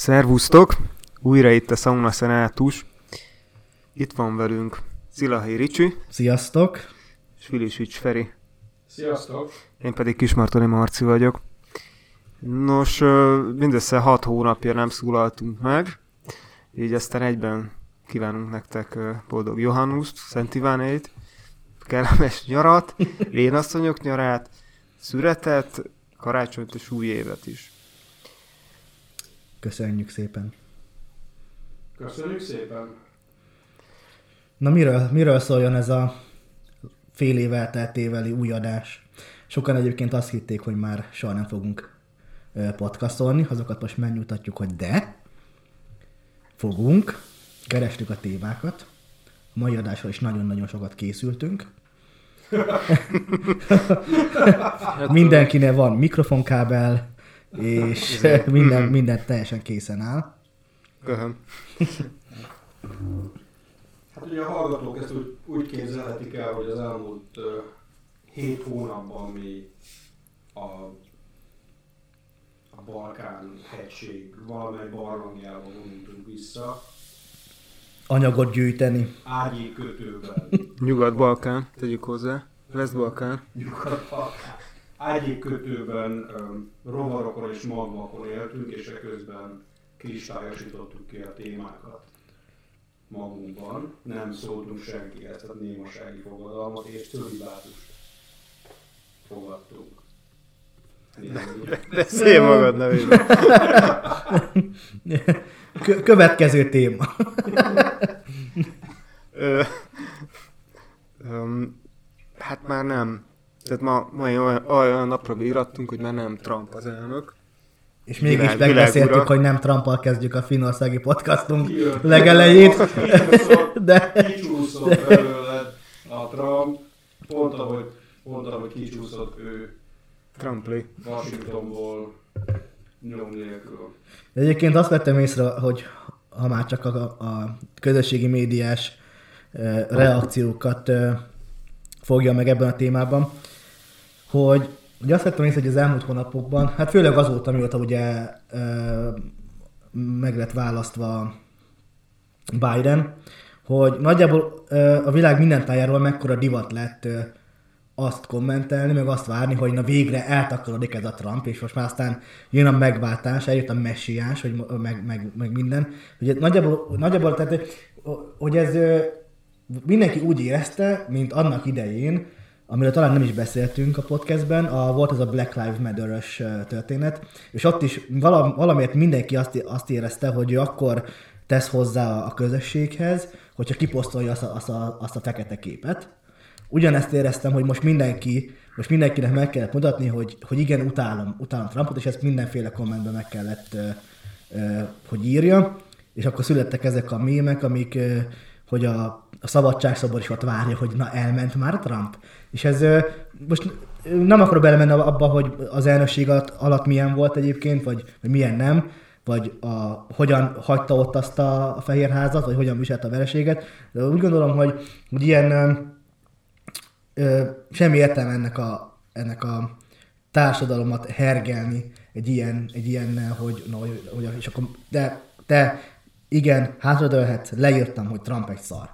Szervusztok! Újra itt a Sauna Szenátus. Itt van velünk Szilahy Ricsi. Sziasztok! És Vilisics Feri. Sziasztok! Én pedig Kismartoni Marci vagyok. Nos, mindössze 6 hónapja nem szólaltunk meg, így aztán egyben kívánunk nektek boldog Johannust, Szent Ivánét, kellemes nyarat, lénasszonyok nyarát, szüretet, karácsonyt és új évet is. Köszönjük szépen! Köszönjük szépen! Na miről szóljon ez a fél év elteltéveli új adás? Sokan egyébként azt hitték, hogy már soha nem fogunk podcastolni, azokat most megnyugtatjuk, hogy de fogunk, kerestük a témákat, a mai adásról is nagyon-nagyon sokat készültünk. Mindenkinek van mikrofonkábel, és minden teljesen készen áll. Köszönöm. Hát ugye a hallgatók ezt úgy képzelhetik el, hogy az elmúlt 7 hónapban mi a Balkán hegység valamely barlangjába vonultunk vissza. Anyagot gyűjteni. Ágyékkötőben. Nyugat-Balkán, tegyük hozzá. West-Balkán. Nyugat-Balkán. Ágyékkötőben rovarokon és magvakon éltünk, és eközben kristályosítottuk ki a témákat magunkban. Nem szóltunk senkihez, tehát némasági fogadalmat és cölibátust fogadtunk. Beszélj magad nevében. Következő téma. Hát már nem. Tehát ma olyan napra írattunk, hogy már nem Trump az elnök. És mégis megbeszéltük, hogy nem Trumpal kezdjük a finnországi podcastunk legelejét. De kicsúszott belőle a Trump, pont ahogy kicsúszott ő Trumpli. Washingtonból nyom nélkül. De egyébként azt vettem észre, hogy ha már csak a közösségi médiás reakciókat fogja meg ebben a témában, hogy ugye azt vettem észre, hogy az elmúlt hónapokban, hát főleg azóta, mióta ugye meg lett választva Biden, hogy nagyjából a világ minden tájáról mekkora divat lett azt kommentelni, meg azt várni, hogy na végre eltakarodik ez a Trump, és most már aztán jön a megváltás, eljött a messiás, hogy meg minden. Ugye nagyjából tehát, hogy ez mindenki úgy érezte, mint annak idején, amiről talán nem is beszéltünk a podcastben, volt ez a Black Lives Matter-ös történet, és ott is valamiért mindenki azt érezte, hogy ő akkor tesz hozzá a közösséghez, hogyha kiposztolja azt a fekete képet. Ugyanezt éreztem, hogy most mindenkinek meg kellett mutatni, hogy igen, utálom Trumpot, és ezt mindenféle kommentben meg kellett, hogy írja, és akkor születtek ezek a mémek, amik, hogy a szabadságszobor is ott várja, hogy na elment már Trump. És ez most nem akarok belemenni abba, hogy az elnökség alatt milyen volt egyébként, vagy milyen nem, vagy hogyan hagyta ott azt a Fehérházat, vagy hogyan viselte a vereséget. De úgy gondolom, hogy ilyen semmi értelme ennek a társadalomat hergelni egy ilyennel, hogy és akkor de igen, hátradőlhetsz, leírtam, hogy Trump egy szar.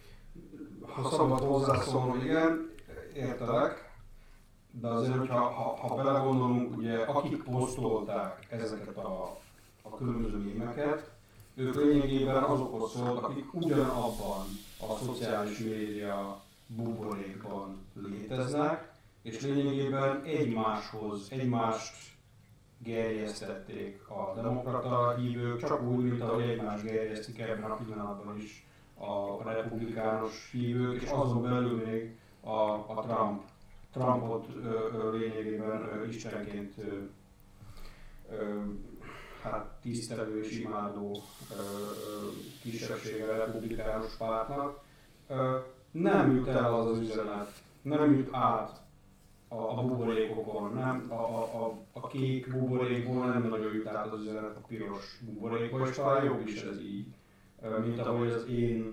Ha szabad hozzászólnom, igen, értelek, de azért, hogyha ha belegondolunk, ugye akik posztolták ezeket a különböző mémeket, ők lényegében azokhoz szólt, akik ugyanabban a szociális média buborékban léteznek, és lényegében egymást gerjesztették a demokrata hívők, csak úgy, mint ahogy egymást gerjesztik ebben a pillanatban is a republikánus hívők, és azon belül még a Trumpot lényegében istenként tisztelő és imádó kisebbsége a republikánus pártnak. Nem jut el az az üzenet, nem jut át a buborékokon, nem, a kék buborékból nem nagyon jut át az üzenet a piros buborékból, és talán jobb is ez így, mint ahogy az én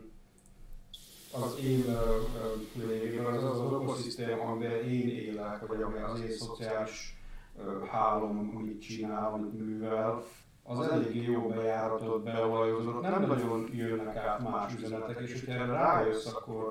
lényegében az ökoszisztéma, amiben én élek, vagy ami az én szociális hálom, amit csinál, amit művel, az eléggé jó bejáratott, beolajozódott, nem nagyon jönnek át más üzenetek, és hogyha erre rájössz,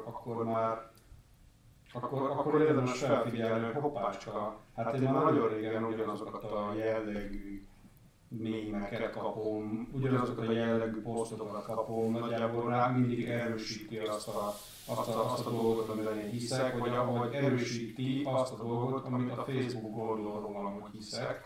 akkor érdemes felfigyelni, hogy hoppácska, hát én már nagyon régen ugyanazokat a jellegű mémeket kapom, ugyanazokat a jellegű posztokat kapom, nagyjából rá mindig erősíti azt a dolgot, amiben én hiszek, vagy erősíti azt a dolgot, amit a Facebook oldalról amúgy hiszek.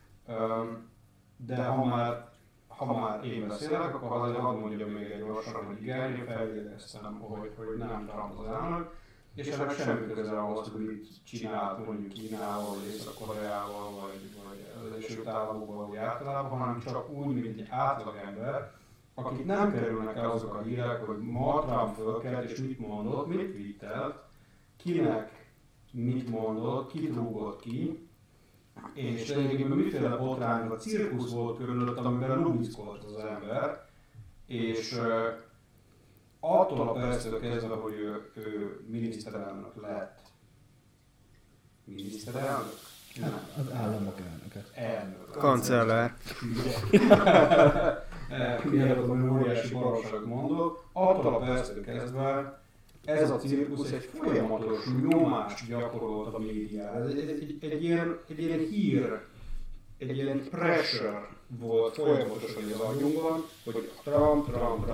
De ha már én beszélek, akkor azért hadd mondjam még egy gyorsan, hogy igen, én feljegyeztem, hogy nem Trump az elnök, és ennek semmi köze ahhoz, hogy mit csinált mondjuk Kínával, Észak-Koreával, vagy az Egyesült Államokban, vagy általában, hanem csak úgy, mint egy átlagember, akik nem kerülnek el azok a hírek, hogy ma Trump fölkelt, és mit mondott, mit tweetelt, kinek mit mondott, kit rúgott ki, és lényegében miféle botrány, a cirkusz volt körülött, amiben lubiszkolt az ember, és attól a perctől kezdve, hogy ő miniszterelnök lett. Miniszterelnök? Nem. Az államok elnöke. Elnök. Kancellár. Mielőtt a óriási baromságot mondok, attól a perctől kezdve ez a cirkusz egy folyamatos nyomást gyakorolt a médiára. Egy ilyen hír, egy ilyen pressure volt folyamatosan az agyunkban, hogy Trump.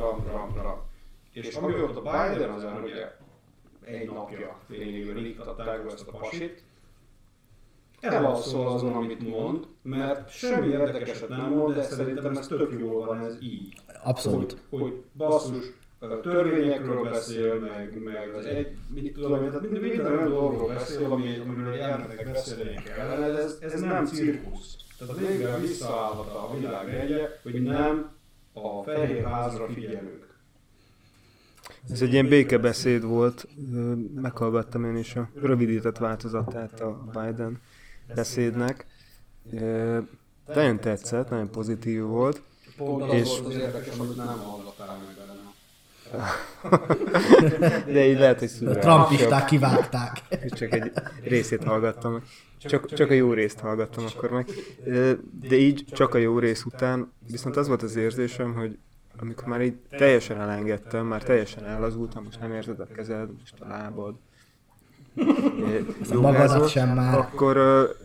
És amióta Biden az elnöke egy napja lényegében iktatták ezt a pasit, elalszol azon, amit mond, mert semmi érdekeset nem mond, de szerintem ez tök jól van, ez így. Abszolút. Hogy basszus, törvényekről beszél, meg az mit tudom, tehát minden olyan dologról beszél, amiről elnöknek beszélni kellene, ez nem cirkusz. Tehát végre visszaállhat a világ egye, hogy nem a Fehér Házra figyelünk. Ez egy ilyen békebeszéd volt, meghallgattam én is a rövidített változatát a Biden beszédnek. Nagyon tetszett, nagyon pozitív volt. Pont az és volt az érdekes, hogy nem hallgattál meg benne. De így lehet, hogy szúrál. A trumpisták kivágták. Csak egy részét hallgattam. Csak a jó részt hallgattam akkor meg. De így csak a jó rész után viszont az volt az érzésem, hogy amikor már így teljesen elengedtem, már teljesen ellazultam, most nem érzed a kezed, most a lábad. Magadat sem már. Akkor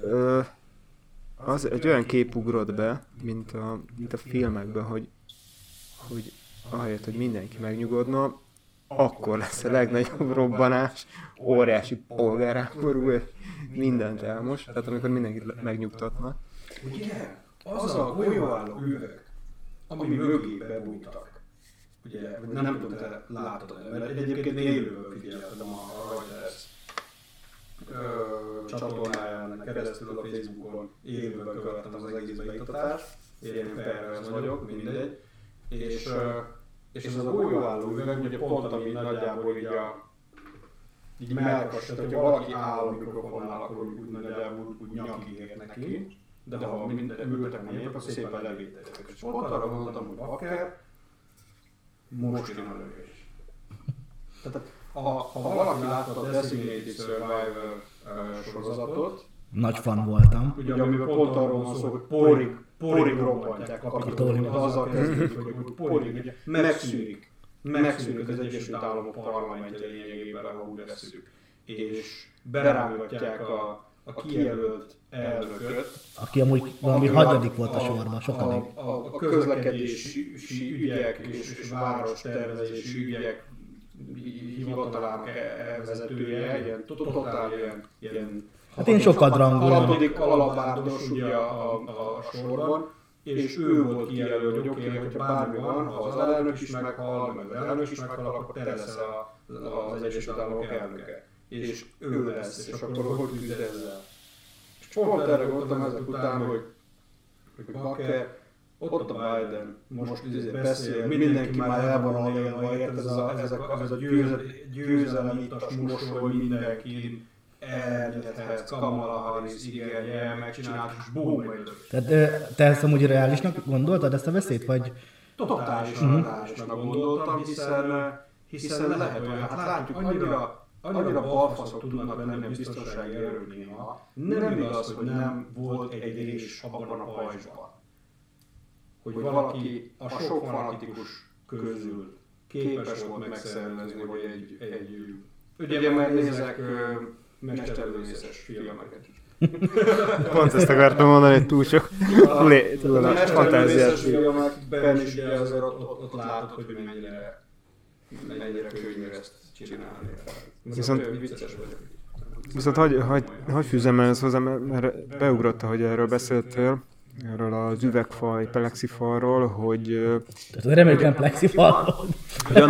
az egy olyan kép ugrott be, mint a filmekben, hogy ahelyett, hogy mindenki megnyugodna, akkor lesz a legnagyobb robbanás, óriási polgárháború, és mindent elmos, tehát amikor mindenkit megnyugtatnak. Ugye, az a golyóálló üveg, ami mögé bebújtak. Ugye, nem tudom, te látod, mert egyébként élőből figyeltem a Reuters csatornáján keresztül a Facebookon, élőben követtem az egész beiktatást, én pervers vagyok, mindegy, és ez a golyóálló üveg, ugye pont ami nagyjából így melkas, tehát hogyha valaki áll a mikrofonnál, akkor úgy nagyjából úgy nyakig ért neki, de ha ültek a nép, akkor szépen levételtek. És pont arra gondoltam, hogy bakker, most jön a lövés. Tehát ha valaki látta a Designated Survivor sorozatot, nagy fan voltam. ugye amiben pont arról van szó, hogy porig robbantják Kapitoliumot, azzal kezdődik, hogy porig, ugye megszűnik az Egyesült Államok parlamentje lényegében, ha úgy vesszük, és berámolgatják a kijelölt elnököt, aki amúgy valami hagyadik volt a sorban, sokáig. A közlekedési ügyek és várostervezési ügyek hivatalának vezetője, ilyen totál ilyen hát én sokat rangolom. hatodik alapárdos ugye a sorban, és ő volt kijelölve, hogy oké, hogyha bármi van, ha az alelnök is meghal, meg az elnök is meghal, akkor te leszel az Egyesült Államok elnöke. És ő lesz, és akkor hogy küzd ezzel? És pont erre gondoltam ezek után, hogy bakker, ott a Biden most beszél, mindenki már el van alélva, ez a győzelem itt a mosoly mindenkin, elnyedhetsz, Kamala Harris, igen, megcsinált, és bum, Tehát te ezt amúgy reálisnak gondoltad ezt a beszéd, vagy? Totálisan reálisnak gondoltam, hiszen lehet olyan, hát látjuk, annyira balfaszok tudnak lenni a biztonsági erők néha. Nem igaz, hogy nem volt egy rés abban a pajzsban. hogy valaki a sok fanatikus közül képes volt megszervezni, hogy ugye már nézek mesterlövészes filmeket is. Pont ezt akartam mondani, hogy túl sok fantáziás. Filmekben is ugye azért ott látod, hogy mennyire könnyű ezt csinálni. Viszont hogy fűzzem ezt hozzá, mert beugrott, hogy erről beszéltél, erről az üvegfaj, plexifalról, hogy... Tehát reméljük nem plexifal. Hogy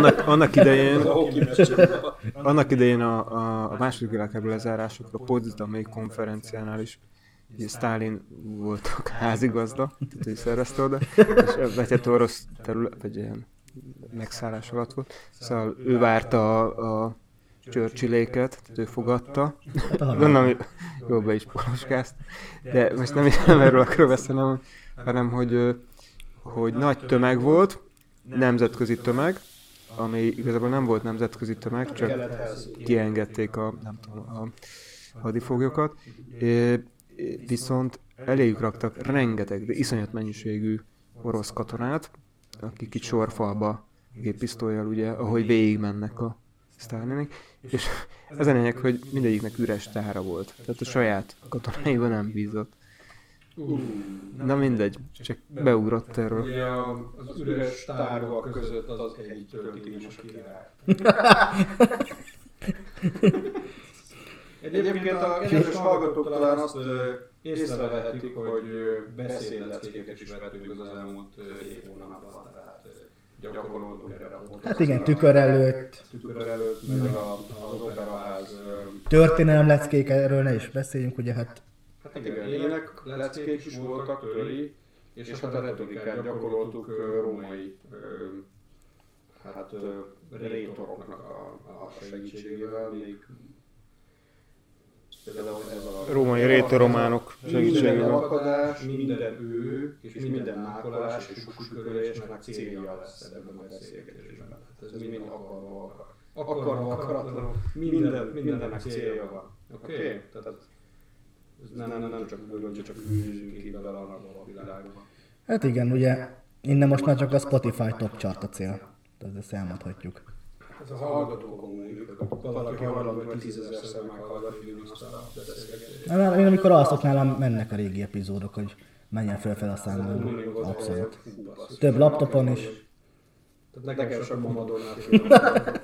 annak idején a második világháború lezárásokra a Potsdami konferenciánál is Sztálin volt a házigazda, tehát ő szervezte oda, és vetett orosz terület, vagy ilyen megszállás alatt volt. Szóval ő várta a Churchilléket, tehát ő fogadta. Gondolom, jól be is poloskázt. De most nem erről akarok beszélni, hanem hogy nagy tömeg volt, nemzetközi tömeg, ami igazából nem volt nemzetközi tömeg, csak kiengedték a hadifoglyokat. Viszont eléjük raktak rengeteg, de iszonyat mennyiségű orosz katonát, akik itt sorfalba géppisztollyal, ugye, ahogy végigmennek a Sztálinék, és ez a lényeg, hogy mindegyiknek üres tára volt. Tehát a saját katonáiban nem bízott. Na mindegy, csak beugrott erről. Ugye az üres tárgak között az egy történelmes király. Egyébként a kedves hallgatók talán azt észrevehetik, hogy beszédleckéket is vettünk az elmúlt hónapban. Gyakoroltunk erre a podcastra. Hát igen, tükör előtt, meg az operaház. Történelem leckék, erről ne is beszéljünk, ugye hát... Hát igen, ilyenek leckék is voltak, töri, és hát a retorikát gyakoroltuk római rétoroknak a segítségével, még római rétorománok segítségével. Minden akadás, minden ő, és minden mákolás és suskörésnek célja lesz ebben a beszélgetésben. Ez mind akarva akaratlanul, mindennek célja van. Oké? Tehát ez nem csak űzünk ki bele a világban. Hát igen, ugye innen most már csak a Spotify top chart a cél. Tehát ezt elmondhatjuk. Ez a hallgatókon múlik, valaki hajlandó 10 000-szer meghallgatni azt a beszélgetést. Én amikor alszok nálam mennek a régi epizódok, hogy menjen fel a számon. Abszolút. Több laptopon is. Tehát nekem csak Madonnát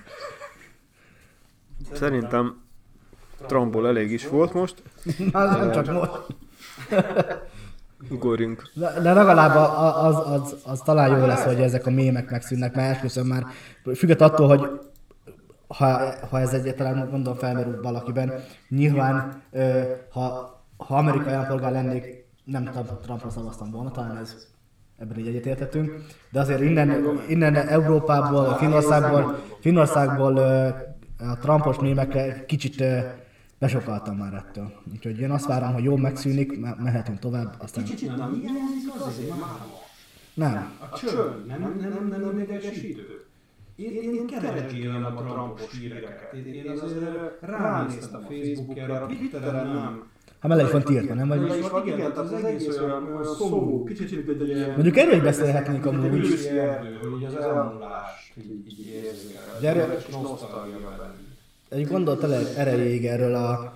Szerintem Trumpból elég is volt most. Nem csak most. Ugorjunk. De legalább az talán jó lesz, hogy ezek a mémek megszűnnek, mert esküszöm már, függet attól, hogy ha ez egyáltalán mondom felmerül valakiben, nyilván ha amerikai állampolgár lennék, nem Trumpra szavaztam volna, talán ebben így egyetértettünk, de azért innen Európából, Finnországból a Trumpos mémekre kicsit besokaltam már ettől. Úgyhogy én azt várom, hogy jól megszűnik, mehetünk tovább, aztán... Kicsit nem hiányzik azért már? Nem. A csönd nem idegesítő. Én keresgélem a Trumpos híreket. Én azért ránéztem a Facebookjára, Twitteren nem. Hát mellé is van tiltva, nem? Vagy... Igen, tehát az egész olyan szomorú, kicsit mint egy ilyen... Mondjuk erről is beszélhetnénk amúgy. Őszi erdő, hogy az elmúlást így érzékel. Gyere. És nosztalgia bennünk. Egy gondolat erejéig erről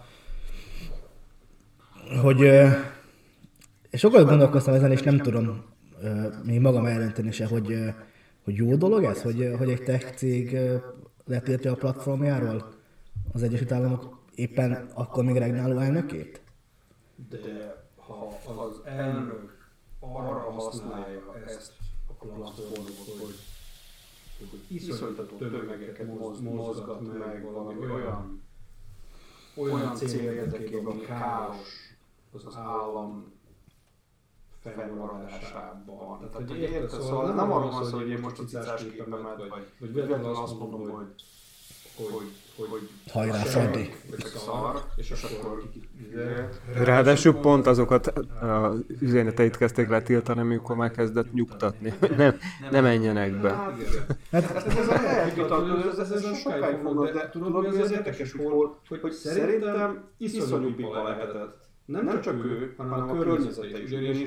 hogy és sokat gondolkoztam ezen, és nem tudom még magam eldönteni se, hogy jó dolog ez, hogy egy tech cég letiltja a platformjáról az Egyesült Államok éppen akkor még regnáló elnökét? De ha az elnök arra használja ezt a platformot, hogy iszonytató tömegeket mozgat meg valami olyan cél érdekében, káros az állam fennmaradásában. Tehát, hogy érted, szóval nem arról van szó, hogy én most a cicás képemet, vagy véletlenül azt mondom, hogy hajrá, Freddy! És akkor... Ráadásul pont azokat az üzeneteit kezdték le tiltani, amikor már kezdett nyugtatni, hogy ne menjenek be. Hát ez sokáig fognak, de tudod, mi az érdekes, hogy szerintem iszonyú pipa lehetett. Nem csak ő, hanem a környezete is. Ugyanis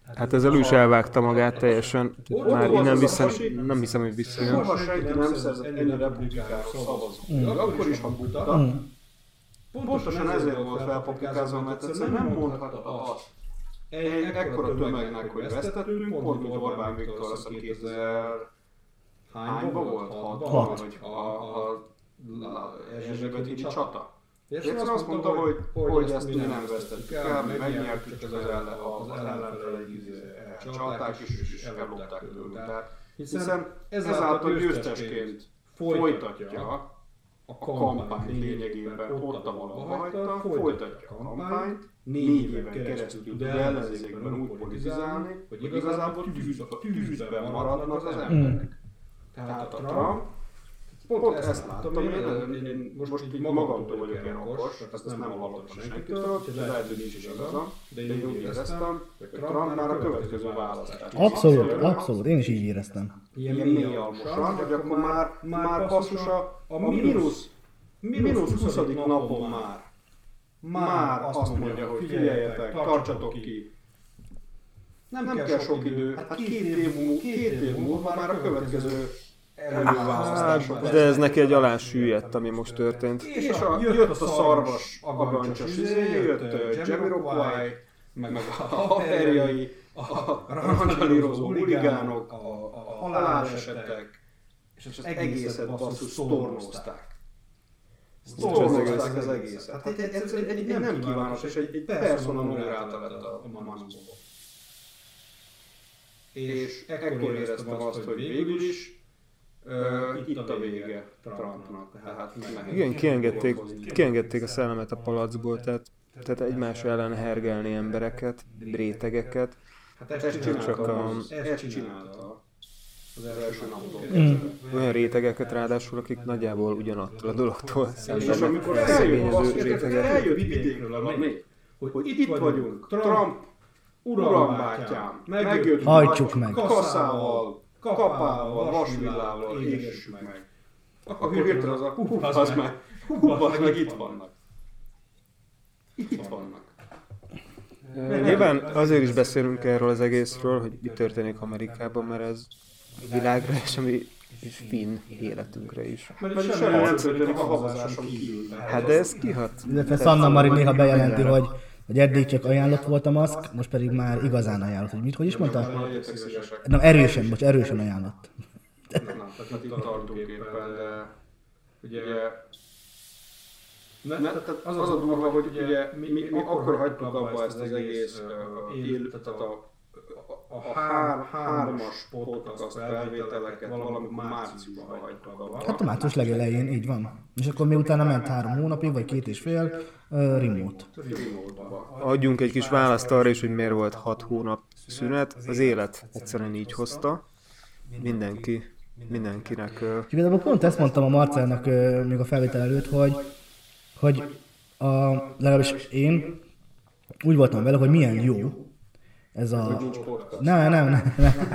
Hát ezzel ő is elvágta magát teljesen. Már innen vissza, nem hiszem, hogy visszajön. Soha senki nem szerzett ennyi republikánus szavazót. Akkor is habudta. Pontosan ezért volt felpaplikázva, mert egyszerűen nem mondhatta azt egy ekkora tömegnek, hogy vesztettünk, pont mint Orbán Viktor azt a 2000... hányba volt? 6-ban? Vagy a Erzsébeti csata? És azt mondta, hogy ezt mi nem vesztettük el, megnyertük, csak az ellenfelei csalták és ellopták tőlünk. Hiszen ezáltal győztesként folytatja a kampányt lényegében ott, ahol hagyta, folytatja a kampányt, 4 éven keresztül tud ellenzékben úgy politizálni, hogy igazából tűzben maradnak az emberek. Tehát a Trump, pont ezt láttam én most így magamtól vagyok ilyen okos, ezt nem hallottam senkitől, úgyhogy lehet, hogy nincs is igazam, de én úgy éreztem, hogy Trump már a következő választás. Abszolút, én is így éreztem. Ilyen mély almosan, hogy akkor már basszus a mínusz 20. napon már azt mondja, hogy figyeljetek, tartsatok ki. Nem kell sok idő, hát 2 év múlva már a következő előválasztások. De ez neki egy alá süllyedt, ami most történt. És jött a szarvas agancsos jött Jamiroquai, meg a haverjai, a rancsalírozó huligánok, a halálesetek, és az egészet basszus sztornozták. Sztornozták az egészet. Hát egy nem kívános, és egy persona non grata lett a Manusból. És ekkor éreztem azt, hogy végül is itt a vége Trumpnak. Igen, kiengedték a szellemet a palacból, tehát egymás ellen hergelni embereket, rétegeket. Hát ezt csinálta az első naptól. Olyan rétegeket ráadásul, akik nagyjából ugyanattól a dologtól És szenvednek. amikor eljött vidékről a nép, hogy itt vagyunk, Trump urambátyám, megjött hajtsuk meg, kaszával, kapával, vasvillával, égessük meg. Akkor hirtelen az a hú, meg itt vannak. Itt vannak. Nyilván azért is beszélünk erről az egészről, hogy mi történik Amerikában, mert ez a világra és a mi finn életünkre is. Mert semmi nem történik a havazáson kívül. Hát de ez kihat. Illetve Sanna Marin néha bejelenti, hogy eddig csak ajánlott volt a maszk, most pedig már igazán ajánlott. Hogy is mondta? Nem, erősen ajánlott. Nem, tehát itt tartunk éppen, de ugye az a durva, hogy ugye mi akkor hagytuk abba ezt az egész tehát a hármas podcast felvételeket valamikor márciusban hagytuk abba. Hát a március legelején, így van. És akkor mi utána ment 3 hónapig, vagy 2,5 remote. Adjunk egy kis választ arra is, hogy miért volt 6 hónap szünet. Az élet egyszerűen így hozta. Mindenkinek... Igazából pont ezt mondtam a Marcelnak még a felvétel előtt, hogy legalábbis én úgy voltam vele, hogy milyen jó ez a... Nem.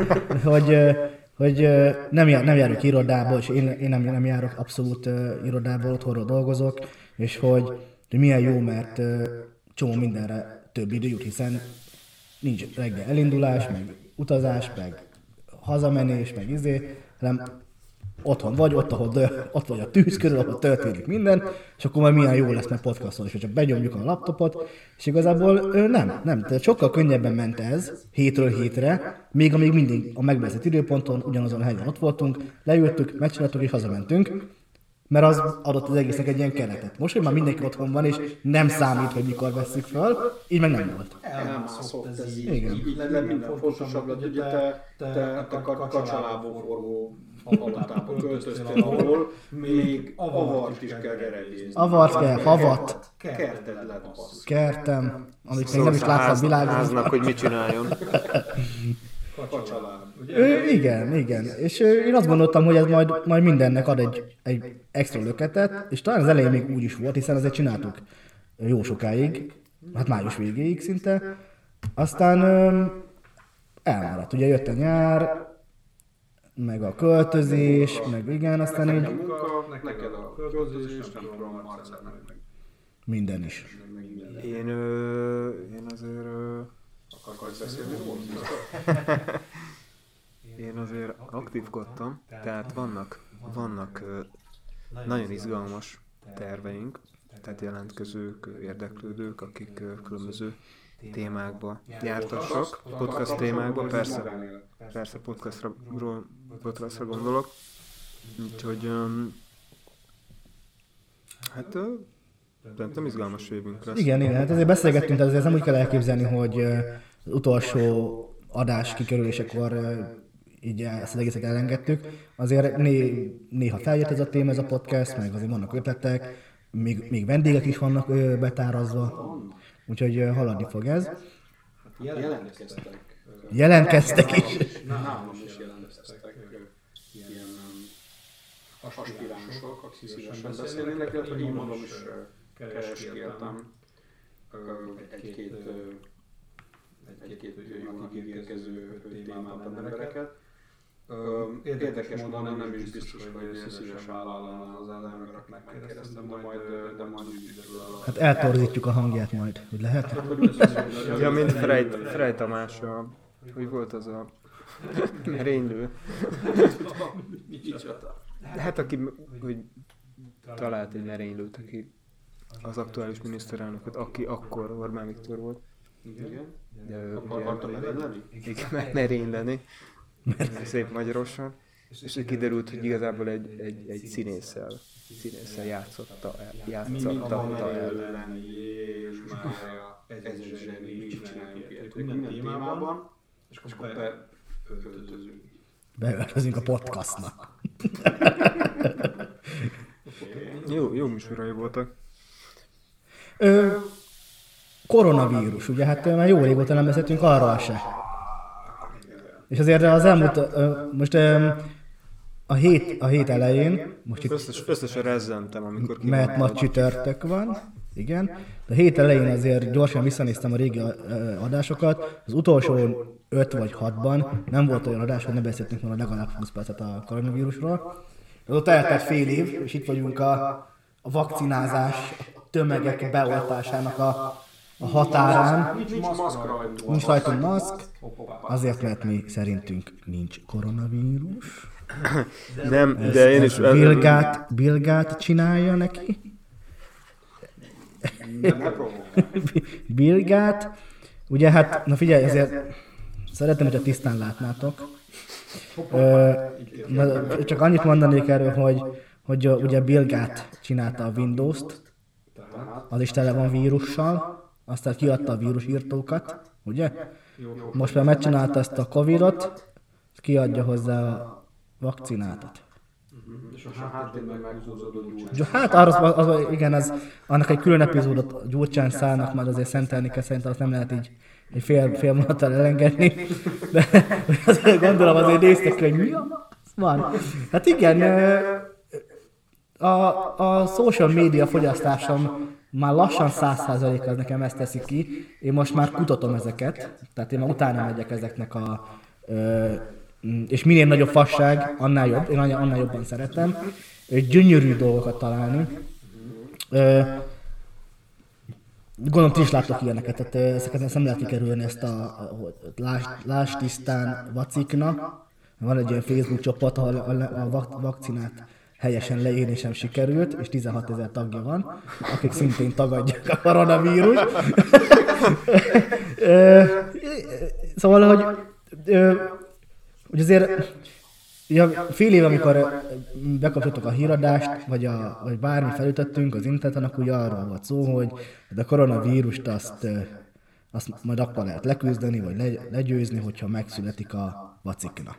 Hogy nem járok irodába, és én nem járok abszolút irodába, otthonról dolgozok, és hogy milyen jó, mert csomó mindenre több idő jut, hiszen nincs reggel elindulás, meg utazás, meg hazamenés, meg hanem otthon vagy, ott vagy a tűz körül, ahol történik minden, és akkor majd milyen jó lesz, mert podcaston is, hogy csak begyomjuk a laptopot, és igazából nem. Tehát sokkal könnyebben ment ez, hétről hétre, még amíg mindig a megbeszélt időponton, ugyanazon a helyen ott voltunk, leültük, megcsináltuk és hazamentünk, mert az adott az egésznek egy ilyen keretet. Most, hogy már mindenki otthon van, és nem számít, hogy mikor vesszük fel, így meg nem volt. Elmászott ez így. Igen. Így minden fontosabb lett, ugye te kacsalából forgó palotába költöztél, ahol még avart is kell geredjézni. Avart kell, havat. Kerted lett basszus. Kertem, amit még nem is láttam világon. Háznak, hogy mit csináljon. Kacsaláb. Igen. És én azt gondoltam, hogy ez majd mindennek ad egy extra löketet, és talán az elején még úgy is volt, hiszen azért csináltuk jó sokáig, hát május végéig szinte. Aztán elmaradt. Ugye jött a nyár, meg a költözés, meg igen, aztán így... Neked a költözés, nem tudom, Marcelnek meg minden is. Én azért Akarsz beszélni róla? Én azért aktívkodtam, tehát vannak nagyon izgalmas terveink, tehát jelentkezők, érdeklődők, akik különböző témákba jártassak, podcast témákba, persze podcastra gondolok, úgyhogy hát nem izgalmas évünk lesz. Igen, hát azért beszélgettünk, tehát azért nem úgy kell elképzelni, hogy az utolsó adás kikerülésekor így ezt az egészet elengedtük. Azért néha feljött ez a téma, ez a podcast, meg azért vannak ötletek, még vendégek is vannak betárazva, úgyhogy haladni fog ez. Jelentkeztek is. Nálam is jelentkeztek ilyen aspiránsok, akik szívesen beszélnének, illetve én magam is kereskéltem egy-két ígérkező témában embereket. Érdekes módon nem is biztos, hogy szívesen vállalna az ember, mert megkérdeztem, de majd úgy kiderül. Hát eltorzítjuk a hangját majd, hogy lehet? Ja, mint Frey Tamás, hogy volt az a merénylő. Hát aki hogy talált egy merénylőt, aki az aktuális miniszterelnököt, aki akkor Orbán Viktor volt. Igen. Akartam merényleni? Igen, merényleni. Szép magyarosan. És kiderült, hogy igazából egy színésszel játszotta el. És már ezzel mit csináljuk ilyet, minden témában, és akkor beöltözünk. Beöltözünk a podcastnak. Jó műsorai voltak. Koronavírus, ugye hát már jó régóta nem beszéltünk arról se. És azért az elmúlt, most a hét elején, most itt Összesen rezzentem, amikor mert ma csütörtök van, igen, de a hét elején azért gyorsan visszanéztem a régi adásokat, az utolsó 5 vagy 6-ban nem volt olyan adás, hogy ne beszéltünk volna legalább 20 percet a koronavírusról. Azóta eltelt fél év, és itt vagyunk a vakcinázás, a tömegek beoltásának a határán. Nincs rajtunk maszk, azért, mert mi szerintünk nincs koronavírus. Nem, de én is... Bill Gates csinálja neki. Bill Gates. Ugye hát, na figyelj, azért szeretném, hogyha tisztán látnátok. Csak annyit mondanék erről, hogy ugye Bill Gates csinálta a Windows-t, az is tele van vírussal, aztán kiadta a vírusírtókat, ugye? Most már megcsinálta ezt a Covid-ot, kiadja hozzá a vakcinátot. És a háttérben meghúzódó Gyurcsány. Hát arra, igen, annak egy külön epizódot a Gyurcsány szálnak majd azért szentelni kell, szerintem azt nem lehet így egy fél mondattal elengedni. De azért gondolom azért néztek ki, hogy mi van. Hát igen, a social media fogyasztásom már lassan 100% az nekem ezt teszi ki. Én most már kutatom ezeket, tehát én már utána megyek ezeknek és minél nagyobb fasság, annál jobb, én annál jobban szeretem. Gyönyörű dolgokat találni. Gondolom, ti is láttok ilyeneket, tehát ezeket nem lehet kikerülni, ezt Lásd tisztán vacikna. Van egy ilyen Facebook csoport, ahol a vakcinát helyesen leírni sem sikerült, és 16 000 tagja van, akik szintén tagadják a koronavírus. Szóval, hogy azért fél év, amikor bekapcsoltuk a híradást, vagy bármi felütöttünk az interneten, akkor ugye arról volt szó, hogy a koronavírust azt majd akkor lehet leküzdeni, vagy legyőzni, hogyha megszületik a vacikna.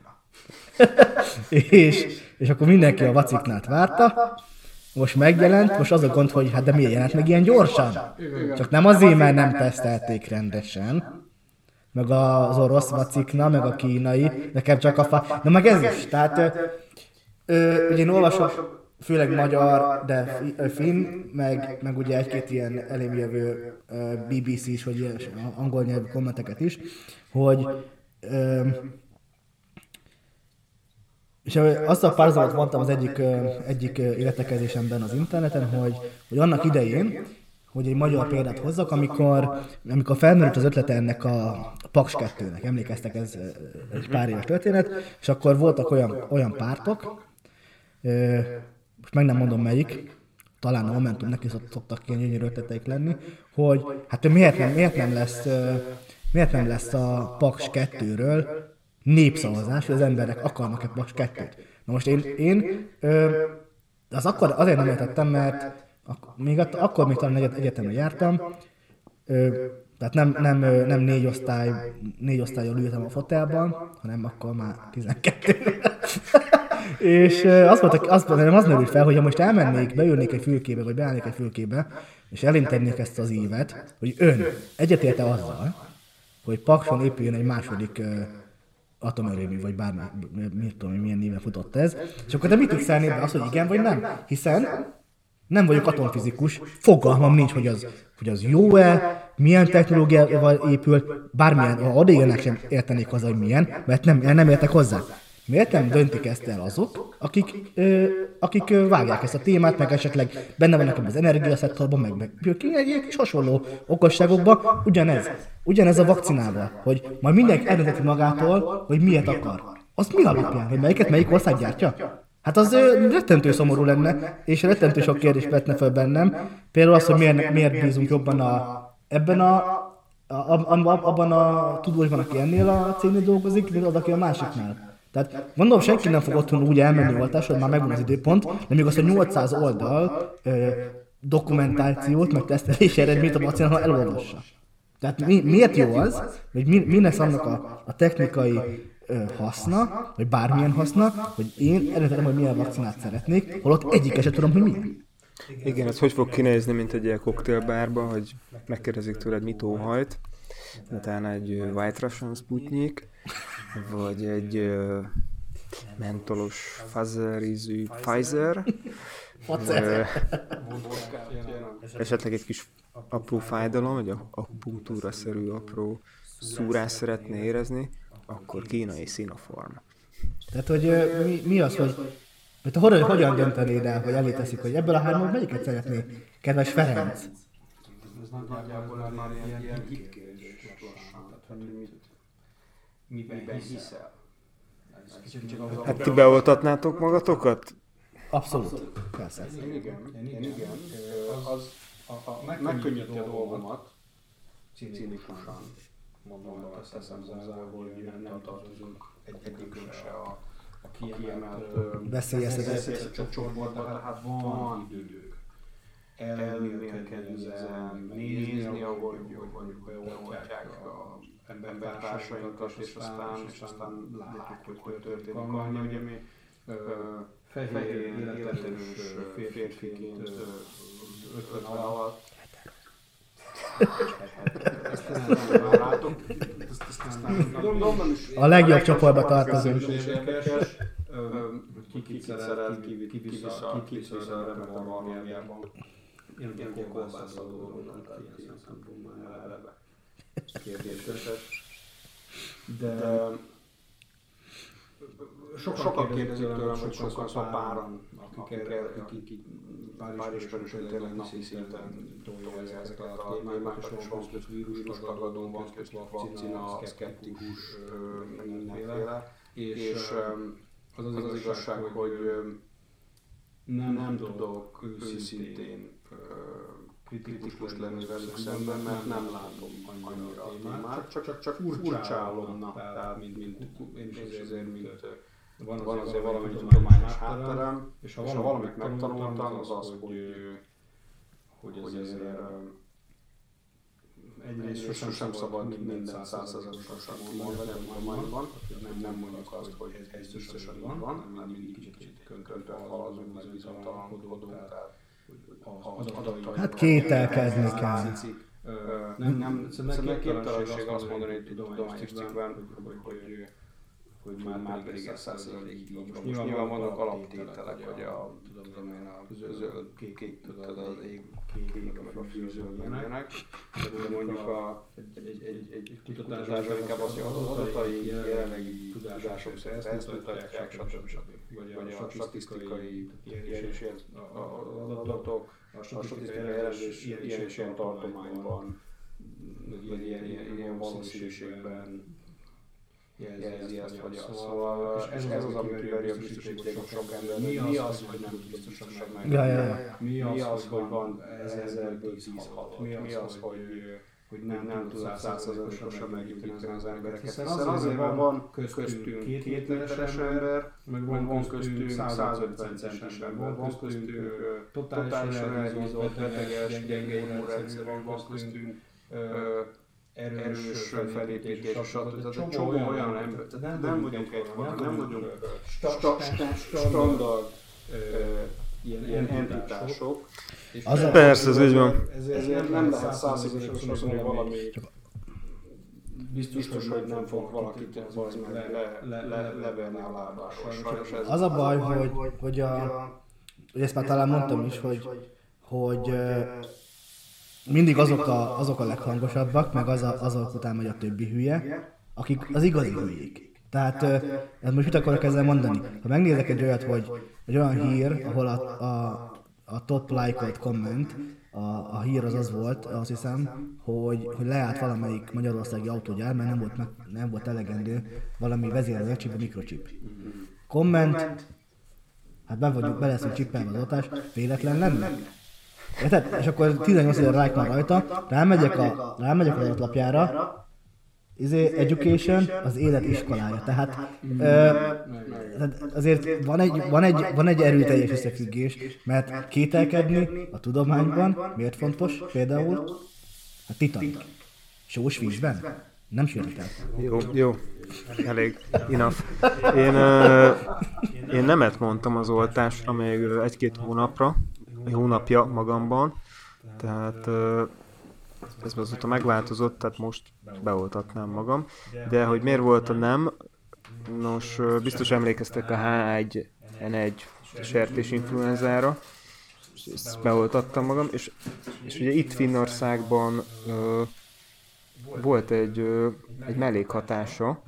és akkor mindenki a vaciknát várta, most megjelent, most az a gond, hogy hát de miért jelent meg ilyen gyorsan? Csak nem azért, mert nem tesztelték rendesen, meg az orosz vacikna, meg a kínai, nekem csak a na meg ez is, tehát ugye én olvasok, főleg magyar, de finn, meg ugye egy-két ilyen elém jövő BBC-s, vagy ilyen angol nyelvű kommenteket is, hogy és azt a párhuzamot mondtam az egyik értekezésemben az interneten, hogy annak idején hogy egy magyar példát hozzak, amikor felmerült az ötlete ennek a Paks 2-nek, emlékeztek, ez egy pár éves történet, és akkor voltak olyan pártok, most meg nem mondom melyik, talán a Momentumnak is szoktak ilyen gyönyörű ötleteik lenni, hogy hát miért nem lesz a Paks 2-ről népszavazás, hogy az emberek akarnak-e Paks 2-t. Na most én azért nem értettem, mert akkor még talán egyetemre jártam, tehát nem négy osztályon ültem a fotelban, hanem akkor már 12. És az merült fel, hogy ha most beülnék egy fülkébe, vagy beállnék egy fülkébe, és elintenék ezt az évet, hogy ön egyetérte azzal, hogy Pakson épüljön egy második atomerőmű, vagy bármi, milyen néven futott ez, és akkor te mit x-elnél be azt, hogy igen vagy nem? Hiszen nem vagyok atomfizikus, fogalmam nincs, hogy az jó-e, milyen technológiával épül, bármilyen, ha odaérnek sem értenék hozzá, hogy milyen, mert nem értek hozzá. Miért nem döntik ezt el azok, akik vágják ezt a témát, meg esetleg benne vannak az energiaszektorban, meg ilyen kis hasonló okosságokban, ugyanez a vakcinával, hogy majd mindenki eldönteti magától, hogy miért akar. Azt mi alapján, hogy melyik ország gyártja? Hát az rettentő szomorú lenne, és rettentő sok kérdést vetne fel bennem. Például az, hogy miért bízunk jobban abban a tudósban, aki ennél a cégnél dolgozik, mint az, aki a másiknál. Tehát mondom, senki nem fog otthon úgy elmenni oltásra, hogy már megvan az időpont, de még azt a 800 oldal dokumentációt, meg tesztelési eredményt a vakcinával elolvassa. Tehát miért jó az, hogy mi lesz annak a technikai haszna, vagy bármilyen haszna, hogy én eredetileg, hogy milyen vakcinát szeretnék, holott egyik sem tudom, hogy milyen. Igen, ez hogy fog kinézni, mint egy ilyen koktélbárba, hogy megkérdezik tőled, mit óhajt, utána egy White Russian Sputnik, vagy egy mentolos Pfizer-ízű Pfizer, esetleg egy kis apró fájdalom, vagy akupunktúra-szerű apró szúrás szeretné érezni, akkor kínai Sinopharm. Tehát, hogy mi az, hogy te hogyan döntenéd el, hogy elé teszik, hogy ebből a háromból melyiket szeretné, kedves Ferenc? Ez nagyjából már ilyen hitkérdés lassan, tehát miben hiszel? Hát ti beoltatnátok magatokat? Abszolút. Persze. Igen. Megkönnyíti a dolgomat, cinikusan. Mondom, azt teszem hozzá, hogy nem tartozunk egyikünk se a kiemelt veszélyeztetett csoportból, de hát van idők elmélkedni ezen, nézni, ahogy mondjuk beoltják a embertársainkat, és aztán látjuk, hogy történik. Valami, ugye mi fehér, életerős férfiként 50 alatt a legjobb csoportba tartozunk. Ki szeret, ki viszi a remek a valójában. Én ugye kolbászadó ilyen szempontból eleve kérdéses. De sokan kérdezik tőlem, hogy sokan páran, akik pár ismerősök tényleg napi szinten tolják ezeket a témákat, és van között vírus tagadó, van között vakcina, szkeptikus, mindenféle. És az igazság, hogy nem tudok őszintén kritikus lenni velük szemben, mert nem látom annyira a témát, csak furcsálom, tehát én is azért, mint van azért valami tudományos hátterem, és ha valamit megtanultam, az az, hogy azért egyrészt sosem szabad minden 100%-osan mondani a tudományban, nem mondjuk azt, hogy ez biztosan így van, hanem mindig kicsit könköntöl haladunk, meg bizonytalankodunk, tehát hát kételkezni kell. Nem képtelenség azt mondani egy tudományos cikkben, már pedig ez 100% így van. Most nyilván vannak alaptételek, hogy a zöld, kék, az ég, kék, meg a fűzők ilyenek. De mondjuk egy kutatásban inkább az, hogy az adatai jelenlegi tudások szerint ezt mutatják, stb. Vagy a statisztikai adatok, a statisztikai jelzés ilyen és ilyen tartományban, meg ilyen valószínűségben jelzi ezt vagy azt. Szóval ez az, amiről biztosítják sok ember. Mi az, hogy nem biztosan meg? Mi az, hogy van 1000-ből 10-6? Mi az, hogy nem tud 100%-osan megítélni az embereket? Hiszen azért van köztünk 2 méteres ember, meg van köztünk 150 centis ember, van köztünk totálisan elhízott, beteges, gyenge immunrendszer, van köztünk erős felépítés, stb. Tehát csomó olyan ember, tehát nem vagyunk egyforma, nem vagyunk standard ilyen entitások. Persze, ez így van. Ezért nem lehet 100%-osan azt mondani, hogy valami biztos, hogy nem fog valakit leverni a lábáról. Sajnos ez az a baj, hogy ezt már talán mondtam is, hogy mindig azok a leghangosabbak, meg azok után megy a többi hülye, akik az igazi hülyék. Tehát ezt most mit akarok ezzel mondani? Ha megnézek egy olyat, hogy egy olyan hír, ahol a top like-olt komment, a hír az volt, azt hiszem, hogy leállt valamelyik magyarországi autógyár, mert nem volt elegendő valami vezérelő chip, a mikrochip. Komment, hát be lesz csippelve az oltás, véletlen lenne. Érted? És akkor 18 000 like van rajta, rámegyek az adatlapjára, education, az élet iskolája. Tehát azért van egy erőteljes összefüggés, mert kételkedni a tudományban miért fontos például? A Titanic. Sós vízben? Nem sérült el. Jó. Elég. Enough. Én nemet mondtam az oltásra még 1-2 hónapja magamban. Tehát ez azóta megváltozott, tehát most beoltatnám magam. De hogy miért volt a nem? Nos, biztos emlékeztek a H1N1 sertésinfluenzára. Ezt beoltattam magam, és ugye itt Finnországban volt egy mellékhatása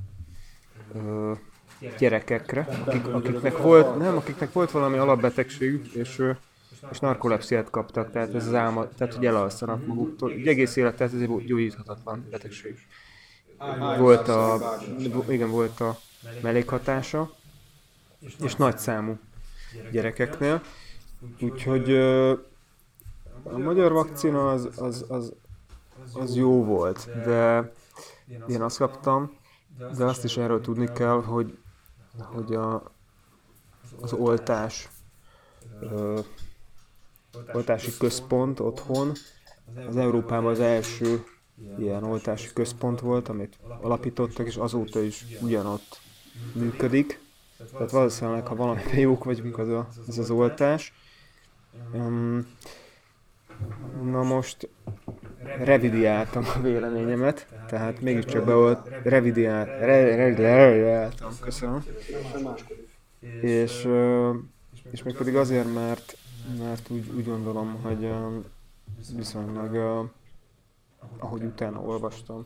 gyerekekre, akiknek volt valami alapbetegségük, és narkolepsziát kaptak, tehát ez az álma, tehát hogy elalszanak maguktól. Egy egész élet, tehát ez egy gyógyíthatatlan betegség. Volt a mellékhatása, és nagy számú gyerekeknél. Úgyhogy a magyar vakcina az jó volt, de én azt kaptam, de azt is erről tudni kell, hogy az oltási központ otthon, az Európában az első ilyen oltási központ volt, amit alapítottak, és azóta is ugyanott működik. Tehát valószínűleg, ha valamiben jók vagyunk, az az oltás. Na most revidiáltam a véleményemet, tehát mégiscsak revidiáltam, köszönöm. És még pedig azért, mert úgy gondolom, hogy viszonylag, ahogy utána olvastam,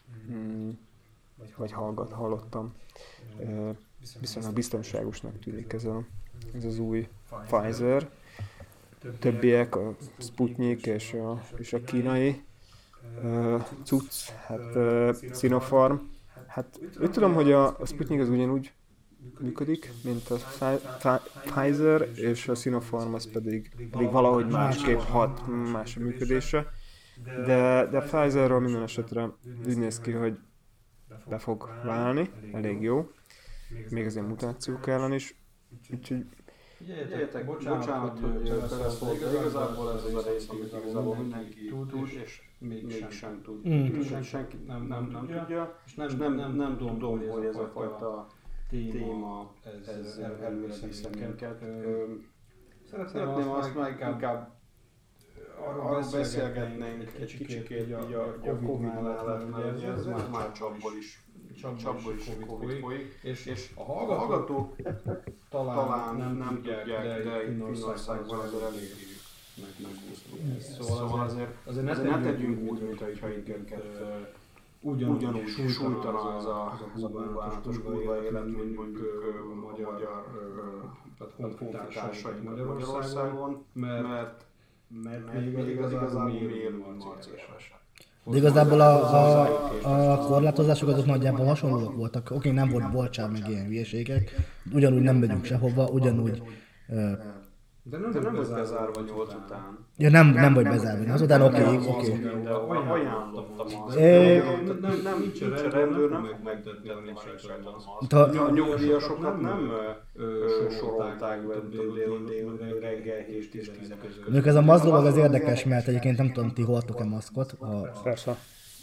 vagy hallottam, viszonylag biztonságosnak tűnik ez az új Pfizer. Többiek, a Sputnik és a kínai cucc, Sinopharm. Hát úgy tudom, hogy a Sputnik az ugyanúgy működik, mint a Pfizer, és a Sinopharm az pedig valahogy másképp hat más a működése. De a Pfizerről minden esetre úgy néz ki, hogy be fog válni, elég jó. Még az ilyen mutációk ellen is. Úgyhogy Figyeljetek, bocsánat, hogy beleszólok, de igazából ez az a rész, amit igazából mindenki tud, és mégsem tud. Senki nem tudja, és nem tudom, hogy ez a fajta téma, ez elméleti minket. Szeretném azt meg inkább arról beszélgetnénk egy kicsikét így a Covid mellett, mert ez már csapból is csapból is Covid folyik, és a hallgatók talán nem tudják, de Finnországban azért elég megúsztuk. Szóval azért ne tegyünk úgy, mintha minket ugyanúgy súlytalan ez a bánatos kurva élet, mint mondjuk a magyar honfitársaink Magyarországon, mert még igazából mi élünk 8 évesen. De igazából a korlátozások azok nagyjából hasonlóak voltak. Oké, nem volt bolcsár meg ilyen hülyeségek, ugyanúgy nem megyünk sehova, ugyanúgy... De nem volt bezárva 8 után. Ja, nem vagy bezárva 8 után, oké. De ajánlottam azt. Nem nincs rendőr, nem fog megtenni a nyugdíjasokat nem sorolták be reggel 7 és 10 között. Mondjuk ez a maszkdolog az érdekes, mert egyébként nem tudom, ti hordtok-e maszkot. Persze.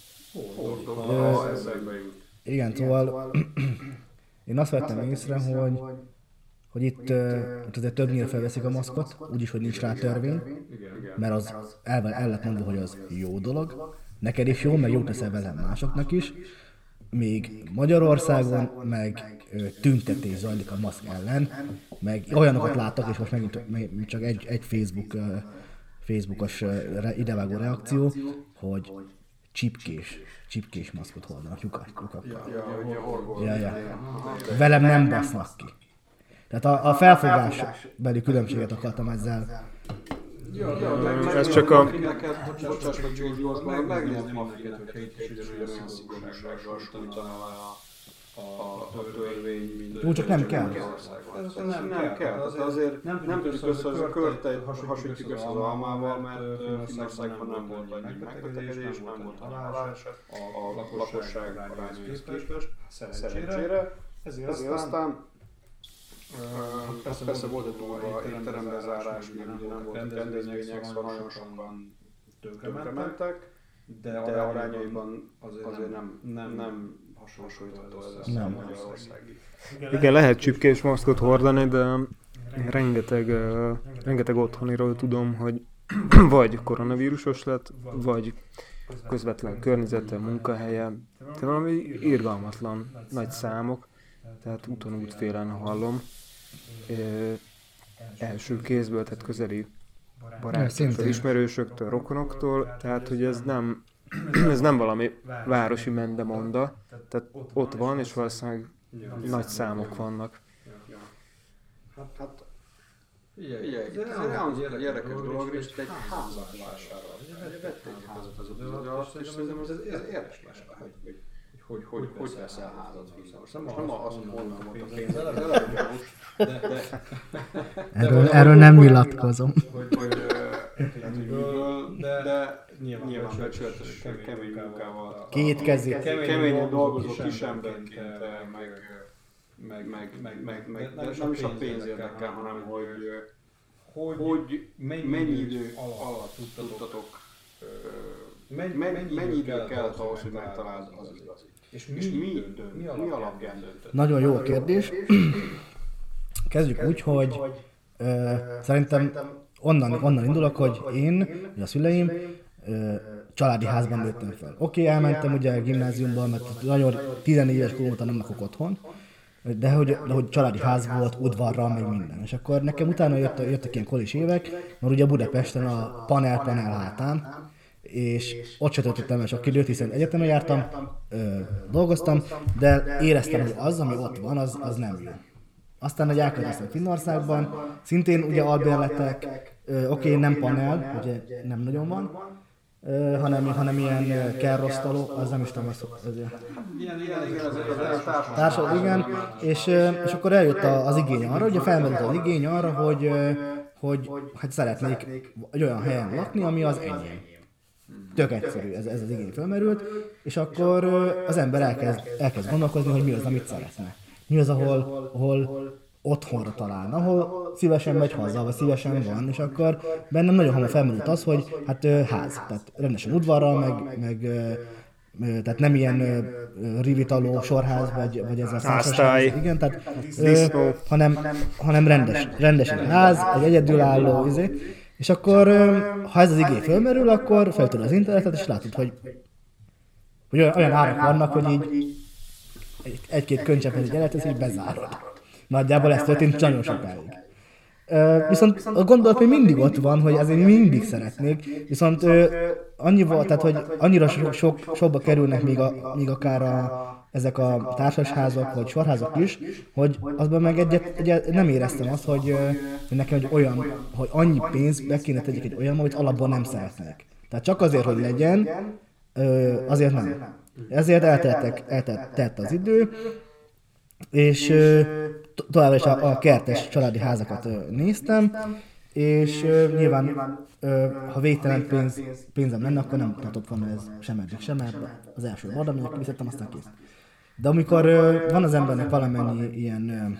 Igen, szóval én azt vettem észre, hogy itt azért többnyire felveszik a maszkot, úgyis, hogy nincs rá törvény, mert az el lett mondva, hogy az jó dolog. Neked is jó, meg jó teszel vele másoknak is. Még Magyarországon meg tüntetés zajlik a maszk ellen, meg olyanokat láttak, és most megint csak egy Facebookos idevágó reakció, hogy csipkés maszkot hordanak lyukakkal. Ja. Velem nem basznak ki. Tehát a felfogásbeli különbséget akartam ezzel. Ez csak a... Bocsáss meg gyorsban, megnézni mindenket, hogyha itt is ugyanolyan szigorúsággal sújtana a törvény, mint... Jó, csak nem kell. Nem kell, azért nem tudjuk össze, hogy a kört hasonlítjuk össze az almával, mert Finnországban nem volt annyi megbetegedés, nem volt annyi haláleset a lakosság arányhoz képest, szerencsére. Ezért aztán persze volt egy durva étterembezárás, ugye nem voltak rendezvények, szóval nagyon sokan tönkrementek, de arányaiban azért nem hasonlítható ez a Magyarországi. Igen, lehet csipkés maszkot hordani, de rengeteg otthoniról tudom, hogy vagy koronavírusos lett, vagy közvetlen környezete, munkahelye, de valami irgalmatlan nagy számok, tehát úton útfélen hallom. Első kézből, tehát közeli barátoktól, ismerősöktől, rokonoktól, tehát hogy ez nem valami városi mendemonda, tehát ott van, és valószínűleg nagy számok vannak. Hát, figyelj, ez érdekes dolog, és egy házat vásárol. Vettél egy házat az alatt, és szerintem ez érdekes lesz, hogy veszel házat Finnországban. Nem azt mondom, hogy a pénzzel, Erről nem nyilatkozom. de nyilván becsületes, kemény munkával. Kétkezi. Keményen dolgozó kisemberként, meg nem is a pénz érdekel, hanem hogy mennyi idő alatt tudtatok, mennyi idő kellett ahhoz, hogy megtaláld az igazit. És mi alapján döntött? Nagyon jó a kérdés. Kezdjük úgy, hogy szerintem onnan indulok, hogy én, a szüleim családi házban nőttem fel. Oké, elmentem ugye gimnáziumba, mert nagyon 14 éves korom óta nem lakok otthon, de hogy családi ház volt, udvarral, meg minden. És akkor nekem utána jöttek ilyen kolis évek, mert ugye Budapesten a panel hátán, és ott se töltöttem el sok időt, hiszen egyetemen jártam, dolgoztam, de éreztem, hogy az, ami ott van, az nem jó. Aztán, hogy elköltöztem Finnországban, szintén ugye albérletek, oké, nem panel, ugye nem nagyon van, hanem ilyen kerrosztaló, az nem is tudom, az társad, igen, és akkor eljött az igény arra, ugye felmerült az igény arra, hogy hát szeretnék egy olyan helyen lakni, ami az enyém. Tök egyszerű, ez az igény felmerült, és akkor az ember elkezd gondolkozni, hogy mi az, amit szeretne. Mi az, ahol otthonra találna, ahol szívesen megy haza, vagy szívesen van, és akkor bennem nagyon hamar felmerült az, hogy hát ház, tehát rendesen udvarral, meg tehát nem ilyen rivitaló sorház, vagy ez a háztály, igen, tehát hanem rendes ház, egy egyedülálló, és akkor ha ez az igény fölmerül, akkor feltudod az internetet, és látod, hogy olyan árak vannak, hogy így egy-két könycseppet egy elet, és így bezárod. Nagyjából ez történt nagyon sokáig. Viszont a gondolat még mindig ott van, hogy azért mindig szeretnék, viszont annyival, tehát hogy annyira sokba kerülnek még akár ezek a társasházak vagy sorházak is, hogy azban meg egyet nem éreztem azt, hogy nekem hogy annyi pénz be kéne tegyek egy olyan, amit alapból nem szeretnék. Tehát csak azért, hogy legyen, azért nem. Ezért eltelt az idő, és továbbra is a kertes családi házakat néztem, és nyilván, ha végtelen pénzem lenne, akkor nem tartott volna ez sem eddig sem, mert az első bardamények kivizettem, aztán kész. De amikor van az embernek valamennyi ilyen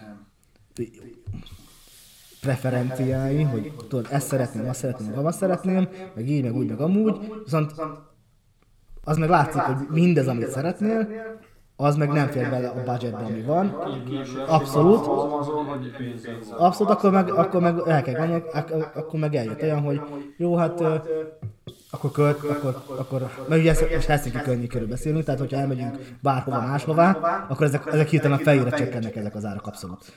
preferenciái, hogy tudod, ezt szeretném, azt szeretném, meg így, meg úgy, meg amúgy, viszont az meg látszik, hogy mindez, amit szeretnél, az meg nem fér bele a budgetbe, ami van. Abszolút. Abszolút, akkor meg el kell gondolni, akkor meg eljött olyan, hogy jó, hát akkor meg ugye most Helsinki környékéről beszélünk, tehát hogyha elmegyünk bárhova máshová, akkor ezek hirtelen fejére csökkennek ezek az árak abszolút.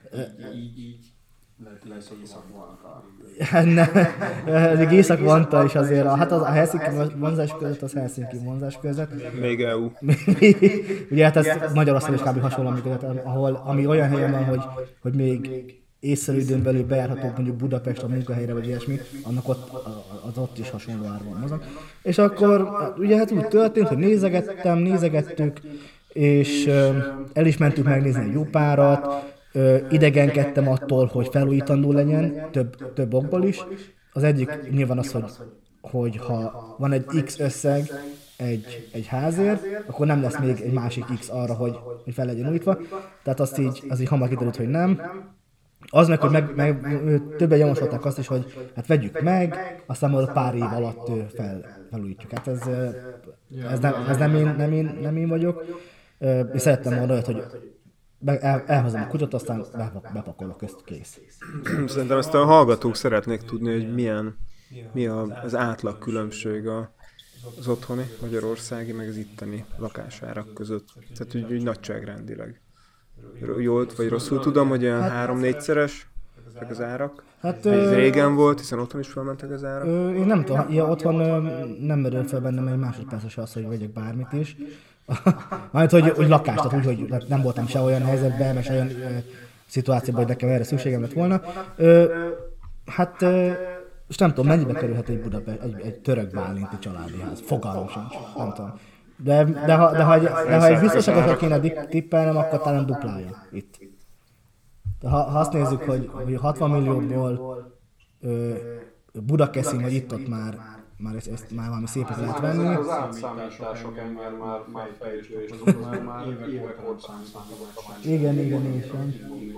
Lesz Észak-Vanta. Ez Észak-Vanta is azért, hát a Helsinki vonzás között, az Helsinki vonzás között. Még EU. Ugye hát ez Magyarországon is kb. Hasonló, ami olyan helyen van, hogy még észszerű időn belül bejárható mondjuk Budapest a munkahelyre vagy ilyesmi, annak ott is hasonló ár van mozog. És akkor ugye hát úgy történt, hogy nézegettük, és el is mentünk megnézni egy jó párat, idegenkedtem attól, hogy felújítandó legyen, több okból is. Az egyik nyilván az, hogy ha van egy X összeg egy házért, akkor nem lesz még egy másik X arra, hogy fel legyen újítva. Tehát az így hamar kiderült, hogy nem. Az meg, hogy többen javasolták azt is, hogy hát vegyük meg, aztán majd pár év alatt felújítjuk. Hát ez nem én vagyok. És szerettem volna olyat, hogy elhozom a kutyot, aztán bepakolok közt, kész. Szerintem ezt a hallgatók szeretnék tudni, hogy mi az átlag különbség az otthoni, magyarországi, meg az itteni lakásárak között. Tehát úgy nagyságrendileg. Jól vagy rosszul tudom, hogy olyan 3-4-szeres az árak. Hát, ez régen volt, hiszen otthon is felmentek az árak. Én nem tudom, otthon nem merül fel bennem egy másodperces az, hogy vegyek bármit is. Mármint, hogy lakást, tehát úgy, hogy nem voltam se olyan helyzetben, meg se olyan szituációban, hogy nekem erre szükségem lett volna. Hát, és nem tudom, mennyibe kerülhet egy török bálinti családi ház. Fogalmam sincs, nem tudom. De ha egy biztosakat kéne tippelnem, akkor talán duplája itt. De ha azt nézzük, hogy 60 millióból Budakeszin, vagy itt-ott már valami szépet lehet venni. Az átszámítások ember már fejlődések, már évek óta számítások. Igen, is van.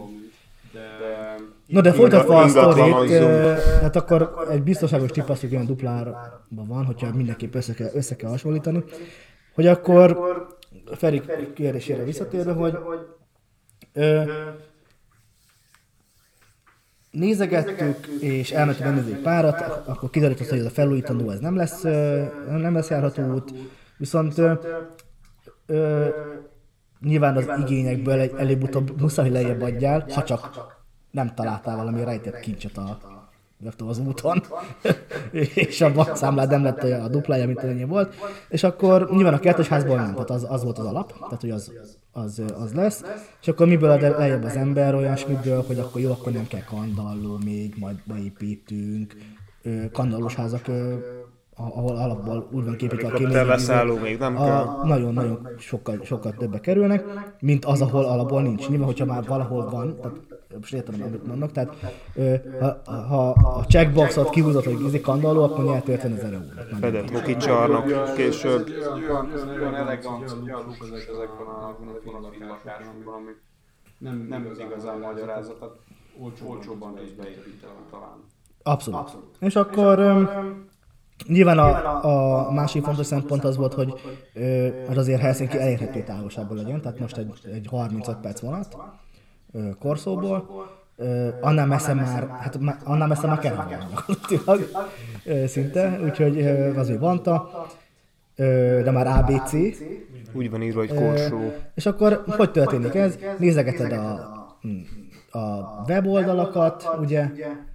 No, de folytatva a sztorit, hát akkor egy biztonságos tipp az, hogy olyan duplárban van, hogyha mindenképp össze kell hasonlítani, hogy akkor Feri kérdésére visszatérve, hogy nézegettük, és elmentünk megnézni egy párat, akkor kiderült az, hogy ez a felújítandó, ez nem lesz járható út, viszont nyilván az igényekből előbb-utóbb muszáj lejjebb adjál, ha csak nem találtál valami rejtett kincset az úton, és a bankszámlád nem lett a duplája, mint ennyi volt, és akkor nyilván a kertesházból nem, tehát az volt az alap, tehát hogy az lesz, és akkor miből lejjebb az ember olyasmiből, hogy akkor jó, akkor nem kell kandalló még, majd beépítünk, kandallós házak, ahol alapból úgy van képítve a kémények, még nem kell. Nagyon-nagyon sokkal többe kerülnek, mint az, ahol alapból nincs. Nyilván, hogyha már valahol van, tehát most értem, amit mondok, tehát ha a checkboxot kihúzott, hogy ízik kandalló, akkor nyert 50 000 eurót. Fedett hoki csarnok később. Olyan elegáns gyaluk ezekben a lakásokban, amik nem igazán magyarázat, tehát olcsóbban is beépítelem talán. Abszolút. És akkor nyilván a másik fontos szempont az volt, hogy azért Helsinki elérhető távolságból legyen, tehát most egy 35 perc vonat Korszóból, annál messze már kell gyakorlatilag szinte, úgyhogy azért Vanta. de már ABC. Úgy van írva, hogy korsó. És akkor hogy történik ez? Nézegeted a weboldalakat, ugye,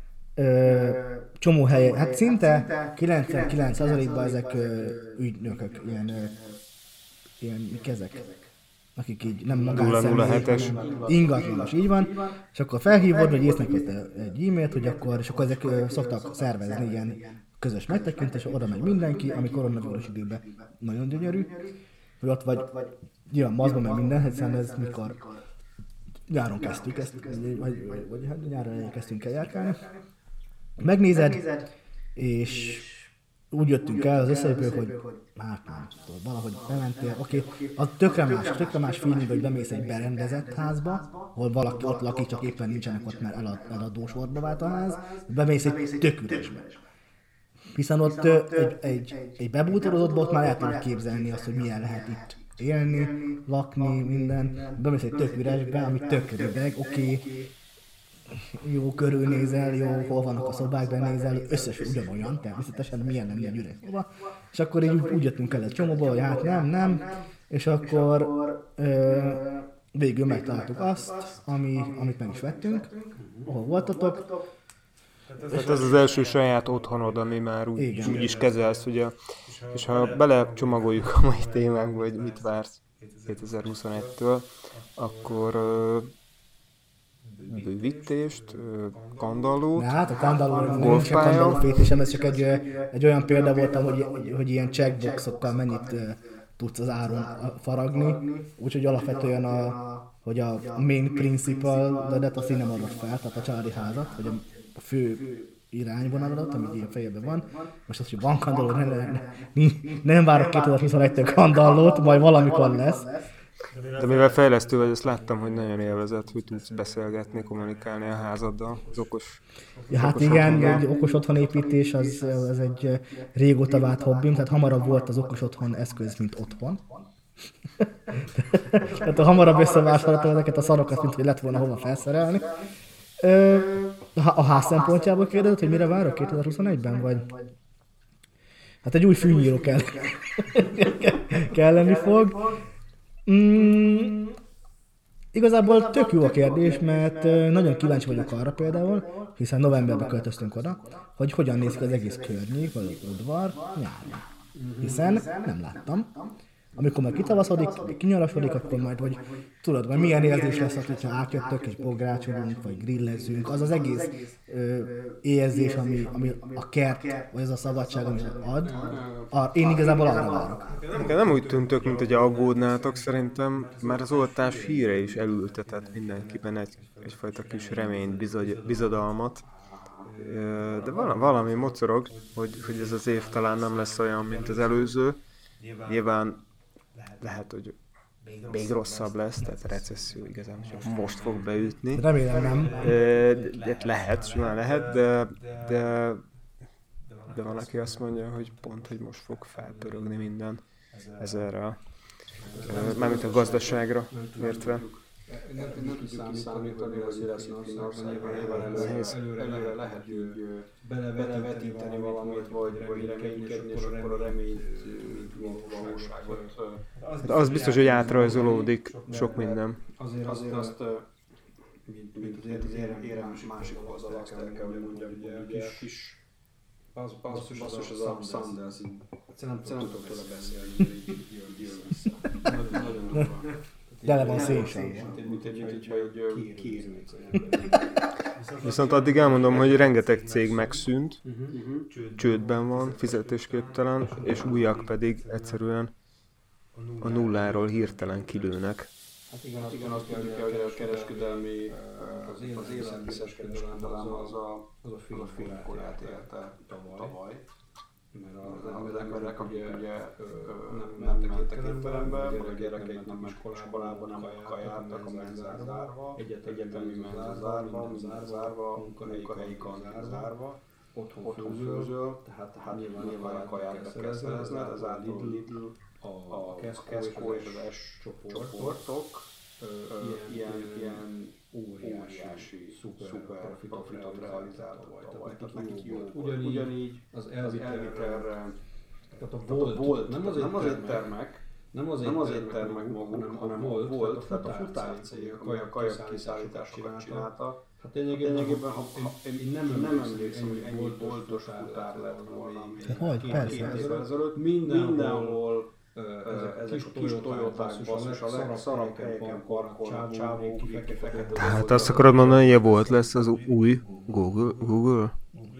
csomó helyen, hát szinte 99%-ban ezek ügynökök, ilyen mik ezek? Akik így nem magánszemélyek, hanem ingatlanos, így van. És akkor felhívod, vagy írsz neked egy e-mailt, hogy akkor, és akkor ezek szoktak szervezni ilyen közös megtekintés, oda megy mindenki, ami koronavírus időben nagyon gyönyörű. Vagy ott vagy nyilván mazban meg minden, hiszen ez mikor nyáron kezdtük ezt, vagy hát nyáron elején kezdtünk el járkálni. Megnézed, és úgy jöttünk el az összeépők, hogy hát nem tudom, valahogy bementél, oké. A tökre más feeling, hogy bemész egy berendezett házba, ahol valaki ott lakik, csak éppen nincsenek ott, mert eladósorba vált a ház, bemész egy tök üresbe. Hiszen ott egy bebútorozottba ott már el tudod képzelni azt, hogy milyen lehet itt élni, lakni, minden. Bemész egy tök üresbe, ami tök rideg, oké. Jó körülnézel, jó, hol vannak a szobák, benézel, összes ugyanolyan, természetesen milyen lenne egy üres szoba. És akkor így úgy jöttünk el egy csomóba, hogy hát nem, és akkor végül megtaláltuk azt, amit meg is vettünk, ahol voltatok. Tehát ez az első saját otthonod, ami már úgy is kezelsz, ugye, és ha belecsomagoljuk a mai témánkba, hogy mit vársz 2021-től, akkor bővítést, kandallót, hát a kandalló, nem csak kandalló fétisem, ez csak egy olyan példa voltam, hogy ilyen checkboxokkal mennyit tudsz az áron faragni, úgyhogy alapvetően hogy a main principle, de azt így nem adott fel, tehát a családi házat, hogy a fő irányvonaladat, ami ilyen fejében van. Most az, hogy van kandalló, nem várok 2021-től kandallót, majd valamikor lesz. De mivel fejlesztő vagy, azt láttam, hogy nagyon élvezett, hogy tudsz beszélgetni, kommunikálni a házaddal, az okos. Ja, hát igen, egy okos otthonépítés az egy régóta vált hobbim, tehát hamarabb volt az okos otthon eszköz, mint otthon. Tehát hamarabb összevásároltam ezeket a szarokat, mint hogy lett volna hova felszerelni. A ház szempontjából kérdezett, hogy mire várok 2021-ben, vagy? Hát egy új fűnyíró kelleni fog. Igazából tök jó a kérdés, mert nagyon kíváncsi vagyok arra például, hiszen novemberben költöztünk oda, hogy hogyan néz ki az egész környék, vagy az udvar nyáron. Hiszen nem láttam. Amikor már kitavaszodik, kinyarasodik, akkor majd, hogy tudod, vagy milyen érzés lesz, hogyha átjöttök és bográcsolunk, vagy grillezzünk, az az egész érzés, ami a kert, vagy az a szabadság, amit ad, én igazából arra várok. Nem úgy tűntök, mint hogy aggódnátok, szerintem már az oltás híre is elültetett mindenkiben egyfajta kis reményt, bizodalmat. De valami mocorog, hogy ez az év talán nem lesz olyan, mint az előző. Nyilván lehet, hogy még rosszabb lesz, tehát a recesszió igazán csak most fog beütni. Remélem nem. Simán lehet, de van, aki azt mondja, hogy pont, hogy most fog felpörögni minden ezerre, mármint a gazdaságra értve. Nem tudjuk kiszámítani, hogy lesz Finnországban, előre lehet belevetíteni valamit, vagy reménykedni, és akkor a reményt, mint valóságot. Az biztos, hogy átrajzolódik sok minden. Azért azt, mint azért az érem másik oldal, azt el kell, hogy mondjam, hogy ugye kis basszus az a Sanders, egyszerűen nem tudok tőle beszélni, hogy jön vissza. Nagyon durva. Tele van szénsavval. Mint egy kiérült. Viszont addig elmondom, hogy rengeteg cég megszűnt, csődben van, fizetésképtelen, és újak pedig egyszerűen a nulláról hirtelen kilőnek. Hát igen, azt tudjuk, hogy a kereskedelmi, az élelmiszerkereskedelem az a fénykorát érte tavaly. Mert az emberek, akik ugye nem mentek étterembe, vagy a gyerekeik nem iskolában, nem kajáltak, a menza zárva, egyetemi menza zárva, munkahelyi zárva, otthon főzöl, tehát nyilván a kaját be kell szerezned, az a Lidl, a Tesco és az S csoportok ilyen óriási, szuper profitot realizáltak tavaly. Tehát nekik jó. Ugyanígy az Elviterre Tehát a volt nem az éttermek, nem az éttermek maguk, hanem a volt, tehát a futárcég, ami a kajakkiszállításokat csinálta. Hát lényegében, én nem emlékszem, hogy ennyi boltos futár lett volna még 2 évvel ezelőtt. Mindenhol ezek a kis Toyoták basszus, a legszarabb helyeken parkolnak, csávók, fekete. Hát azt akarod mondani, hogy volt lesz az új Google?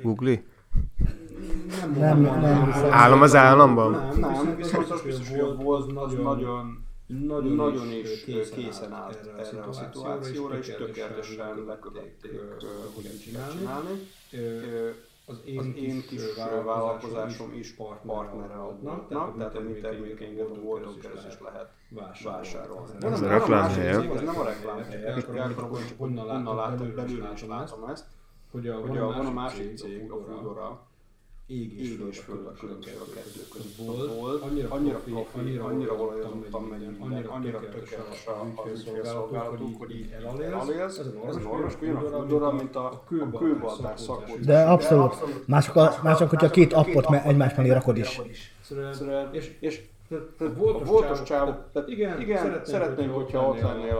Nem. Állam az államban? Nem, viszont az biztos, hogy volt nagyon is készen állt erre a szituációra, és tökéletesen lekövették, hogyan csinálni. Az én kis vállalkozásom is partnere adnak, tehát a mi termékeinket a World of Gas is lehet vásárolni. Ez a reklámhelye. Ez nem a reklámhelye, csak elkarom, hogy honnan látom, belülről is látom ezt, hogy van a másik cég, a Foodora, ég és föld a különbség a kettő között volt. Annyira profi, annyira olajozottan megy, annyira tökéletes a ügyfélszolgálatuk, hogy így elélsz. Ez a normális, hogy olyan a Foodora, mint a kőbaltás szakot. De abszolút. Mások, hogyha 2 appot egymás mellé rakod is. És voltos csávok, tehát igen, szeretnénk, hogyha ott lennél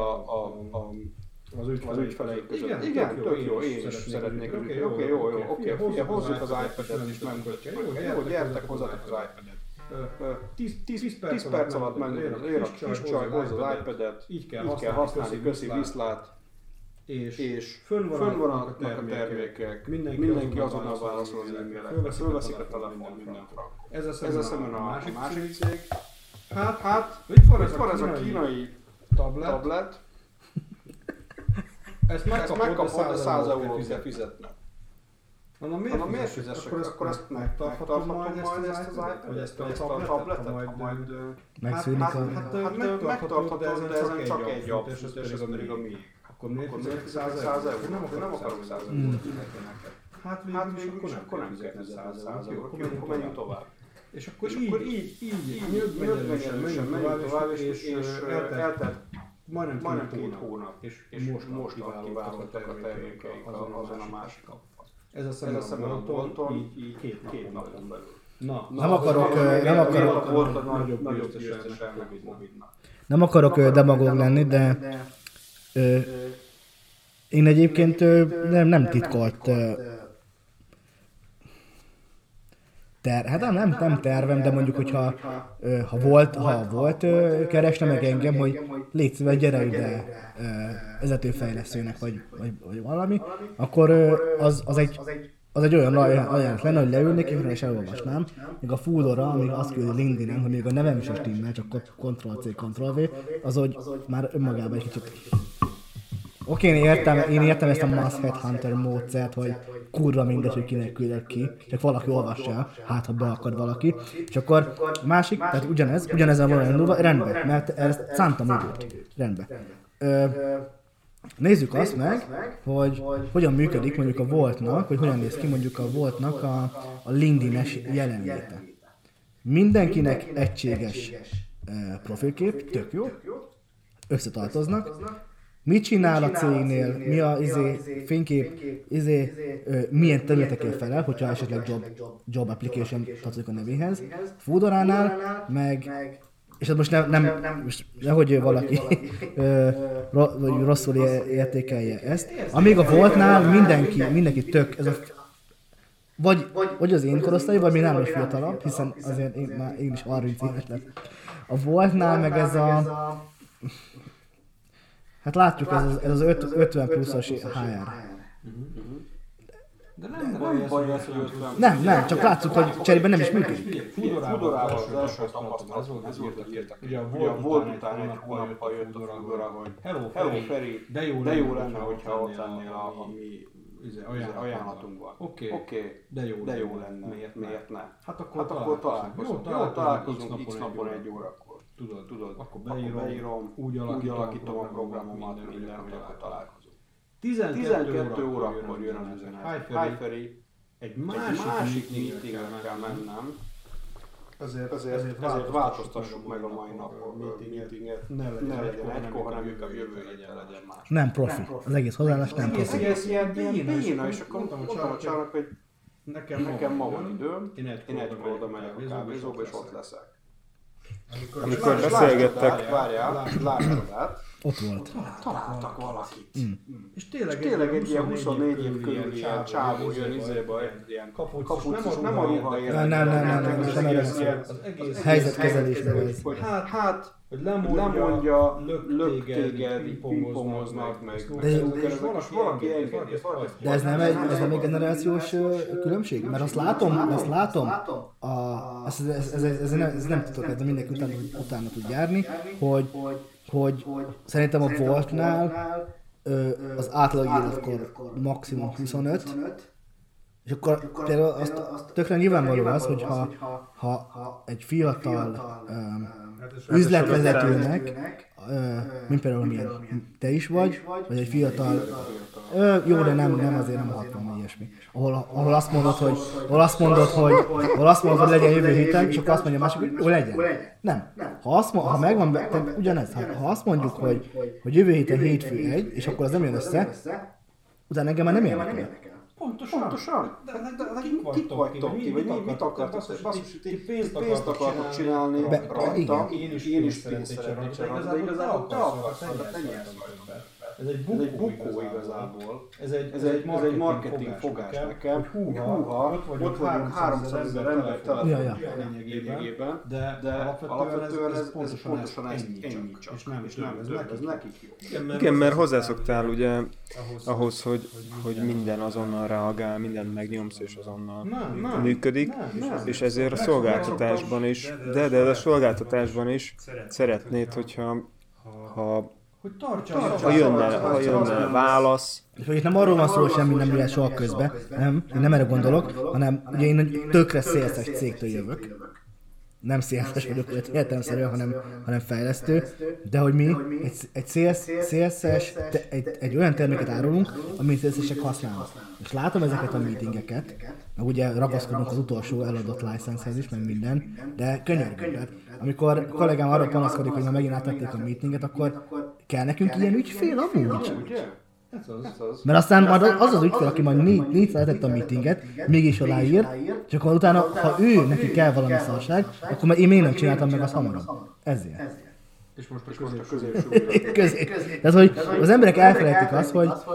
az ügyfeleik között. Igen, tök jó, én is szeretnék az ügyfeleik. Oké, hozzuk az iPad-et és megmutatjuk. Jó, gyertek, hozzátok az iPad-et. 10 perc alatt ér a kis csaj, hozza az iPad-et, így kell használni, köszi, viszlát. És fönn vannak a termékek, mindenki azonnal válaszol az e-mailekre, fölveszik a telefon, minden frank. Ez a szemben a másik cég. Hát, itt van ez a kínai tablet. Ezt megkapod, de 100 eurót kell fizetni. Mondom, miért fizessek? Akkor ezt megtarthatom majd ezt az iPad-et, vagy ezt a tabletet, ha majd... Megszűnik a... Hát megtarthatod, de ezen csak egy app, és ez pedig a mi. Akkor miért fizek 100 eurót? Nem akarok 100 eurót fizetni neked. Hát végül is akkor nem fizetni 100 eurót, akkor menjünk tovább. És akkor így nyögvenyelősen menjünk tovább, és eltelt majdnem 2 hónap, és most aktiválódtak a termékeik azon a másik appon. Ez a szemben a bolton így 2 napon belül. Nem akarok demagóg lenni, de én egyébként nem titkolt nem tervem, de mondjuk, hogyha volt keresne meg engem, hogy légy szíves, gyere ide vezetőfejlesztőnek, vagy valami, akkor az egy olyan ajánlat lenne, hogy leülnék, és elolvasnám. Még a Foodora, amíg azt küldi LinkedIn-en, hogy még a nevem is a stimmel, csak Ctrl-C, Ctrl-V, az hogy már önmagában egy kicsit... Oké, én értem ezt a Mass Headhunter módszert, hogy kurva mindegy, hogy kinek küldök ki, csak valaki olvassa el, hát ha beakad valaki. És akkor másik, tehát ugyanezen van olyan rendben, mert ezt szántam időt. Rendben. Nézzük azt meg, hogy hogyan működik mondjuk a Voltnak, hogy hogyan néz ki mondjuk a Voltnak a LinkedIn-es jelenléte. Mindenkinek egységes profilkép, tök jó, összetartoznak. Mit csinál a cégnél, mi a fénykép, milyen területekért felel, hogyha esetleg job application tartozik a nevéhez. Foodoránál meg, és ez most most nehogy valaki rosszul értékelje ezt. Amíg a Voltnál mindenki tök, ez a, vagy az én korosztály, vagy még nálam is fiatalabb, hiszen azért én is 30 éves lett. A Voltnál meg ez a... Hát látjuk, ez az 50 pluszos HR. De nem baj az, hogy 50. Nem, csak látjuk, hogy cserében nem is működik. Foodorával az első tapasztalatom, ez volt, hogy írtak. Ugye a volt után egy hónappal jött a Foodora, hogy Hello Feri, de jó lenne, hogyha ott lennél a mi ajánlatunkban. Oké, de jó lenne, miért ne? Hát akkor találkozunk. Jó, találkozunk X napon 1 órakor. Tudod, akkor beírom, úgy alakítom a programomat, minden, hogy akkor találkozunk. 12 órakor jön az üzenet. Hi Feri, egy másik meetingre kell mennem, ezért változtassuk meg a mai nap meetinget. Ne legyen egykor, hanem inkább jövő héten legyen más. Nem profi. Az egész hozzáállás nem profi. Ez ilyen béna, és akkor mondtam a csávnak, hogy Nekem ma van időm, én egykor oda megyek a kávézóba, és ott leszek. Amikor beszélgettek, Várjál, lássad, Ott volt. találtak valakit. És Tényleg egy ilyen 24 év körül ilyen csávó jön izéba, ilyen kapucos, nem a ruha érdekel. Nem, az egész helyzetkezelés meg ez. Hogy hogy lemondja, lök téged, pingpongoznak meg. És valaki engedje. De ez nem egy generációs különbség? Mert azt látom, ez nem tudok, ez mindenki utána tud járni, hogy szerintem a Voltnál az átlag életkor maximum 25, és akkor például azt tökre nyilvánvaló az, hogy ha egy fiatal üzletvezetőnek, mint például milyen te is vagy egy fiatal, jó, de nem azért nem 60 vagy ilyesmi, ahol azt mondod, hogy legyen jövő héten, és akkor azt mondja a másik, hogy jó legyen. Nem. Ha megvan, ugyanez, ha azt mondjuk, hogy jövő héten hétfő 1, és akkor az nem jön össze, utána engem már nem érdekel. Pontosan. De kik vagytok ti, vagy mit akartok? Ti pénzt akartok csinálni rajta, én is pénzt szeretnék csinálni, de igazából te akarsz, de te nyersz többet. Ez egy bukó igazából. Ez egy marketing fogás nekem, hogy húha, ott vagyunk 300 000 ember telefonján lényegében, de alapvetően ez pontosan ennyi csak, és nem több, ez nekik jó. Igen, mert hozzászoktál ugye ahhoz, hogy minden azonnal reagál, mindent megnyomsz és azonnal működik, és ezért a szolgáltatásban is, de a szolgáltatásban is szeretnéd, hogyha jönne válasz. És hogy itt nem arról van szó, hogy semmi nem jöhet soha közbe, nem, én nem erre gondolok, hanem ugye én egy tökre szélszes cégtől jövök. Nem szélszes vagyok értelemszerűen, hanem fejlesztő, de hogy mi egy szélszes, egy olyan terméket árulunk, amit szélszesek használnak. És látom ezeket a meetingeket, meg ugye ragaszkodunk az utolsó eladott license-hez is, meg minden, de könyörgünk. Amikor a kollégám arra panaszkodik, hogy már megint átvették a meetinget, akkor kell nekünk ilyen ügyfél amúgy? Mert aztán majd az ügyfél, aki majd négyszer letett a meetinget, mégis aláír, és akkor utána, ha ő neki kell valami szarság, akkor már én még nem csináltam meg azt hamarabb. Ezért. És most a középső. Tehát, hogy az emberek elfelejtik azt,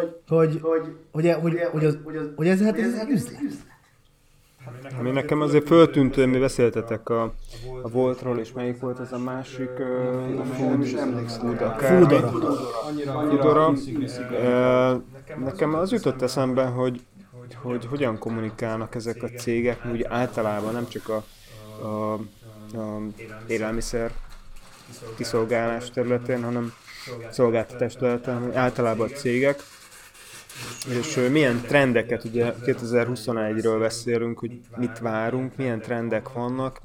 hogy ez egy üzlet. Ami nekem azért föltűnt, hogy mi beszéltetek a Voltról, és melyik volt ez a másik? Foodora. Nekem az jutott eszembe, hogy hogyan kommunikálnak ezek a cégek, úgy általában nem csak a élelmiszer kiszolgálás területén, hanem szolgáltatás területén, hanem általában a cégek. És milyen trendeket, ugye 2021-ről beszélünk, hogy mit várunk, milyen trendek vannak,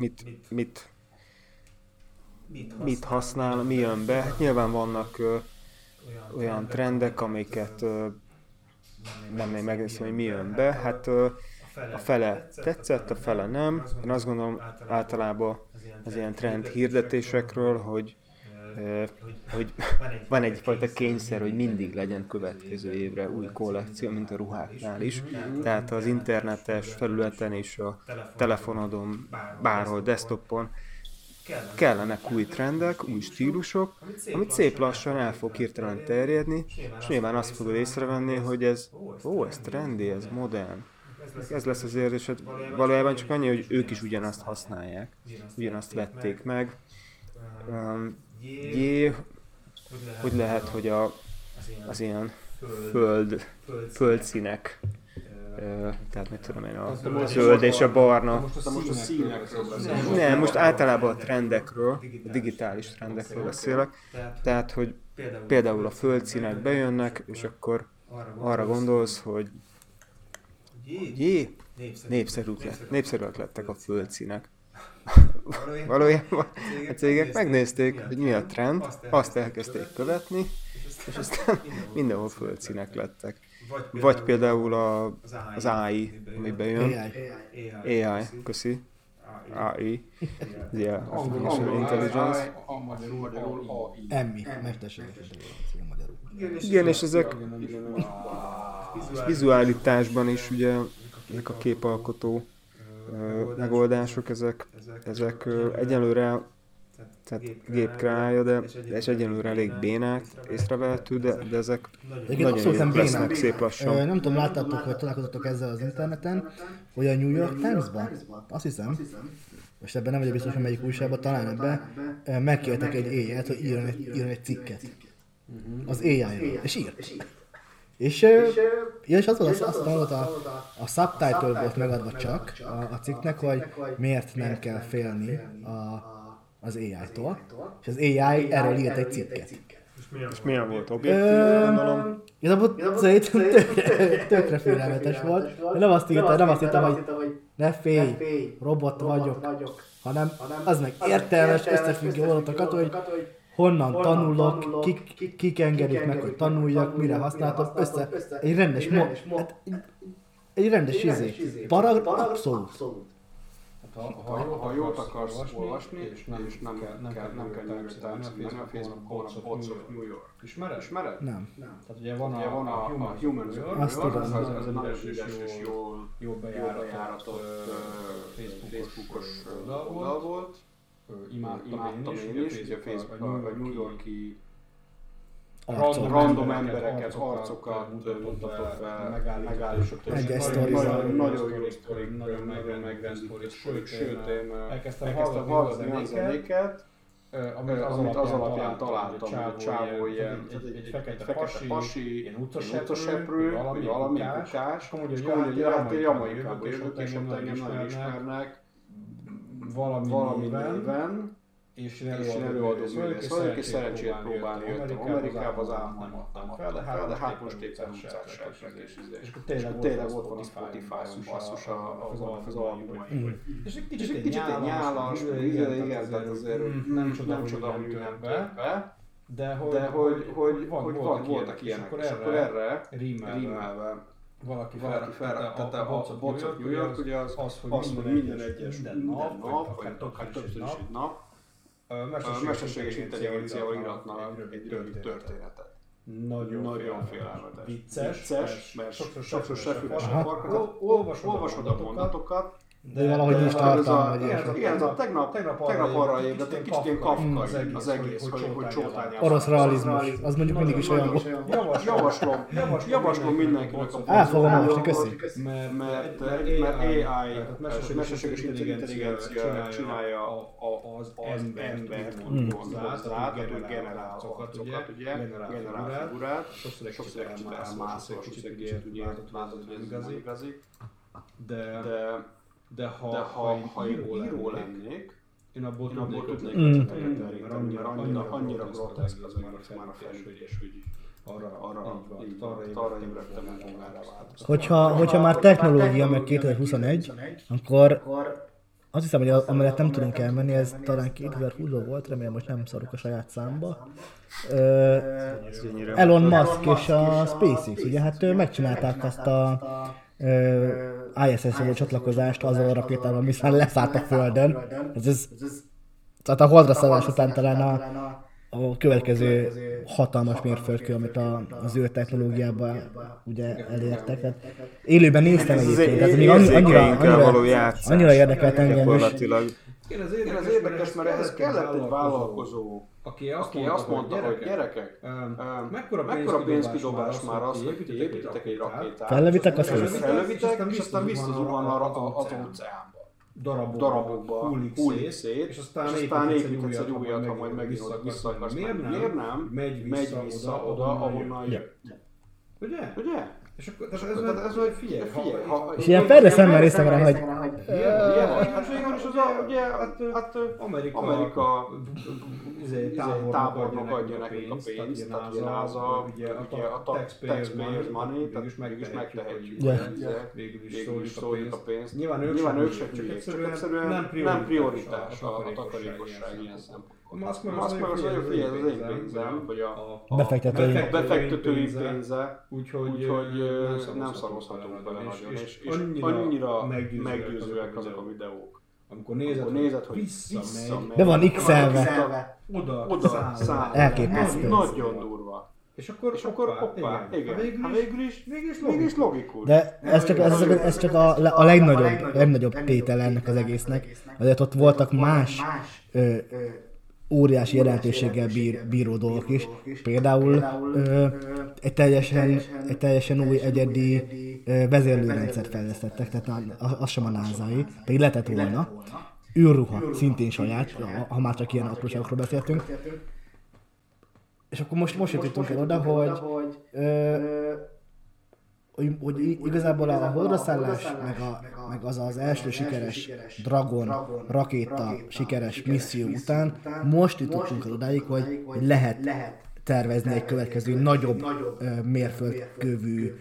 mit használ, mi jön be. Hát nyilván vannak olyan trendek, amiket nem még megnézem, hogy mi jön be. Hát a fele tetszett, a fele nem. Én azt gondolom általában az ilyen trend hirdetésekről, hogy van egyfajta kényszer, hogy mindig legyen következő évre új kollekció, mint a ruháknál is. Tehát az internetes felületen és a telefonodon, bárhol, desktopon kellenek új trendek, új stílusok, amit szép lassan el fog hirtelen terjedni, és nyilván azt fogod észrevenni, hogy ez trendi, ez modern. Ez lesz az érzés, hát valójában csak annyi, hogy ők is ugyanazt használják, ugyanazt vették meg. Hogy lehet, hogy az ilyen földszínek, tehát mit tudom én, a zöld és a barna. Most a színekről beszélünk. Nem, most általában a trendekről, a digitális trendekről beszélek. Tehát, hogy például a földszínek bejönnek, és akkor arra gondolsz, hogy népszerűek lettek a földszínek. Valójában a cégek megnézték, hogy mi a trend, azt elkezdték követni, és aztán mindenhol földszínek lettek. Vagy például az AI, ami bejön. AI, köszi. AI. Yeah, Artificial Intelligence. MI, mesterséges intelligencia magyarul. Igen, és ezek vizualitásban is ugye ezek a képalkotó megoldások, ezek egyelőre tehát gép kreálja, de és egyelőre elég bénák, észrevehető, de ezek nagyon jók lesznek szép lassan. Nem tudom, láttátok, hogy találkoztatok ezzel az interneten, hogy a New York Times-ban, azt hiszem, most ebben nem vagyok biztos, hogy melyik újságban, talán ebben megkértek egy AI-t, hogy írjon egy cikket. Az AI-ról. És írt. És az volt a subtitle volt megadva csak a cikknek, hogy miért nem kell félni az AI-tól. És az AI erről írt egy cikket. És milyen volt? Objektív, gondolom? Igazából szerintem tökre félelmetes volt. Nem azt írtam, hogy ne félj, robot vagyok, hanem az meg értelmes, összefüggő adatokat, hogy honnan tanulok, kik engedik meg, hogy tanuljak, mire használtam, egy rendes abszolút. Ha jól akarsz olvasni, és nem kell nyugodtan a Facebookon a Bots of New York. Ismered? Nem. Tehát ugye van a Human New York, az egy nagyon és jól bejáratott Facebookos oldal volt. Imádtam én is, ugye a New York-i random embereket, arcokat mutatott be, megállított, egyes nagyon jó sztorik, nagyon megrendezik, sőt, én elkezdtem hallgatni a zenéket, amit az alapján találtam, hogy a csávó ilyen, egy fekete pasi, ilyen utcaseprő, vagy valami kukás, és mondja, hogy hát én Jamaikából jövök, és ott engem nagyon ismernek valami néven, és én előadó művész vagyok, és szerencsét próbálni jöttem Amerikába, az állam nem adtam fel, de hát most éppen utcán serpek, és akkor tényleg ott van a Spotify-on basszus az albumai. És egy És egy kicsit egy nyálas, igen, tehát azért nem csoda, hogy nem tört be, de hogy voltak ilyenek, és akkor erre rímelve valaki felraktette a Bots of New York, ugye az, hogy minden egyes nap, vagy akár többször is egy nap, mesterséges intelligenciával íratna egy rövid történetet. Nagyon félelmetes. Vicces, mert sokszor se füles a farkakat, olvasod a mondatokat, de valahogy nincs tartalma, vagy ilyesmi. Igen, tegnap arra ébredt, egy kicsit ilyen kafkai az egész, hogy csótálják. Orosz realizmus, az mondjuk mindig is olyan volt. Javaslom mindenkinek a fogom olvasni, köszi. Mert AI, mesterséges intelligencia csinálja az embert, hozzá, ő generál arcokat, ugye, generál figurát, sokszor egy kicsit elmászol, sokszor egy kicsit úgy látod, hogy ez nem igazi. De ha én író lennék, én abból tudnék ötleteket teríteni, mert annyira groteszk az már a felütés, hogy arra ébredtem, hogy magára változtat. Hogyha már technológia, meg 2021, akkor azt hiszem, hogy amellett nem tudunk elmenni, ez talán 2020-ban volt, remélem, hogy nem szarok a saját számba. Elon Musk és a SpaceX, ugye hát megcsinálták azt a ISS-ről csatlakozást azzal a rakétával, ami leszállt a Földön. Tehát a holdra szállás után talán a következő hatalmas mérföldkő, amit az ő technológiában ugye elértek. Hát élőben néztem egyébként, tehát még annyira érdekelt engem is. Igen, ez érdekes, mert ehhez kellett egy vállalkozó, aki azt mondta, hogy gyerekek, mekkora pénzkidobás már az, hogy ti építetek egy rakétát, fellevitek, és aztán visszazuhan az óceánba. Darabokba hullik szét, és aztán építhetsz egy újat, ha majd megint vissza akarsz menni. Miért nem? Megy vissza oda, ahonnan jött. Ugye? És akkor ez hogy figyelj. És ilyen fejre szemmel néztem rá, hogy... Amerika tábornok adja nekünk a pénzt, tehát a NASA, a taxpayers money, tehát mégis megtehetjük, végül is szóljuk a pénzt. Nyilván ők se hülyék, csak egyszerűen nem prioritás a takarékosság ilyen szempontból. A Musk meg az, hogy figyelj, ez az én pénzem, vagy a befektetői pénze, úgyhogy nem szarozhatunk bele nagyon, és annyira meggyőzőek azok a videók. Amikor nézed, hogy visszamegy, be van x-elve. Oda száll. Elképesztő. Nagyon durva. És akkor hoppá, igen. Végül is logikus. De ez csak a legnagyobb tétel ennek az egésznek. Azért ott voltak más óriási jelentőséggel bíró dolgok is. Például egy teljesen új egyedi vezérlőrendszert fejlesztettek, tehát az sem a NASA-i, pedig lehetett volna. űrruha, szintén saját, ha már csak ilyen apróságokról beszéltünk. És akkor most jutottunk el oda, hogy igazából a holdraszállás, meg az első sikeres Dragon rakéta sikeres misszió után most jutottunk el odáig, hogy lehet tervezni egy következő nagyobb mérföldkövű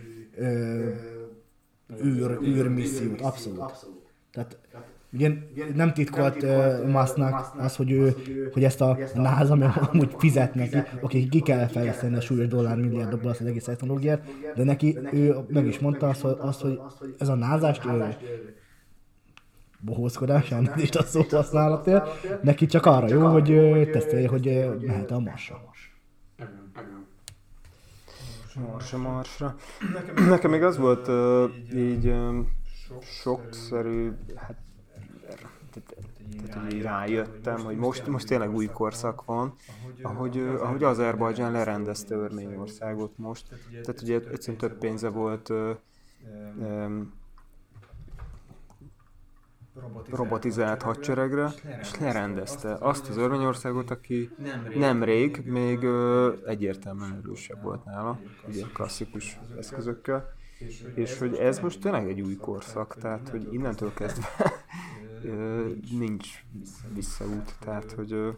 űrmissziót, abszolút. Tehát ugye nem titkolt Musknak az, hogy ezt a NASA, ami amúgy fizet neki, oké, ki kell fejleszteni a súlyos dollármilliárdokból azt az egész technológiát, de neki ő meg is mondta azt, hogy ez a NASA-s bohózkodás, elnézést a szót használatért, neki csak arra jó, hogy tesztelje, hogy mehet a Marsra. Marsra. Nekem még az volt így sokszerű, tehát hogy rájöttem, hogy most tényleg új korszak van, ahogy Azerbajdzsán lerendezte Örményországot most. Tehát ugye egyszerűen több pénze volt robotizált hadseregre, és lerendezte azt az Örményországot, aki nemrég még egyértelműen erősebb volt nála, ugye klasszikus eszközökkel. És hogy ez most tényleg egy új korszak, tehát hogy innentől kezdve nincs visszaút, tehát hogy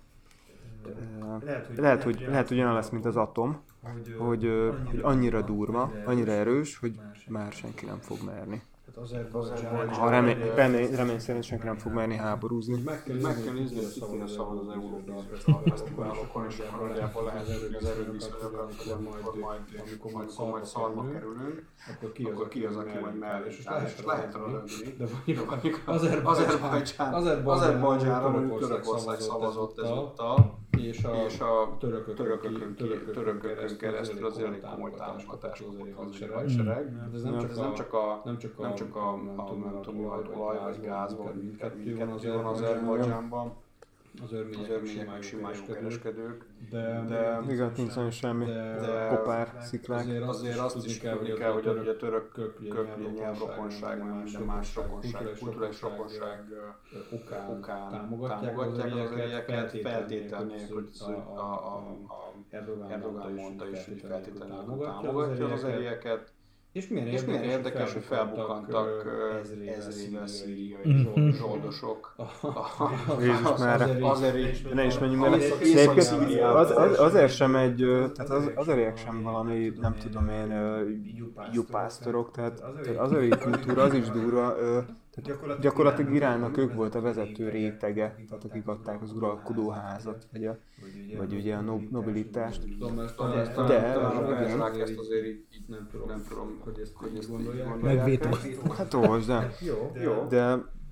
lehet, hogy olyan lesz, mint az atom, hogy annyira durva, annyira erős, hogy már senki nem fog merni. Ha remény szerint senki nem fog merni háborúzni. Meg kell nézni, hogy kikére szavad az európai fesztiválokon, és akkor nagyjából lehet az erőviszonyokat, hogy amikor majd szarba kerülünk, akkor ki az, aki majd mellé. És lehet dönteni, de mondjuk Azerbajdzsánra mondjuk Törökország szavazott ezúttal, és a törökökön keresztül azért komoly támogatás az hadsereg. Ez nem csak a olaj vagy gáz, vagy mindkettő van Azerbajdzsánban. Az örmények simán jó kereskedők, de igaz, nincs nagyon semmi kopár, sziklák. Azért azt is tudni kell, hogy a törökök nyelvrokonság, meg minden más rokonság, kulturális rokonság okán támogatják az örieket, feltétel nélkül, hogy Erdogan mondta is, hogy feltétel nélkül támogatja az örieket. És milyen érdekes, hogy felbukkantak ezrével szíriai zsoldosok. Jézus már, ne is menjünk bele. Azért sem tehát azeriek sem valami, nem tudom én, jupásztorok, tehát az azeri kultúra az is durva. Tehát gyakorlatilag Iránnak ők volt a vezető rétege, tehát akik adták az uralkodóházat, vagy ugye a nobilitást. De ezt azért így nem tudom, hogy ezt gondolják. Megvétóztuk. Hát olvasd, de. Jó. De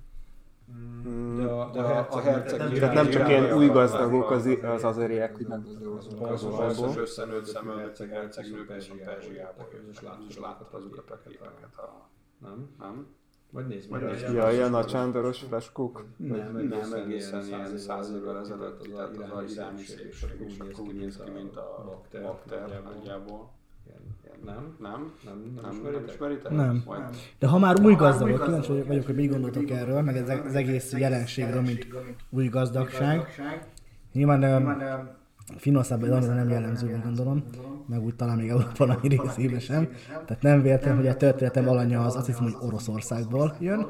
a herceg... Tehát nem csak ilyen új gazdagok az azeriek, hogy meggazdagozunk az olajból. Összenőtt szemöldök hercegnők és a Perzsiából, és láthat azokat a képeket. Nem? Vagy nézd meg. Ja, ilyen nagy csándaros freskók? Nem, egészen ilyen 100 évvel ezelőtt az iráni szép úgy néz ki, mint a bakter nagyjából. Nem ismeritek? Nem. De ha már új gazdagok, kíváncsi vagyok, hogy mit gondoltok erről, meg az egész jelenségről, mint új gazdagság. Nyilván Finnországban annyira nem jellemző, gondolom, meg úgy talán még Európa nagy részében sem. Tehát nem véletlen, hogy a történetem alanya az azt hiszem, hogy Oroszországból jön.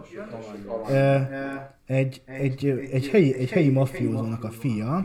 Egy helyi maffiózónak a fia,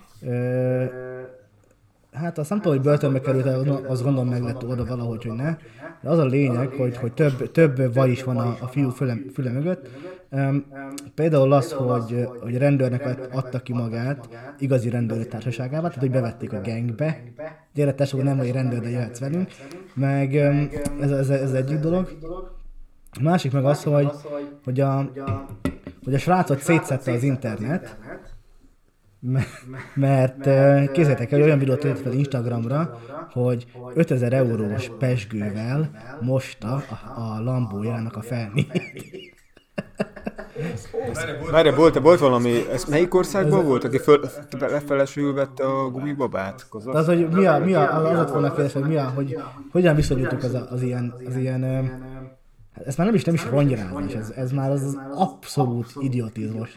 hát azt nem tudom, hogy börtönbe került, azt gondolom meg lett oda valahogy, hogy ne. De az a lényeg, hogy több vaj is van a fiú füle mögött. Például az, hogy rendőrnek adta ki magát igazi rendőrök társaságában, tehát hogy bevették a gangbe. Gyere tesó, nem vagy rendőr, de jöhetsz velünk. Meg ez egyik dolog. A másik meg az, hogy a srácot szétszette az internet, Mert kézzétek el, olyan videót töltött fel Instagramra, hogy 5000 eurós pezsgővel mosta a Lambójának a felnézést. Várj, volt valami, ez melyik országban volt, aki lefelesül vette a gumibabát? Az, hogy az ott volna kérdés, hogy hogyan viszonyultuk az ilyen ez már nem is rongyirázás, ez már az abszolút idiotizmus.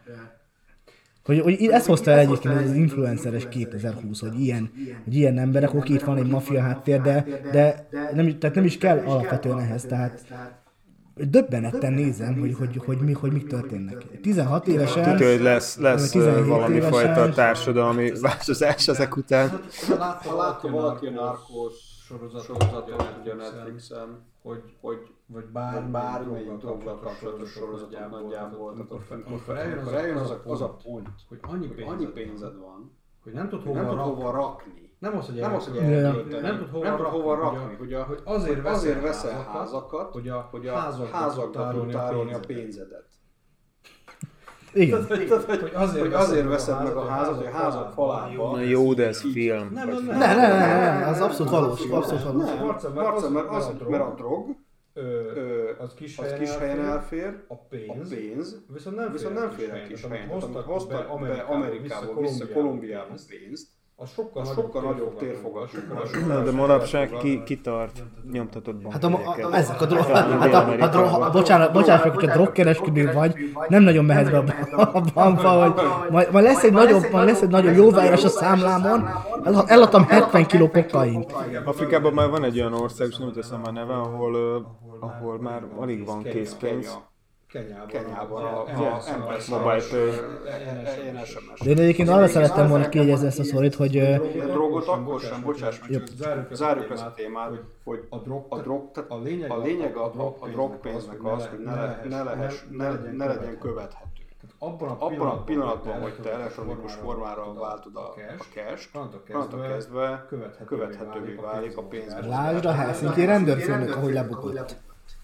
Hogy ezt hozta el egyébként az influenceres 2020, hogy ilyen emberek, oké, itt van egy maffia háttér, de nem is kell alapvetően ehhez, tehát döbbenetten nézem, hogy mik történnek. 16 évesen... Tudja, hogy lesz valami fajta társadalmi változás ezek után. Ha látta valaki a narkós sorozatot a Netflixen, vagy bármelyik dologgal kapcsolatos sorozatot nagyjából, akkor eljön az a pont, hogy annyi pénzed van, hogy nem tudod hova rakni. Nem az, hogy elkölteni, nem tudod hova rakni, hogy azért veszel házakat, hogy a házakba tudod tárolni a pénzedet. Igen. Hogy azért veszed meg a házat, hogy a házak falában... Na jó, de ez film. Nem, az abszolút valós. Marca, mert a drog, az kis helyen elfér, a pénz, viszont nem fér el kis helyen. Amit hoztak be Amerikából vissza Kolumbiába pénzt, az sokkal nagyobb térfogatású. De manapság kitart nyomtatott bankjegyeket. Ezek a drog... Bocsánat, hogy a drogkereskedő vagy, nem nagyon mehetsz be a bankba, hogy majd lesz egy nagyon jó váírás a számlámon, eladtam 70 kiló kokaint. Afrikában már van egy olyan ország, és nem teszem már neve, ahol már alig van készpénz. Kenyában a Mobile Pay. De én egyébként arra szerettem volna kiegyezni ezt a szorít, hogy... A drogot akkor sem, bocsáss meg, zárjuk ezt a témát, hogy a lényeg a drogpénznek az, hogy ne legyen követhető. Abban a pillanatban, hogy te elektronikus formára váltod a cash, onnantól kezdve követhetővé válik a pénz. Lásd a Helsinki rendőrfőnök, ahogy lebukott.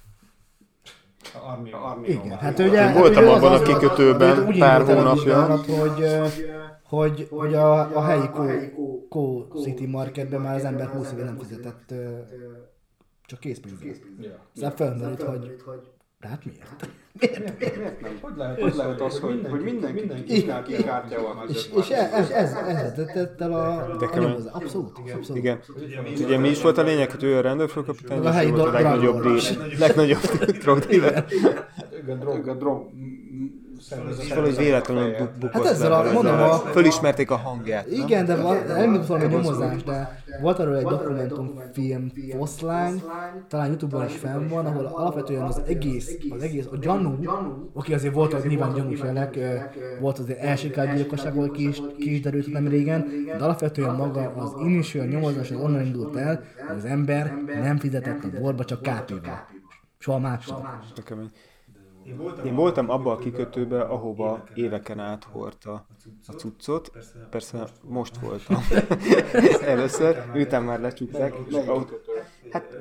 Igen, hát ugye... Én voltam abban a kikötőben pár hónapja. Hogy a helyi Co-City Marketben már az ember 20 éve nem fizetett csak készpénzzel. Szóval felmerült, hogy hát miért? Miért nem? Hogy lehet az, hogy mindenki kártyával között és ez vezetett el a nyomozás. Abszolút. Igen. Ugye mi is volt a lényeg, hogy ő a rendőrfőkapitány, és ő volt a legnagyobb drogdíler. A drog... És valahogy véletlenül bukott. Hát ezzel mondom, fölismerték a hangját. Igen, de elmondom valami nyomozás, de volt arról egy dokumentumfilm, Foszlány, talán YouTube-on is fenn van, ahol alapvetően az egész, a gyanú, oké, azért volt az nyilván gyanús jelek, volt azért elsikált gyilkosság, volt ki is derült nem régen, de alapvetően maga az initial nyomozás az onnan indult el, hogy az ember nem fizetett a borba, csak KP-vel. Soha mással. Én voltam abban a kikötőben, ahova éveken át hordta a cuccot. Persze most voltam először, miután már lecsukták. Hát,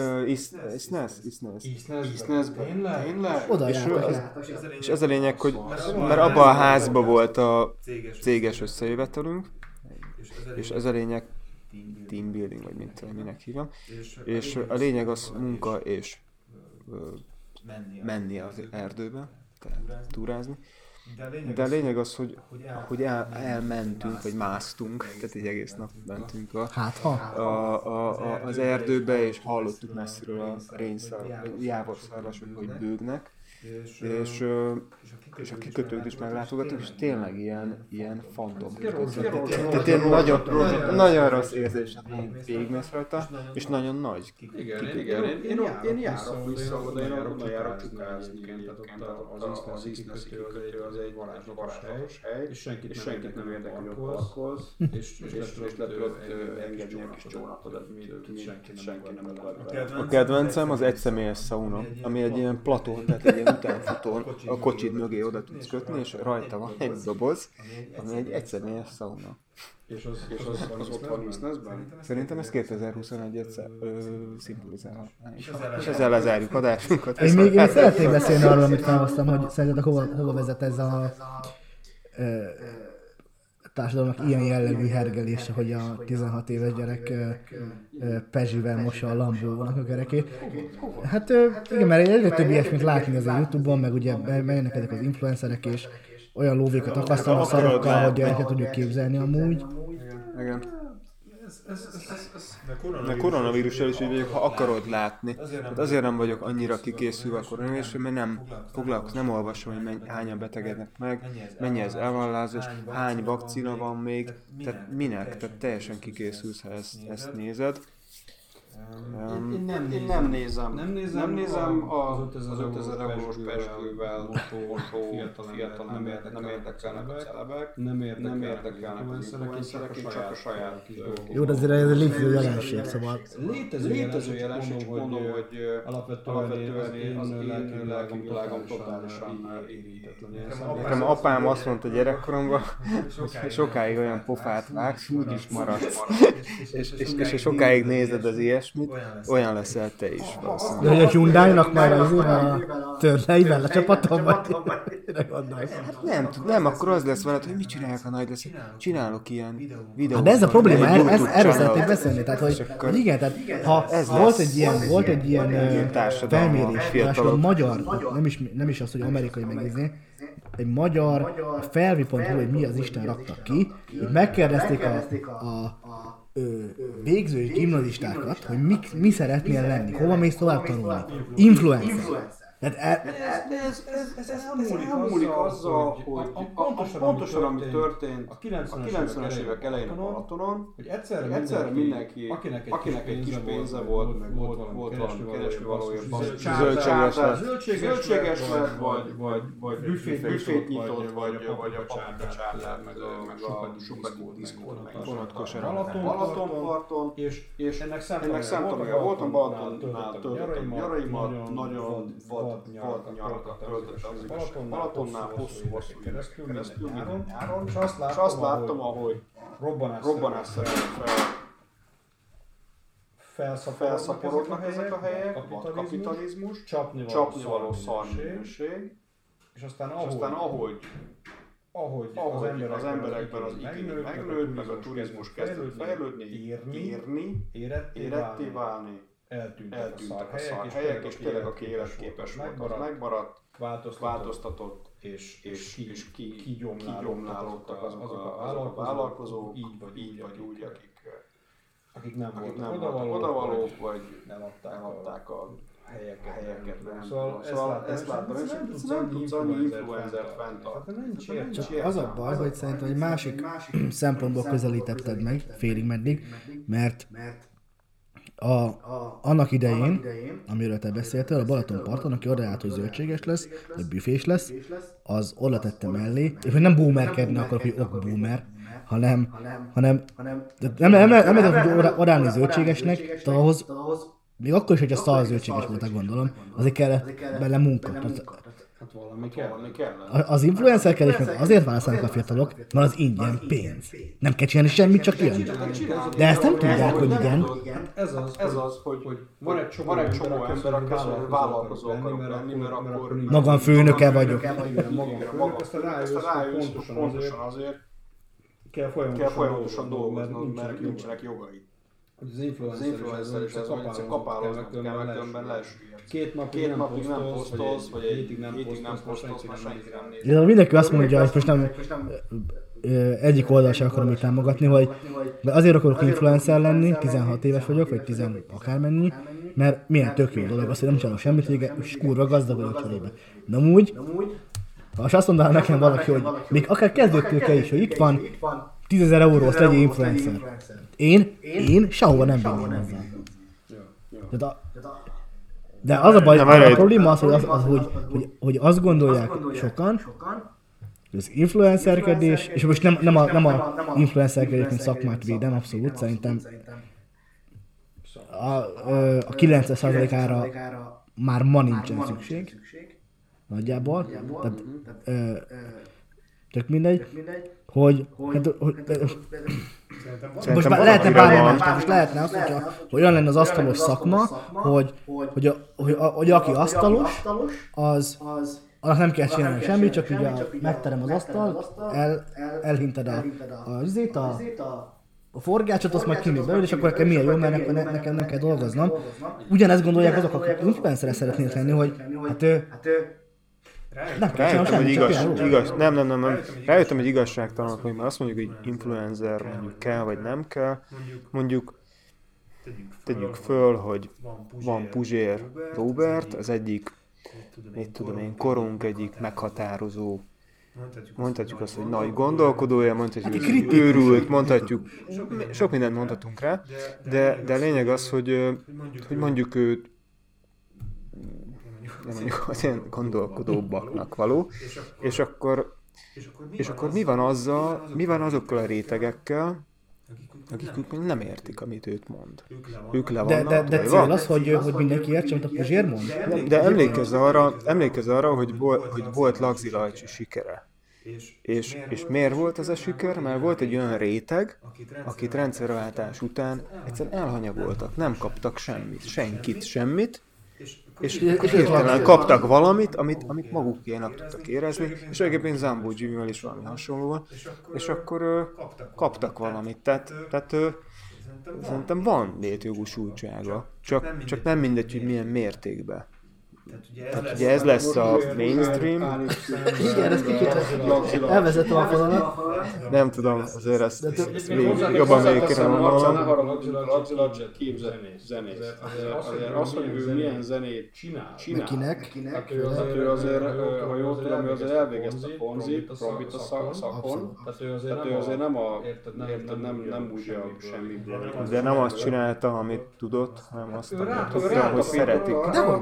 Isznezben. Oda és ez a lényeg, hogy mert abban a házban volt a céges összejövetelünk, és ez a lényeg team building, vagy minek hívom. És a lényeg az munka és menni az erdőbe, túrázni. De a lényeg az, hogy elmentünk, vagy másztunk, tehát egy egész nap mentünk az erdőbe, és hallottuk messziről a jávorszarvasok, hogy bőgnek, és a kikötőt is meglátogattuk, és tényleg ilyen fantom. Tehát ilyen nagyon rossz érzés, hogy végigmész rajta, és nagyon nagy. Igen, én járok vissza oda, én oda járok csukázni egyébként, az Isznezi kikötő az egy varázslatos hely, és senkit nem érdekel, hogy ott parkolsz, és le tudod engedni a kis csónakodat, senki nem akar. A kedvencem az egyszemélyes szauna, ami egy ilyen plató, tehát egy ilyen utánfutón a kocsid mögé oda tudsz kötni, és rajta van egy doboz, ami egy egyszemélyes szauna. És az ott van Isznezben? Szerintem ez 2021-et szimbolizál. És ezzel lezárjuk adásunkat. Én még szeretnék beszélni arról, amit felhoztam, hogy szerintetek hova vezet ez a társadalomnak ilyen jellegű hergelése, hogy a 16 éves gyerek pezsivel mossa a Lambónak a kerekét. Hát igen, mert egyre több ilyesmit látni az a Youtube-on, meg ugye bejönnek ezek az influencerek, és olyan lóvékat akasztanak szarokkal, hogy el tudjuk képzelni amúgy. Igen. De koronavírussal is így vagyok, ha akarod látni. Hát azért nem vagyok annyira kikészülve a koronavírusra, mert nem foglalkozom, nem olvasom, hogy hányan betegednek meg, mennyi az elvallázás, hány vakcina van még, tehát minek, tehát teljesen kikészülsz, ha ezt nézed. Én nem nézem az 5000 eurós pezsgővel motó fiatal nem érdekelnek a celebek, nem érdekelnek az influencerek, én csak a saját kis dolgok. Jó, de azért ez egy létező jelenség, szóval... Létező jelenség, csak mondom, hogy alapvetően az én lelkivilágom totálisan érintetlen. Nekem apám azt mondta gyerekkoromban, hogy sokáig olyan pofát vágsz, úgyis maradsz. És sokáig nézed az ilyesmit, olyan leszel te is valószínűleg. De hogy a Hyundai-nak majd azért a törleivel lecsapatom, vagy mire gondolsz? Hát nem, akkor az lesz veled, hogy mit csinálják, ha nagy lesz. Csinálok ilyen videót. Hát de ez a probléma, erről szeretnék beszélni, tehát hogy igen, tehát ha volt egy ilyen felmérés, a magyar, nem is az, hogy amerikai megnézni, egy magyar felvi.hu, hogy mi az Isten raktak ki, hogy megkérdezték a végző gimnazistákat, hogy mi szeretnél lenni, hova mész tovább tanulni. Influencer. Tehát ez elmúlik azzal, hogy pontosan ami történt a 90-es évek elején a Balatonon, hogy egyszerre mindenki, akinek egy kis pénze volt, meg volt valami keresni valója, zöldséges lett, vagy büfét nyitott, vagy a paprika csárlár, meg a sokat diszkót, meg a Balatonparton, és ennek számtalanul voltam Balatonnál, töltöttem nyaraimat, nagyon vad nyarakat töltöttem az Balatonnál hosszú keresztül nyáron, és azt láttam, ahogy robbanásszerűen felszaporodnak ezek a helyek, kapitalizmus, csapnivaló szarminőség, és aztán ahogy az emberekben az igény megnőtt, meg a turizmus kezdett fejlődni, érni, éretté válni, eltűntek a szarhelyek, és tényleg aki életképes volt, az megmaradt, változtatott, és kigyomlálódtak azok a vállalkozók, így vagy úgy, akik nem voltak odavalók, vagy nem adták a helyeket. Szóval ezt láttam, és nem tudsz annyi influencert fenntartani. Csak az a baj, hogy szerintem egy másik szempontból közelítetted meg, félig meddig, mert annak idején, amiről te beszéltél, a Balatonparton, aki odaállt, hogy zöldséges lesz, vagy büfés lesz, az oda tette mellé, és hogy nem boomerkedni akarok, hogy boomer, hanem nem hogy odaállni zöldségesnek, de ahhoz, még akkor is, hogyha szar zöldséges volt, gondolom, azért kellett bele munka. Hát valami kell. Az influencerkedés meg azért válaszolnak a fiatalok, mert az ingyen pénz. Nem kell csinálni semmit, csak jön. De ezt nem tudják, hogy igen. Ez az, hogy van egy csomó ember, aki azt mondja, hogy vállalkozó akarok lenni, mert akkor... Magam főnöke vagyok. Aztán rájössz, hogy pontosan azért kell folyamatosan dolgoznod, mert nincsenek jogai. Az influencer is ez, hogy kapáloznod kell, meg különben leesülhetsz. Két napig nem posztolsz, vagy egy hétig nem posztolsz, mert senki nem néz. Mindenki azt mondja, hogy most nem egyik oldal sem akarom itt támogatni, hogy azért akarok influencer lenni, 16 éves vagyok, vagy 10 akármennyi, mert milyen tök jó dolog az, hogy nem csinálok semmit, és kurva gazdag vagyok cserébe. De amúgy, ha azt mondaná nekem valaki, hogy még akár kezdőtőke is, hogy itt van 10 000 euró, azt legyél influencer. Én sehova nem vinném ezzel. De az a baj, a probléma az, hogy azt gondolják sokan, hogy az influencerkedés, és most nem a influencerkedés, mint szakmát védem, abszolút, szerintem a 90%-ára már ma nincsen szükség. Nagyjából. Tehát, tök mindegy, hogy most már lehetne bármi más, most lehetne azt, hogy olyan lenne az asztalos szakma, hogy aki asztalos, annak nem kell csinálni semmit, csak ugye megterem az asztalt, elhinted a forgácsot, azt majd kinő belőle, és akkor nekem milyen jó, mert nekem nem kell dolgoznom. Ugyanezt gondolják azok, akik influencerre szeretnének lenni, hogy hát nem kell csinálni semmit, Nem. Rájöttem, hogy igazságtalan, hogy már azt mondjuk, hogy influencer mondjuk kell, vagy nem kell. Mondjuk tegyük föl, hogy van Puzsér Robert, az egyik, mit tudom én, korunk egyik meghatározó, mondhatjuk azt, hogy nagy gondolkodója, mondhatjuk, hogy őrült, mondhatjuk, sok mindent mondhatunk rá, de lényeg az, hogy mondjuk őt, mondjuk az ilyen gondolkodóbbaknak való, és akkor mi van azokkal a rétegekkel, akik nem értik, amit őt mond. Ők le vannak. De cél az, hogy mindenki értse, amit a Puzsér mond? De emlékezz arra, hogy volt Lagzi Lajcsi sikere. És miért volt ez a siker? Mert volt egy olyan réteg, akit rendszerváltás után egyszerűen elhanyagoltak, nem kaptak semmit, és hirtelen kaptak valamit, amit magukénak tudtak érezni, és egyébként Zambó Jimmy-vel is valami hasonlóan, és akkor kaptak valamit. Tehát szerintem van létjogosultsága, csak nem mindegy, hogy milyen mértékben. Tehát ugye ez lesz a mainstream. Igen, ez kicsit elvezettem a fonalat. Nem tudom, azért ezt jobban végig kéne mondanom. Ne haragudj, Lagzi képzett zenész. Azért azt, hogy ő milyen zenét csinál. Kinek? Ő azért, ha jól tudom, ő azért elvégezte a Ponzit, Trombita szakon. Tehát ő azért nem úgy semmiből. De nem azt csinálta, amit tudott, hanem azt tudta, hogy szeretik.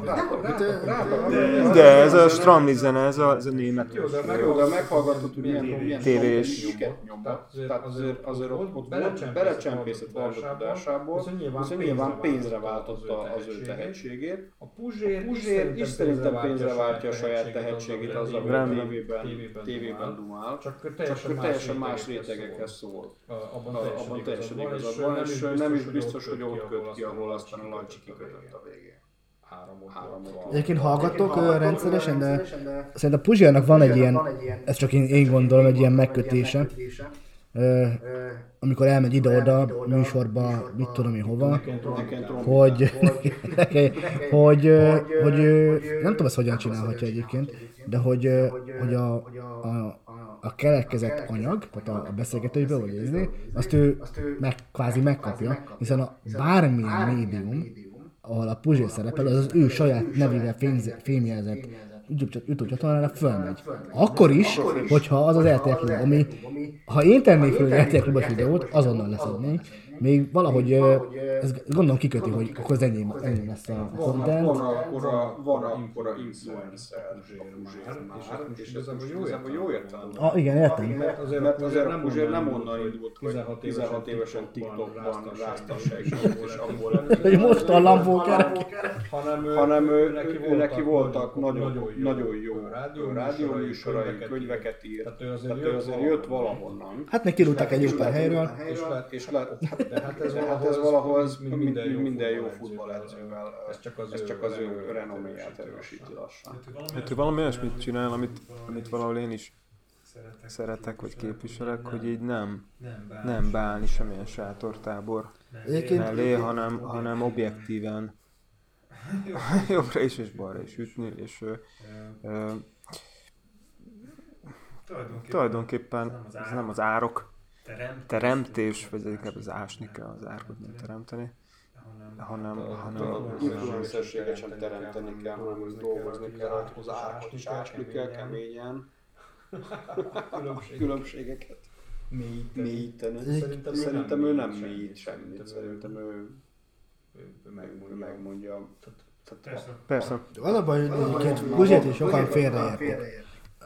De ez a Stramli zene, ez a német. Jó, de meghallgatod, hogy milyen tévés nyombat. Tehát azért ott belecsempészett valami tudásából, azért nyilván pénzre váltotta az ő tehetségét. A Puzsér is szerintem pénzre váltja a saját tehetségét azzal, hogy tévében dumál, csak teljesen más rétegekhez szól. Abban teljesen igazad van, és nem is biztos, hogy ott köt ki, ahol aztán a Lajcsi kikötött a végén. Egyébként hallgattok rendszeresen, de szerintem a Puzsérnak van egy ilyen, ezt csak én gondolom, egy ilyen megkötése, amikor elmegy ide-oda műsorba, mit tudom én hova, hogy nem tudom ezt hogyan csinálhatja egyébként, de hogy a keletkezett anyag, tehát a beszélgetőiből, vagy nézni, azt ő kvázi megkapja, hiszen a bármilyen médium, ahol a Puzsér szerepel, az ő saját nevével fémjelzett YouTube csatornára fölmegy. Akkor is, hogyha az RTL Klub, ami, ha én tennék föl egy RTL Klubos videót, azonnal leszednék. Még valahogy, ez gondolom kiköti, hogy akkor az enyém lesz a content. Van influencer és ez jó értelem. Igen, értem. Mert azért a Puzsér nem onnan indult, hogy 16 évesen TikTokban ráztassák, és abból hogy most a lambókerek. Hanem neki voltak nagyon jó rádióműsorai, könyveket írt, tehát ő azért jött valahonnan. Hát neki kirúgták egy jó pár helyről. De hát ez valahol minden jó futballedzővel, ez csak az ő renoméját erősíti lassan. Hát ő valami olyasmit csinál, amit valahol én is szeretek, vagy képviselek, hogy így nem beállni semmilyen sátortábor mellé, hanem objektíven jobbra is és balra is ütni, és tulajdonképpen ez nem az árok teremtés, vagy inkább az ásni kell, az árkot nem teremteni, hanem influencerséget sem teremteni kell, hanem dolgozni kell, az árkot is ásni kell keményen, különbségeket mélyíteni. Szerintem ő nem mélyít semmit, szerintem ő megmondja. Persze. Az a baj, hogy egyébként Puzsért is sokan félreértik.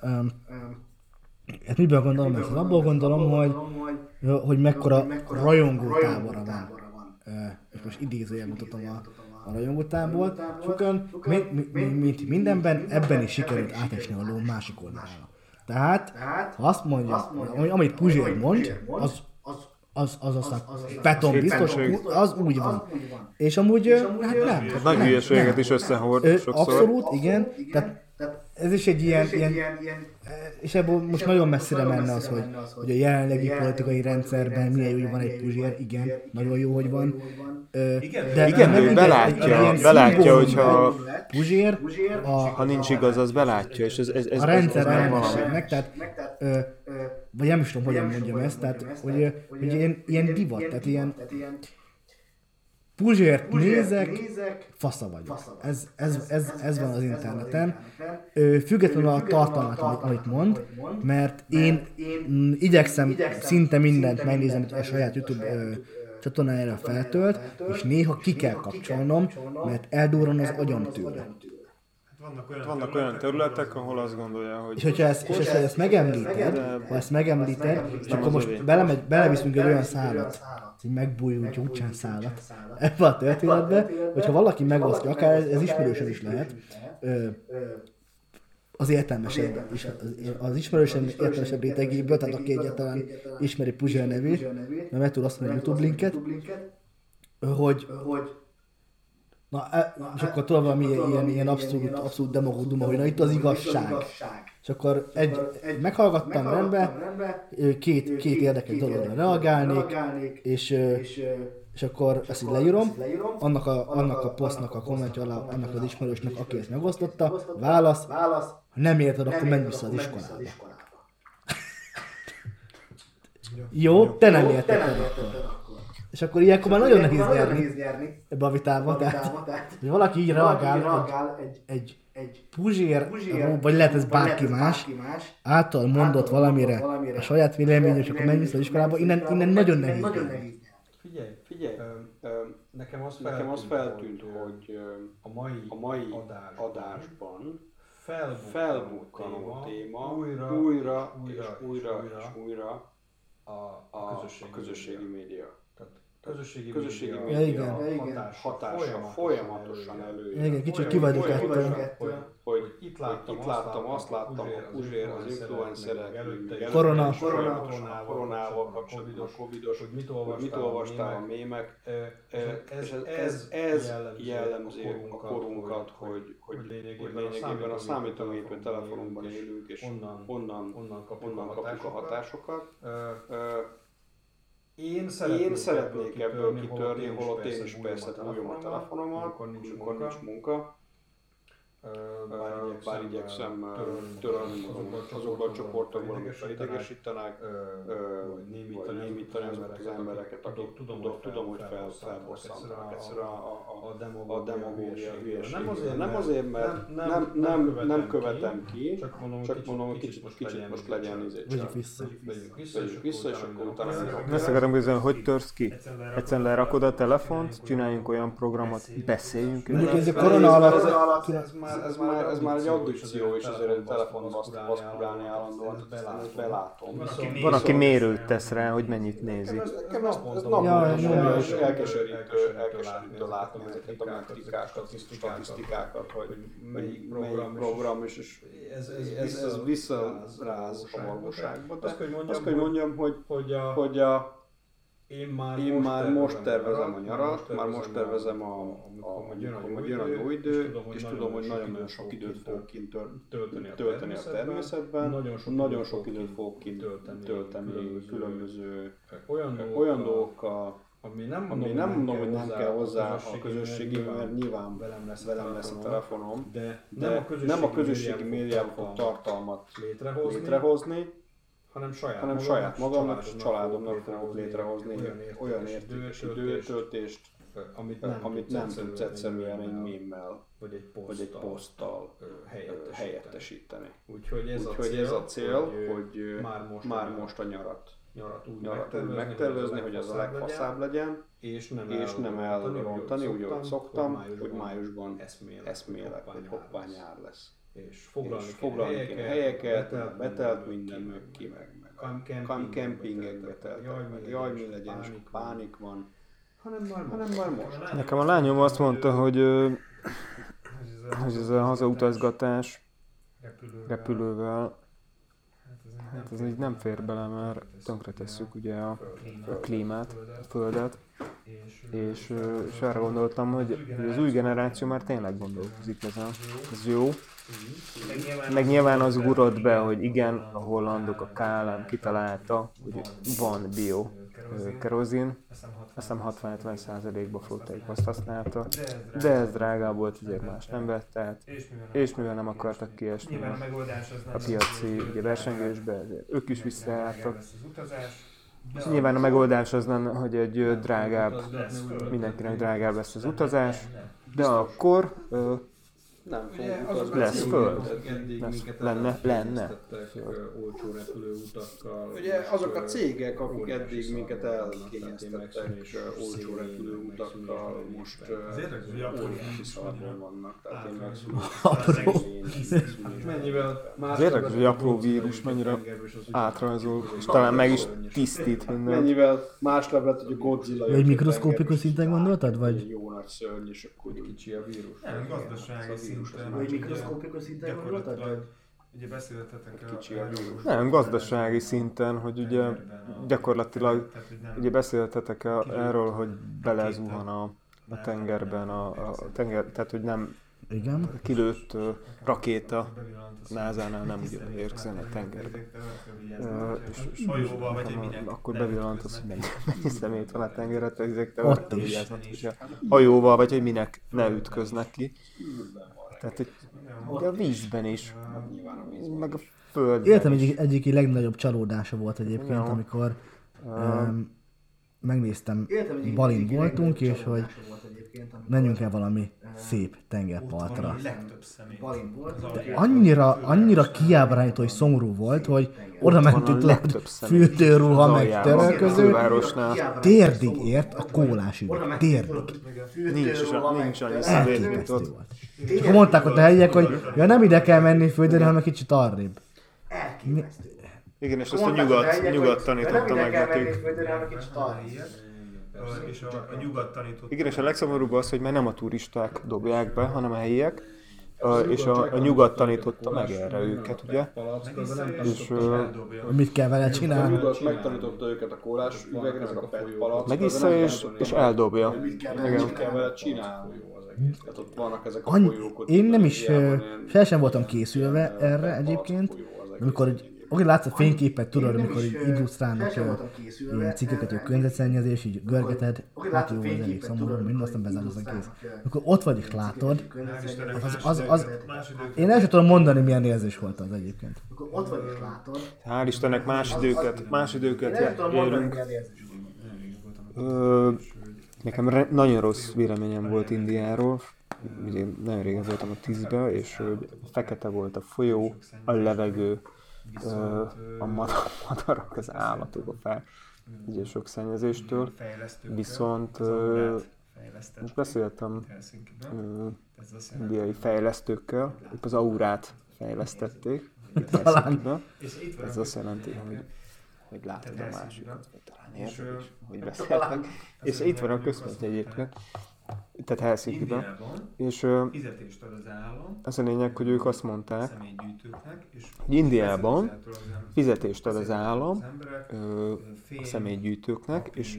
Hát miből gondolom ezt? Abból gondolom, hogy mekkora rajongótábora van. És most idézőjel mutatom a rajongótábort. Sokan, mint mindenben, ebben is sikerült átesni a ló másik oldalára. Tehát, ha azt mondja, amit Puzsér mond, az aztán beton biztos, az úgy van. És amúgy, hát nem. Nagy hülyeséget is összehord sokszor. Abszolút, igen. Tehát ez is egy ilyen, és ebből most nagyon messzire menne az, hogy a jelenlegi politikai rendszerben milyen jó, hogy van egy Puzsér, igen, nagyon jó, hogy van. De igen, ő belátja, hogyha Puzsér, ha nincs igaz, az belátja, és ez a rendszer ez ellenességnek, tehát, vagy nem is tudom, hogyan mondjam ezt, tehát, hogy ilyen divat, tehát ilyen Puzsért nézek, fasza vagyok. Ez van az interneten. Függetlenül a tartalmat, amit mond, mert én igyekszem szinte mindent megnézni, amit a saját YouTube csatornájára feltölt, és néha ki kell kapcsolnom, mert eldurran az agyam tőle. Vannak olyan területek, ahol azt gondolja, hogy... És hogyha ezt megemlíted, és akkor most beleviszünk egy olyan szálat, hogy megbújult gyújtsán szállat ebbe a történetbe, hogyha valaki megosztja, akár ez ismerősöd is lehet, az értelmesebb, az értelmesebb rétegéből, tehát aki egyáltalán ismeri Puzsér nevét, mert meg tud azt mondani a YouTube linket, hogy na, és akkor tudod valami ilyen abszolút demagóg duma, hogy na itt az igazság. És akkor meghallgattam rendben, két érdekes dologra reagálnék, és akkor ezt így leírom, annak a posztnak a kommentje alá, annak az ismerősnek, aki ezt megosztotta, válasz, ha nem érted, akkor menj vissza az iskolába. Jó, te nem érted. És akkor ilyenkor már nagyon nehéz nyerni ebbe a vitába, tehát hogy valaki így reagál egy Puzsér, vagy lehet ez bárki más, által mondott valamire a saját vélemény, és akkor menj vissza az iskolába, innen nagyon nehéz nyerni. Figyelj, nekem az feltűnt, hogy a mai adásban felbukkan a téma újra a közösségi média. Közösségi média hatása folyamatosan előjön. Igen, kicsit ki vagyok ettől. Hogy itt láttam, azt láttam, a Puzsér, az influencerek, koronával kapcsolatban, a covidos, hogy mit olvastál a mémek, ez jellemzi a korunkat, hogy lényegében a számítógépben, telefonunkban élünk, és onnan kapjuk a hatásokat. Én szeretnék ebből kitörni, holott én is persze hújom a telefonomat, amikor nincs munka. Bár igyekszem törölni azokban a csoportokban, amik felidegesítenek, vagy némítani azokat az embereket, akik tudom, hogy felbosszantanak egyszerűen a demagógia hülyeségére. Nem azért, mert nem követem ki, csak mondom, hogy kicsit most legyen Vegyük vissza, és akkor utána... Ezt akarom bizony, hogy törsz ki? Egyszerűen lerakod a telefont, csináljunk olyan programot, beszéljünk. Mondjuk ez a korona alatt... Ez már egy addikció, és azért a telefonon baszkurálni állandóan, ezt belátom. Van, aki mérőt tesz rá, hogy mennyit nézi. Ez naponta, és elkeserítő látni ezeket a metrikákat, statisztikákat, hogy melyik program, és ez visszaráz a valóságba. Azt kell mondjam, hogy én már most tervezem a nyarat, már most tervezem, amikor jön a jó idő, és tudom, hogy nagyon sok időt fogok kint tölteni a természetben, nagyon sok időt fogok kint tölteni különböző olyan dolgokkal, ami nem mondom, hogy nem kell hozzá a közösségi, mert nyilván velem lesz a telefonom, de nem a közösségi médiában fog tartalmat létrehozni, hanem saját magamnak és a családomnak fogok létrehozni olyan értékes időtöltést, amit nem tudsz egyszerűen egy mémmel vagy egy poszttal helyettesíteni. Úgyhogy ez a cél, hogy már most a nyarat úgy megtervezni, hogy az a legfaszább legyen, és nem elrontani, úgy ahogy szoktam, hogy májusban eszmélek, hogy hoppá, nyár lesz. És foglalni kéne helyeket, betelt minden, meg ki, meg campingekbe teltek, meg jaj, mi legyen, és pánik van, hanem már most. Nekem a lányom azt mondta, hogy ez a hazautazgatás repülővel, hát ez így nem fér bele, mert tönkretesszük ugye a klímát, a földet, és arra gondoltam, hogy az új generáció már tényleg gondolkozik ezen. Ez jó. meg nyilván az ugrott be, hogy igen, a hollandok, a KLM kitalálta, hogy van bio kerozin, azt hiszem 60-70%-ba flottáig azt használta, de ez drágább volt, ezért más nem vett át, és mivel nem akartak kiesni a piaci versengésbe, ezért ők is visszaálltak. És nyilván a megoldás az lenne, hogy egy drágább, mindenkinek drágább lesz az utazás, de akkor Nem fogunk utazni. lesz föld. Lenne. Olcsó repülőutakkal. Ugye azok a cégek, akik eddig minket elkényeztettek olcsó repülőutakkal, most óriási szarban vannak. Tehát én Mennyivel Az érdekes, hogy apró vírus mennyire átrajzol, és talán meg is tisztít minden. Mennyivel más lett, hogy a Godzilla Egy mikroszkópikus szinten gondoltad, vagy? Jó nagy szörny, és akkor kicsi a vírus. Nem, gazdasági szinten. Vagy mikroszkópikus szinten gondoltad, vagy? Ugye beszéltetek Kicsi a vírus. Nem, gazdasági szinten, hogy ugye gyakorlatilag ugye beszéltetek erről, hogy belezuhan a tengerben, a tenger, tehát hogy nem Igen. kilőtt rakéta NASA-nál nem ugye érkezzen a tengerbe. És hajóval vagy egy minek. akkor bevillant az, hogy mennyi szemét van a tengerre, ezek te Ott is. vigyáznak, hogy a hajóval vagy hogy minek ne ütköznek ki. Tehát hogy a vízben is, meg a földben Életem is. egyik legnagyobb csalódása volt egyébként, Ja. amikor megnéztem, Balin voltunk, és hogy menjünk el valami szép tengerpartra. Legtöbb személy. De annyira kiábrándító és szomorú volt, hogy oda Ott van mentünk a le, legtöbb személy. fültőruha, Az meg aljában, a törölköző, fővárosnál térdig ért a kólás üveg. Térdig. nincs annyi szemét, mint Elképesztő ott. volt. És akkor mondták ott a helyiek, hogy ja, nem ide kell menni földön, hanem egy kicsit arrébb. Igen, és ezt a nyugat tanította meg nekünk. És a nyugat tanított. Igen, és a legszomorúbb az, hogy már nem a turisták dobják be, hanem a helyiek, és a nyugat tanította meg erre őket, ugye? És Mit kell vele A csinálni? nyugat megtanította őket a kólás üvegre, meg a PET palackra. megissza és eldobja. Mit kell vele csinálni? Tehát ott vannak ezek a Annyi, folyók. ott én nem is, Indiában fel sem voltam készülve erre egyébként, amikor így, oké, látsz a fényképet, tudod, amikor így illusztrálnak ilyen cikkeket, hogy környezetszennyezés, így görgeted, hát jó, ez elég szomorú, mind aztán bezárul az egész. Amikor ott vagy és látod, én el sem tudom mondani, milyen érzés volt az egyébként. Hál' Istennek más időket élünk. Nagyon rossz véleményem volt Indiáról. Ugye nagyon régen voltam a 10-ben, és fekete volt a folyó, a levegő, a madarak, az állatok, a fák, ugye sok szennyezéstől. Viszont most beszéltem indiai fejlesztőkkel, ők az aurát fejlesztették itt Helsinkiben. Ez azt jelenti, hogy látod a másikat, vagy talán érzed is, hogy beszéltek. És itt van a központ egyébként, tehát Helsinkiben. És Fizetést ad az állam az a lényeg, hogy ők azt mondták, személygyűjtőknek, és hogy Indiában fizetést ad az az állam emberek a személygyűjtőknek, és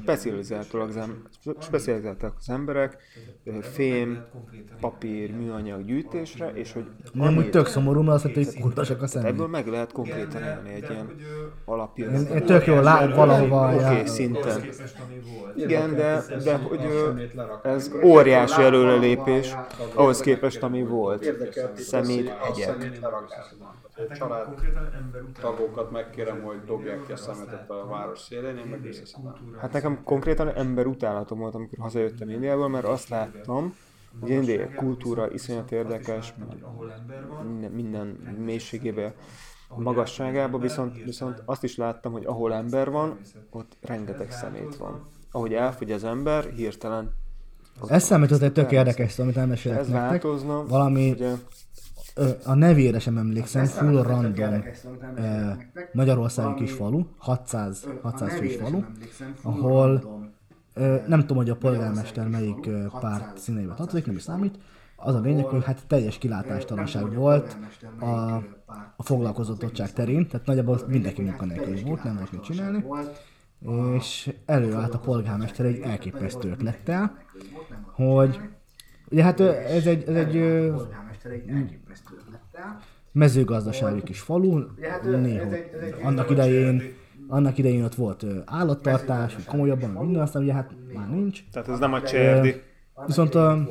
specializáltak az emberek fém, papír, műanyag gyűjtésre, és hogy Nem úgy tök szomorú, mert azt mondta, hogy kurvasak a személy. ebből meg lehet konkrétan élni egy ilyen alapjön. Én tök jól valahova Oké, jár. szinten. képest, ami volt. Igen, de hogy ez óriási előrelépés ahhoz képest, ami volt. Szemét, hegyek. Konkrétan ember után. Tagokat megkérem, hogy dobják ki a szemetet a város szélén, én meg visszaszedem. Hát nekem konkrétan ember utálatom volt, amikor hazajöttem Indiából, mert azt láttam, hogy India kultúra iszonyat érdekes, Ahol ember van. minden mélységében, magasságában, viszont azt is láttam, hogy ahol ember van, ott rengeteg szemét van. Ahogy elfogy az ember, hirtelen... Ez számított egy tök érdekes, amit elmesélek Ez nektek. változna, Valami, ugye, a nevére sem emlékszem, full random magyarországi kis falu, 600 fős falu, ahol nem tudom, hogy a polgármester melyik párt színeibe tartozik, nem is számít. Az a lényeg, hogy hát teljes kilátástalanság volt a foglalkoztatottság terén, tehát nagyjából mindenki munkanélkül volt, nem volt mit csinálni. És előállt a polgármester egy elképesztő ötlettel, hogy ugye hát ez egy mezőgazdasági kis falu, néha annak idején ott volt állattartás, komolyabban, minden, aztán ugye hát már nincs. Tehát ez nem a cserdi. Viszont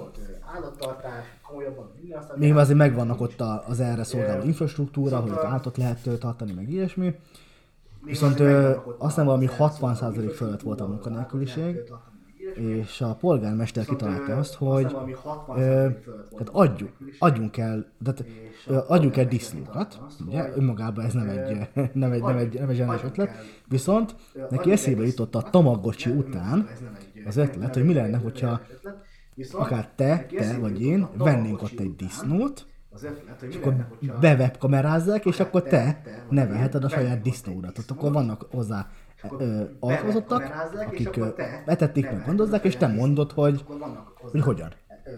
még azért megvannak ott az erre szolgáló infrastruktúra, hogy állatot lehet tartani, meg ilyesmi. Viszont aztán valami 60% fölött volt a munkanélküliség, és a polgármester kitalálta azt, hogy tehát adjunk el disznókat, ugye, önmagában ez nem egy zseniális ötlet, viszont neki eszébe jutott a Tamagocsi után az ötlet, hogy mi lenne, hogyha akár te vagy én vennénk ott egy disznót, és akkor bewebkamerázzák, és akkor te nevelheted a saját disznódat. Ott akkor vannak hozzá alkalmazottak, akik etették, meg gondozzák, és te mondod, hogy hogyan.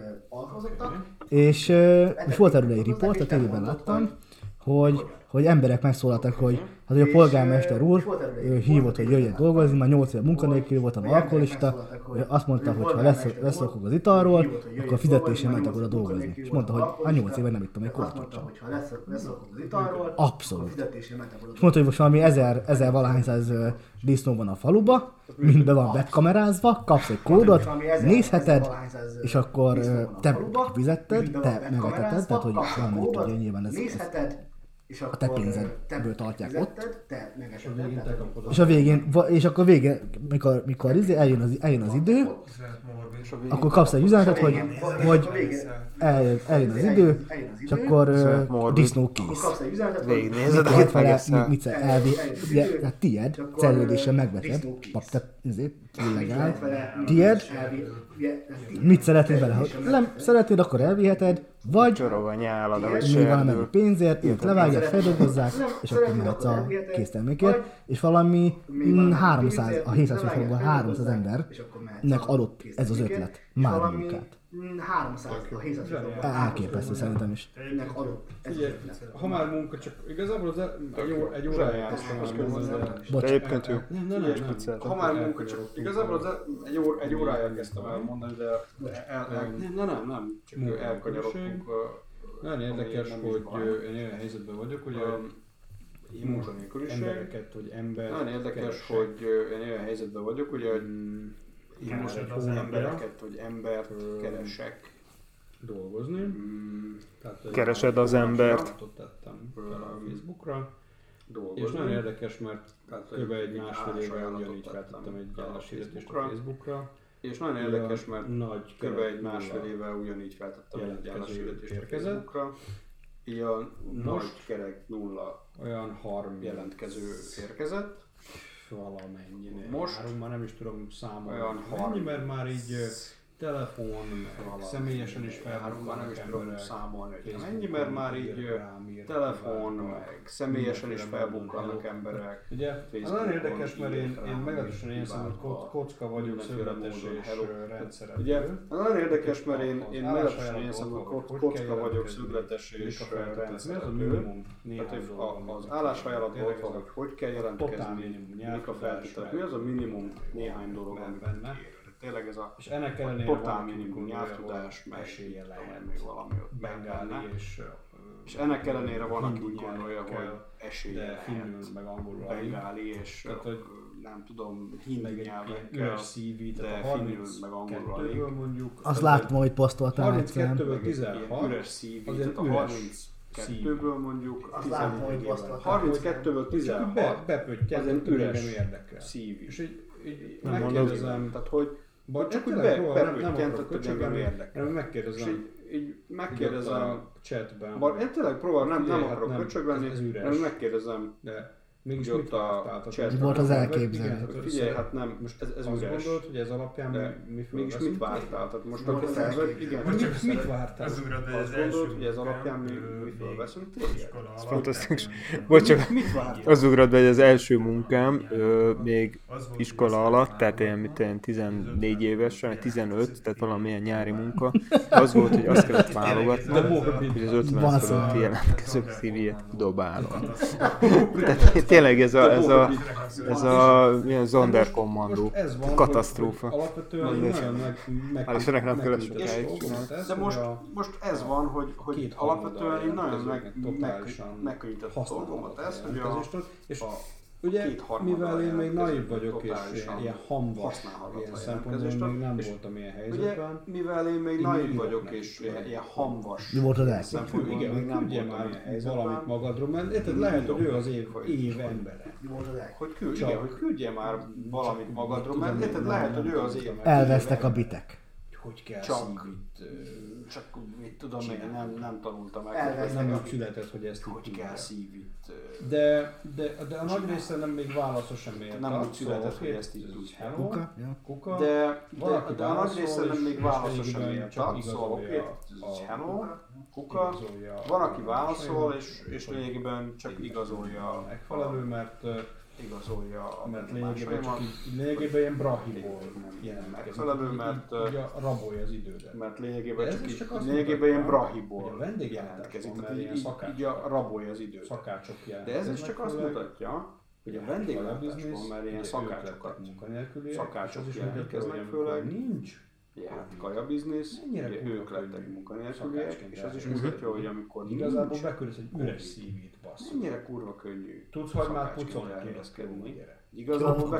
És volt erről egy riport, a tévében láttam, hogy emberek megszólaltak, hogy a polgármester úr hívott, hogy jöjjön dolgozni, már 8 év munkanélkül voltam alkoholista, azt mondta, hogy ha leszokok az italról, akkor a fizetésem mentek oda dolgozni. És mondta, hogy a 8 éve nem ittam egy kortyot sem. Abszolút. És mondta, hogy most valami 1000 valahányszáz disznó van a faluba, mindbe van webkamerázva, kapsz egy kódot, nézheted, és akkor te fizetted, te megeteted, tehát hogy valamelyik tudja, nyilván ez a te pénzedből tartják ott. És akkor végén, mikor eljön az idő, akkor kapsz egy üzenetet, hogy eljön az idő, és akkor disznó kész. Végignézed a egészen. Hát tied, szerződéssel megveted, illegál, tied, mit szeretnél vele? Ha nem szeretnéd, akkor elviheted, vagy Csorog a nyálad, ahogy még valamennyi serdül. pénzért, őt levágják, feldolgozzák, és akkor mehetsz a késztermékért, és valami 300, a 700 főfalomban 300 embernek adott ez az ötlet, már munkát. Elképesztő szerintem is. Ha már munka, csak igazából egy órája játszom. Egyébként jó. Ha már munka, csak igazából egy órája kezdtem elmondani, de nem, csak elkanyarodtunk. Nagyon érdekes, hogy én olyan helyzetben vagyok, hogy embereket, hogy nagyon érdekes, hogy én olyan helyzetben vagyok, hogy embert keresek dolgozni. Keresed az embert. Tettem fel a Facebookra. És nagyon érdekes, mert kb. Egy másfél éve ugyanígy feltettem egy álláshirdetést a Facebookra. És nagyon érdekes, mert kb. Egy másfél éve ugyanígy feltettem egy álláshirdetést a Facebookra. Ilyen most kerek nulla olyan 30 jelentkező érkezett. Valamennyire. Most már nem is tudom számolni, olyan mennyi, mert már így telefon, személyesen is felbukkanak emberek. Számolni, mennyi, mert már így telefon, meg személyesen is felbukkanak emberek. Ugye, ez nagyon érdekes, mert én meglehetősen érzem, hogy kocka vagyok szövetes és rendszerekből. Ugye, nagyon érdekes, mert én meglehetősen érzem, hogy kocka vagyok szövetes és rendszerekből. Az állásajánlat volt van, hogy kell jelentkezni, mik a feltételek. Mi az a minimum néhány dolog, ami benne. Tényleg ez a és ennek ellenére totál minimum nyelvtudás, meg még valami ott benne. És ennek ellenére van, aki úgy gondolja, hogy esélye lehet bengáli, és tehát, hogy nem tudom, hindi nyelvekkel, de finnül meg angolul alig. Azt láttam, hogy posztoltál 32-ből 16, üres CV, tehát a 32-ből mondjuk 32-ből 16, bepöttyent, üres CV. És így megkérdezem, tehát hogy csak úgy bepöttyentett, hogy engem érdekel. Megkérdezem, így megkérdezem a chatben. Én tényleg próbálom, nem akarok köcsögvenni, hanem megkérdezem. Mégis mit a chatben. Volt az elképzelés. Figyelj, hát nem, most ez azt üres. Gondolod, hogy ez alapján mégis mit vártál? Tehát most akkor igen, mit vártál? Azt gondolod, hogy ez alapján mi fölveszünk téged? Ez fantasztikus. Bocsánat, az ugrott be, hogy az első munkám még iskola alatt, tehát ilyen 14 évesen, 15, tehát valamilyen nyári munka, az volt, hogy azt kellett válogatnom, hogy az 50 fölötti jelentkezők CV-jét dobálom. Tehát tényleg ez a milyen Sonderkommandó. Most ez van, katasztrófa. hogy alapvetően nagyon Hál' Istennek nem kellett sokáig De most ez van, hogy alapvetően én nagyon megkönnyített a dolgomat ezt, hogy és ugye, mivel én még naiv vagyok és ilyen hamvas ilyen szempontból, még nem voltam ilyen helyzetben. Mivel én még naiv vagyok és ilyen hamvas Mi volt az szempontból, igen, még nem voltam ilyen helyzetben. Valamit magadról, mert lehet, hogy ő az év embere. Hogy küldje már valamit magadról, mert lehet, hogy ő az év embere. Elvesztek a bitek. Hogy kell Csak mit tudom én, nem tanultam meg. Nem úgy született, hogy ezt hogy kell szívit. De a nagy része nem még válaszol sem érte. Nem úgy született, hogy ezt így tudsz. Kuka. De a nagy része nem még válaszol sem érte. Szóval hello, kuka. Van, aki válaszol, és lényegében csak igazolja megfelelő, mert lényegében ilyen brahiból jelen megfelelő, mert rabolja az idődet. Mert lényegében ilyen brahiból jelentkezik, így rabolja az idődet. Szakácsok de ez is csak azt mutatja, hogy a vendéglátásban, mert ilyen szakácsok jelentkeznek főleg, nincs kajabiznisz, ők lettek munkanélküliek, és az is mutatja, hogy amikor igazából beküldesz egy üres szívét, bassz. Mennyire kurva könnyű tudsz, hogy már pucolni elhelyezkedni. Igazából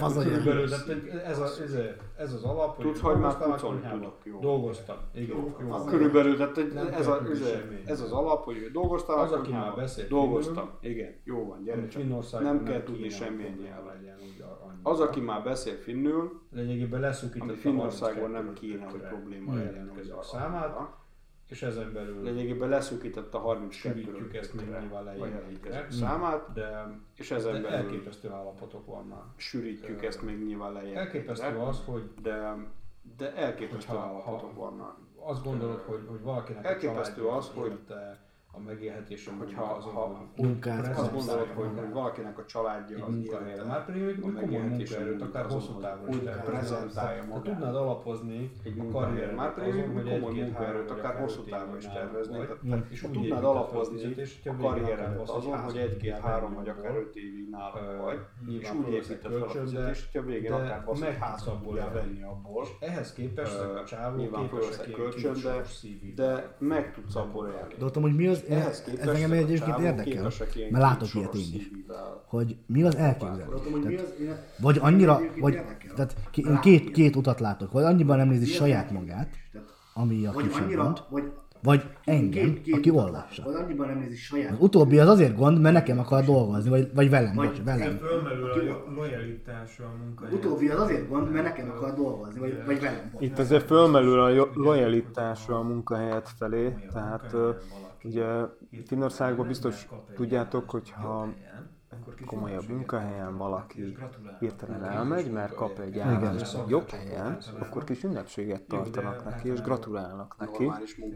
ez az alap, hogy tudsz, hogy már pucolni tudok, jó. Dolgoztam. Körülbelül, tehát ez az alap, hogy dolgoztál, az, aki már beszélt, dolgoztam. Igen, jó van, gyere csak. Nem kell tudni semmilyen nyelven. Az, aki már beszél finnül, lényegében leszűkített ami Finnországban nem kéne, hogy probléma legyen a számát, és ezen belül lényegében leszűkített a 32 ezt még nyilván lejjebb számát, és ezen belül elképesztő állapotok vannak. Sűrítjük ezt még nyilván lejjebb. Elképesztő az, hogy de elképesztő állapotok vannak. Azt gondolod, hogy valakinek elképesztő az, hogy a megélhetése, azt gondolod, hogy valakinek a családja az élete. Már pedig komoly munkaerőt, akár hosszú távon is prezentálja magát. Tudnád alapozni egy karrier, már pedig komoly munkaerőt, akár hosszú távon is tervezni. És tudnád alapozni a karrieredet azon, hogy 1, 2, 3 vagy akár 5 évig nálad vagy, és úgy építed fel a fizetést, hogy a végén akár basz egy házat tudjál venni abból. Ehhez képest a csávó képesek kölcsön, de meg tudsz abból élni. De ott, hogy mi az, ez engem egyébként érdekel, mert látok ilyet én is, hogy mi az elképzelés. Vagy annyira, vagy, tehát két utat látok, vagy annyiban nem nézi saját magát, ami a kisebb gond, vagy engem, aki olvassa. Az utóbbi az azért gond, mert nekem akar dolgozni, vagy velem. Fölmerül a lojalitása a munkahelyet. Utóbbi az azért gond, mert nekem akar dolgozni, vagy velem. Itt azért fölmerül a lojalitása a munkahelyet felé, tehát ugye Finnországban biztos tudjátok, hogy ha komolyabb munkahelyen valaki hirtelen elmegy, mert kap egy állást jobb helyen, akkor kis ünnepséget tartanak neki, és gratulálnak neki.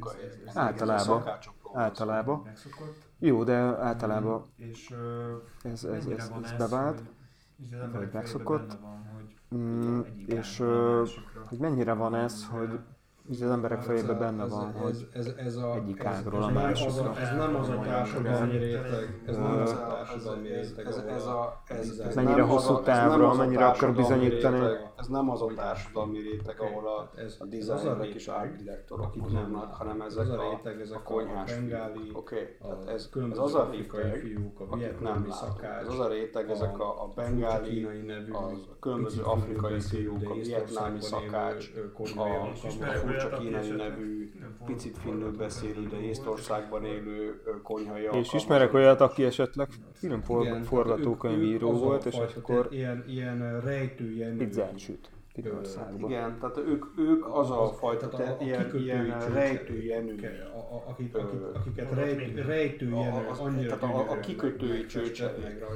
Általában. Jó, de általában ez bevált, vagy megszokott. És hogy mennyire van ez, hogy az emberek fejében benne van, hogy egyik ágról a másikra. Ez nem az a társadalmi réteg, mennyire hosszú távra, mennyire akar bizonyítani. Ez nem az a társadalmi réteg, ahol a designerek és ártdirektorok vannak, hanem ezek a konyhás fiúk. Ez az a réteg, akik nem látnak. Ez az a réteg, ezek a bengáli, a különböző afrikai fiúk, a vietnámi szakács, a furcsa kínai nevű, picit finnül beszélő, de Észtországban élő konyhai alkalmazottak. És ismerek olyat, aki esetleg filmforgatókönyvíró volt, és akkor ilyen rejtőjenő pizzát süt Finnországban. Igen, tehát ők az a fajta ilyen rejtőjenő, akiket rejtőjenő annyira a kikötői csőcsek,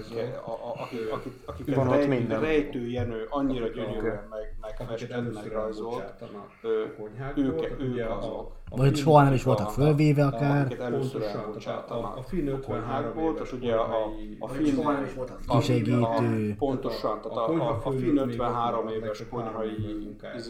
akiket rejtőjenő annyira gyönyörűen megfestett, megrajzolt, ők azok. vagy soha nem is voltak fölvéve akár. Amiket először elbocsátanak. A Finn 53 volt, és ugye a Finn kisegítő. Pontosan, tehát a Finn 53 éves konyhai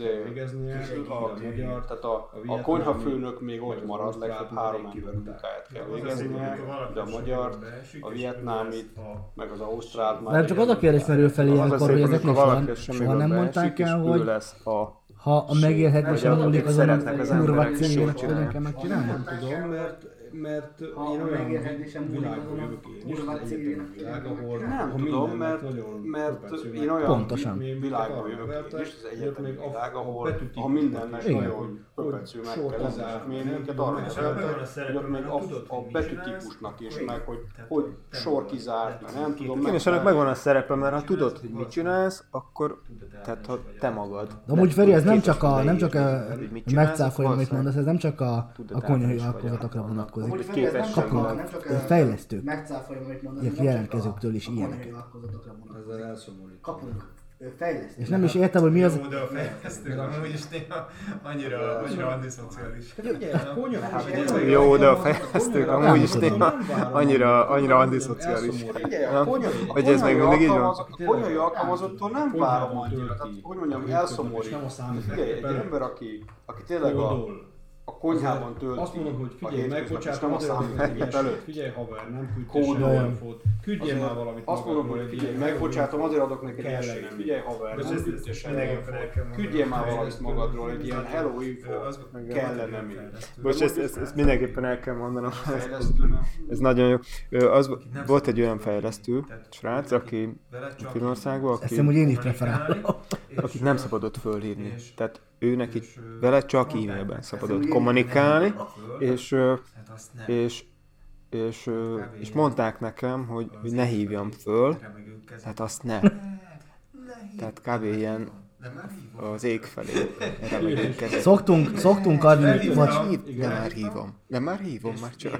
tehát a konyhafőnök még ott marad, legfeljebb 3 ember munkáját kell végeznie, de a magyar, a vietnámit, meg az ausztrát már... Nem csak az a kérdés merül fel ilyenkor, hogy ezeknek soha nem mondták el, hogy ha a megélhetésen múlik azon a kurva cégének hogyan kell megcsinálni? Nem tudom, mert én olyan világban jövök én is, az egyetem világ, ahol nem tudom, mert én olyan világban jövök én is, az egyetem világ, ahol mindennek nagyon pöpecű meg kell lenni, és minket arra kell, hogy még a betűtípusnak is, meg hogy sor kizárt, meg nem tudom. Igen, és ennek megvan a szerepe, mert ha tudod, hogy mit csinálsz, akkor tehát ha te magad. De amúgy Feri, ez nem csak a megcáfolja, amit mondasz, ez nem csak a konyhai alkozatokra vonatkozik. Kapnak fejlesztők, illetve jelentkezőktől is ilyeneket. ezzel elszomorít. Kapunk fejlesztők. És nem is értem, hogy mi az... Jó, de a fejlesztők amúgy is néha annyira antiszociális. Jó, de a fejlesztők amúgy is néha annyira antiszociális. Hogy ez még mindig így van? A konyhai alkalmazottól nem várom annyira, tehát hogy mondjam, elszomorít. Figyelj, egy ember, aki tényleg a konyhában tölti. Azt mondom, hogy figyelj meg, bocsátom, azt figyelj haver, nem küldtél sem infót. Küldjél már valamit. Azt mondom, hogy figyelj meg, bocsátom, azért adok neked esélyt. Figyelj haver, nem küldtél sem infót. Küldjél már valamit magadról, egy ilyen hello info kellene még. Bocs, ezt mindenképpen el kell mondanom. Ez nagyon jó. Volt egy olyan fejlesztő, srác, aki Finnországban, Ezt én is preferálom. akit nem szabadott fölhívni. Tehát ő neki vele csak e-mailben szabadott kommunikálni, és mondták nekem, hogy ne hívjam föl, tehát azt ne. Tehát kb. Ilyen az ég felé remegőkezett. Szoktunk adni, vagy... De már hívom, már csak.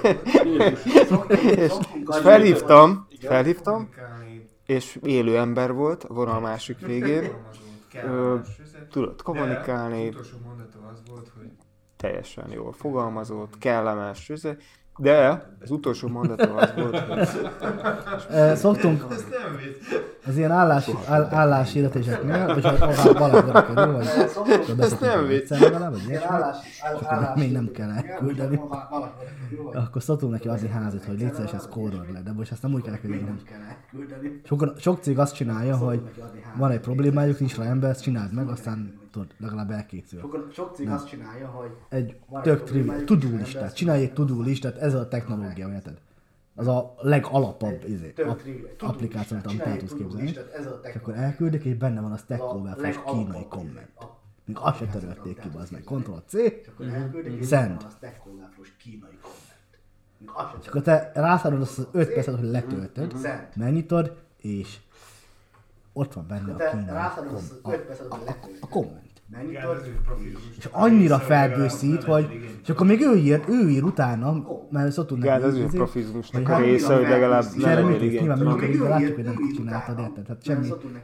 És felhívtam, és élő ember volt a vonal másik végén. Tudott kommunikálni, teljesen jól fogalmazott, kellemes, de az utolsó mondata az volt, hogy... Szoktunk az ilyen álláshirdetéseknél, és valaki kerül, vagy ezt nem vicc. Még nem kell elküldeni. Akkor szoktunk neki adni házat, hogy légy szíves, ez kódolj le, de most ezt nem úgy kell elküldeni. Sok cég azt csinálja, hogy van egy problémájuk, nincs rá ember, ezt csináld meg, aztán tudod, legalább elkészül. Sok cég azt csinálja, hogy... Egy tök trivial, to-do listát, csinálj egy to-do listát, ez a technológia, érted? Az a legalapabb applikáció, amit el tudsz képzelni. És akkor elküldik, és benne van a Stack Overflow-s kínai komment. Még azt se törölték ki, az meg Ctrl-C, send. És akkor te rászállod azt az 5 percet, hogy letöltöd, megnyitod, és ott van benne a kínai komment. És annyira felbőszít, hogy... És akkor még ő ír utána, mert szoktunk neki... Ez ő profizmusnak a része, hogy legalább nem legyen igényt. Nyilván működik, de látjuk, hogy nem csináltad, érted? Tehát semmi...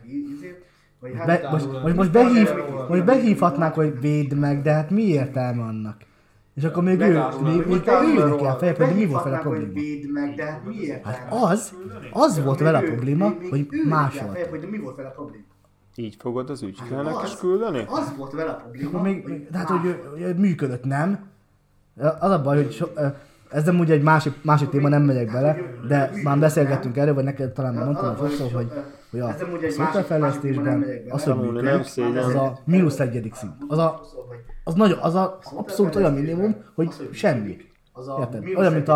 Most behívhatnák, hogy védd meg, de hát mi értelme annak? És akkor még ő neki kell fejebb, hogy mi volt vele a probléma. Hát az volt vele a probléma, hogy másolt. Így fogod az ügyfélnek is küldeni? Az volt vele a probléma. Tehát, hogy működött, nem? Az a baj, hogy ez nem ugye egy másik téma, nem megyek bele, de már beszélgettünk erről, vagy neked talán már mondtam sokszor, hogy a szoftverfejlesztésben az, hogy működik, az a -1. szint. Az abszolút olyan minimum, hogy semmi. Érted? Olyan, mint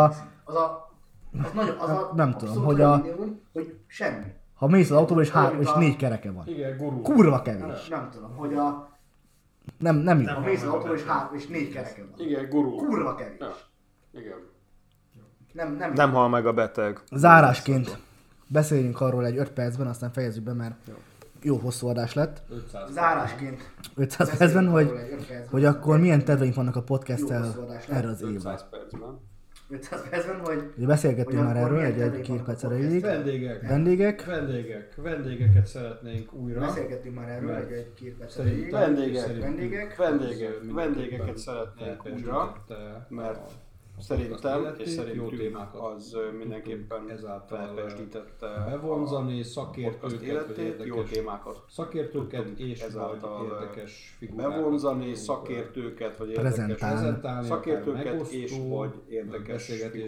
nem tudom, hogy semmi. Ha mész az autóba és 4 kereke van. Igen, kurva kevés. Nem tudom, hogy a... Nem jó. Ha mész az autóba és 4 kereke van. Igen, gurul. Kurva kevés. Ja. Igen. Nem hal meg a beteg. Zárásként beszéljünk arról egy 5 percben, aztán fejezzük be, mert jó hosszú adás lett. Zárásként 500 percben, hogy akkor milyen terveink vannak a podcasttel erre az évre. 500 percben, hogy... Ugye beszélgettünk már akkor erről milyen egy 2 perc termék van? erejéig. Vendégeket szeretnénk újra. Beszélgettünk már erről egy 2 perc erejéig. Vendégeket szeretnénk újra, mert szerintem és szerintünk az mindenképpen felpesdítette bevonzani a szakértőket, életét, jó témákat. szakértőket és ezáltal érdekes figurákat. Bevonzani szakértőket vagy Prezentálni. szakértőket és vagy érdekes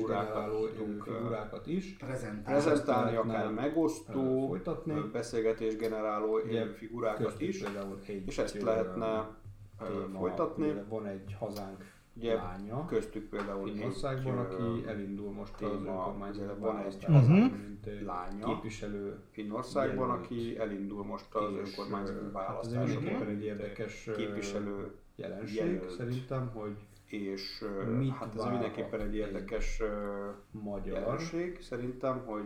figurákat is. Prezentálni, akár megosztó, folytatni. beszélgetés generáló figurákat is, és ezt lehetne folytatni. Van egy hazánk Ugye lánya köztük például Finnországban, aki elindul most az önkormányzati van egy választáson, mint lánya képviselő Finnországban, aki elindul most az önkormányzati ez választáson. mindenképpen egy érdekes képviselő jelenség jelölt. szerintem, hogy És mit hát ez mindenképpen egy érdekes magyar jelenség szerintem, hogy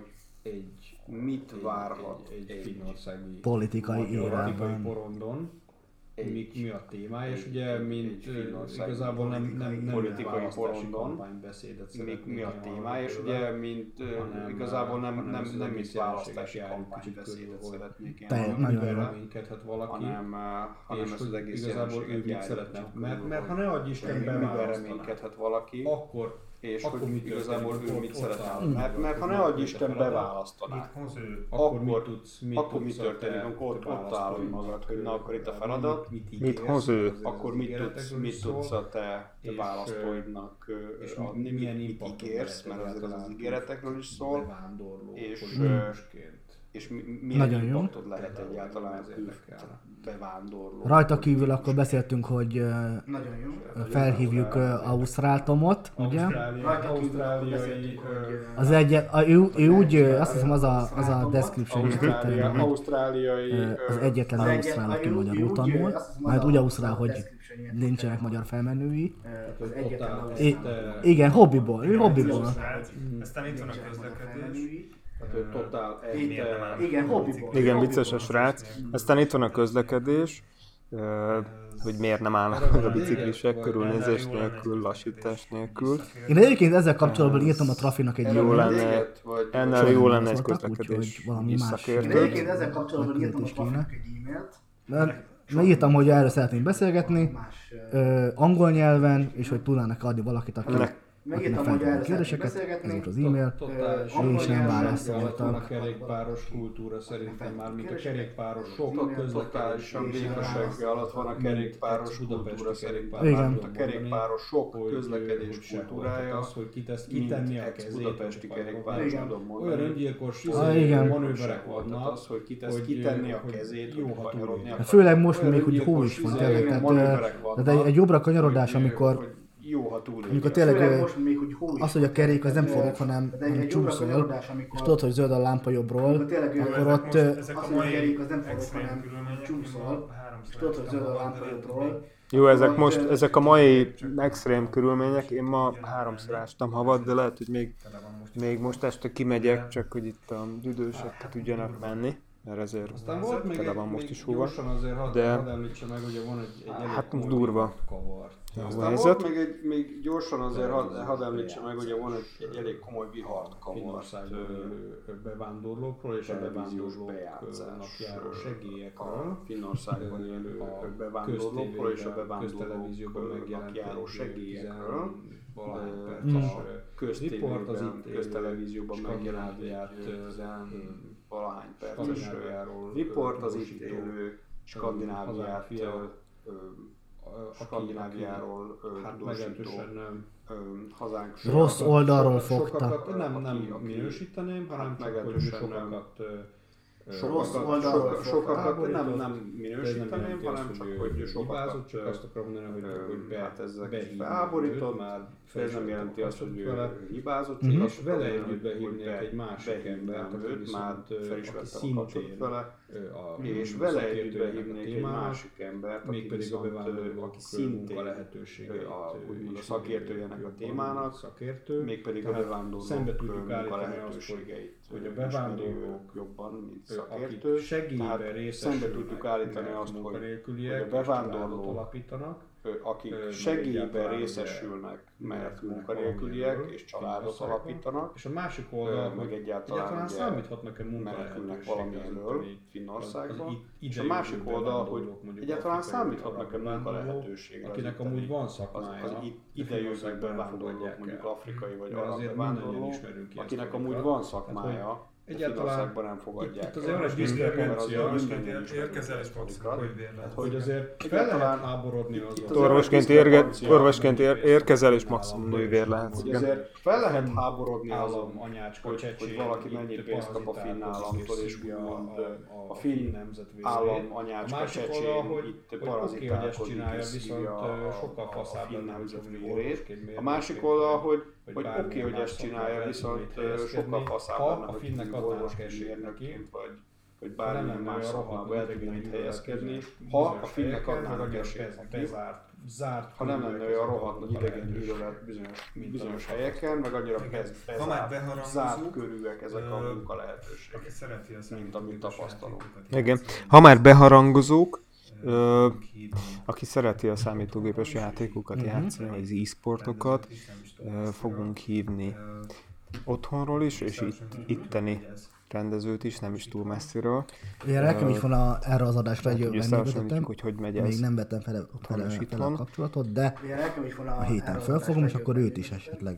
mit várhat egy finnországi Politikai politikai érában. porondon, mi a témája, és ugye mint igazából nem politikai porondon, kampánybeszédet mi a témája, és ugye mint igazából nem mint választási kampánybeszédet szeretnék én, Nagyon jó. reménykedhet valaki, hanem és ezt az egész igazából ő mit szeretne, mert ha ne adj Isten miben beválasztaná, reménykedhet valaki, akkor és akkor hogy mit igazából történik? ő mit Ott szeretne. áll. Mert ha ne adj Isten beválasztaná, Mit hoz ő? akkor akkor mi tudsz történik, te amikor ott állod magad, hogy na akkor itt a feladat, Mit hoz ő? akkor mit tudsz a te és, választóidnak és adni, milyen mit impaktot ígérsz, lehet mert azért az egyáltalán ígéretekről is szól, bevándorló és, politikusként. és milyen Nagyon jó. impaktot lehet egyáltalán Ez érdekel. bevándorló. Rajta kívül akkor beszéltünk, hogy Nagyon jó. felhívjuk Ausztrál Tomot, ugye? Ausztráliai Az egyet, ő úgy, azt hiszem az a description Ausztráliai az egyetlen ausztrál, aki magyarul tanul, mert úgy ausztrál, hogy nincsenek magyar felmenői. Az egyetlen Igen, hobbiból, ő hobbiból. Aztán itt van a közlekedés. totál Igen, hobbiból. Igen, vicces a srác. Aztán itt van a közlekedés, hogy miért nem állnak meg a biciklisek körülnézés nélkül, lassítás nélkül. Én egyébként ezzel kapcsolatban írtam a Trafinak egy Jó e-mailt. lenne, ennél jó lenne egy Szóltak, közlekedés úgyhogy valami más. Én szakértő. egyébként ezzel kapcsolatban írtam a Trafinak egy e-mailt. Mert írtam, hogy erről szeretnénk beszélgetni, Más... angol nyelven, és hogy tudnának adni valakit, aki Megírtam, hogy erről szeretnénk kérdéseket, ez beszélgetni. volt az e-mail, és nem válaszoltak. A kerékpáros kultúra szerintem már, mint a kerékpárosok totálisan békasegge alatt van a kerékpáros kultúra szerintem. Igen. Már a kerékpárosok közlekedés kultúrája, az, hogy kitenni mint a kezét. ex-budapesti kerékpáros Igen. tudom Olyan mondani. öngyilkos igen. manőverek Tehát vannak, az, hogy kitenni a kezét, jó, hogy ha kanyarodni túlélnek. akar. Főleg most Olyan még, hogy hó öngyilkos is van tényleg, manőverek tehát vannak, egy jobbra kanyarodás, hogy amikor jó, ha túlélni. amikor Főleg tényleg most még, hogy hó is az, hogy a kerék az nem forog, hanem egy jobbra csúszol, kanyarodás, és amikor... tudod, hogy zöld a lámpa jobbról, akkor ott ezek az, a hogy a mai kerék az nem forog, extrém hanem körülmények, csúszol, háromszor és tudod, hogy zöld a elmentem lámpa Wanderert, jobbról. Jó, ezek a mai extrém körülmények, én ma 3-szor ástam havat, de lehet, hogy még most este kimegyek, csak hogy itt a düdősek tudjanak menni, mert ezért Aztán volt még tele van egy, most még is húva. gyorsan azért hadd de- említse meg, ugye van egy elég Hát komoly durva. kavart. jó Aztán helyzet. volt még gyorsan azért hadd említse meg, hogy van egy elég komoly vihart kavart. Finnországban élő bevándorlókról és a bevándorlóknak járó segélyekről. Finnországban élő bevándorlókról és a bevándorlóknak járó segélyekről. Köztévében, köztelevízióban megjelent valahány perces riport az itt élő Skandináviáról tudósító hazánk. rossz oldalról fogtak. Nem minősíteném, hanem csak hogy sokakat nem minősíteném, hanem csak hogy sokakat csak azt akarom mondani, hogy hát ezek felháborított, de ez nem jelenti azt, hogy ő hibázott, és azt vele akarom együtt mondani, hogy behívnék egy másik embert, aki őt már felismertem a kapcsolatot vele, és vele együtt behívnék egy másik embert, aki mégpedig a bevándorlók aki szintén lehetőségeit úgymond a szakértőjének a témának, szakértő, mégpedig a tehát bevándorlók szembe tudjuk munka állítani azt, lehetőségeit, hogy a bevándorlók, jobban, mint akik szakértő, segélyben szembe részesülnek, tudjuk állítani azt, hogy munkanélküliek, a bevándorlók alapítanak, akik segélyben részesülnek, mert munkanélküliek és családot alapítanak, és a másik oldal, meg egyáltalán számíthatnak-e menekülnek valamiről Finnországban, és a másik oldal, hogy egyáltalán számíthatnak-e munkalehetőségre, akinek amúgy van szakmája, az idejövő bevándorlók, mondjuk afrikai vagy arab bevándorlók, akinek amúgy van szakmája, Finnországban nem fogadják. Itt azért van egy diszkrepancia, érkezel és maximum, hogy vérlát. hogy azért fel lehet háborodni azon. Orvosként érkezel és maximum nővér lehet. Hogy azért fel lehet háborodni azon, hogy valaki mennyi pénzt kap a finn államtól, és úgymond a finn állam anyácska csecsén itt parazitálkodik és szívja a finn nemzet vérét. A másik oldal, hogy oké, hogy ezt csinálja, viszont sokkal faszább lenne, hogy orvosmérnökként vagy bármilyen más szakmában el tudna itt helyezkedni, ha a finnek adnának esélyt neki, ha nem lenne olyan rohadt nagy idegen gyűlölet bizonyos helyeken, meg annyira zárt körűek ezek a munkalehetőségek, mint amit tapasztalunk. Igen. Ha már beharangozók, aki szereti a számítógépes játékokat játszani, vagy az e-sportokat, fogunk hívni otthonról is, és itteni rendezőt is, nem is túl messziről. Ugye nekem is van erre az adásra egy vendégvezetőm, hogy megy ez. Még nem vettem fel a kapcsolatot, de a héten felfogom, és akkor őt is esetleg.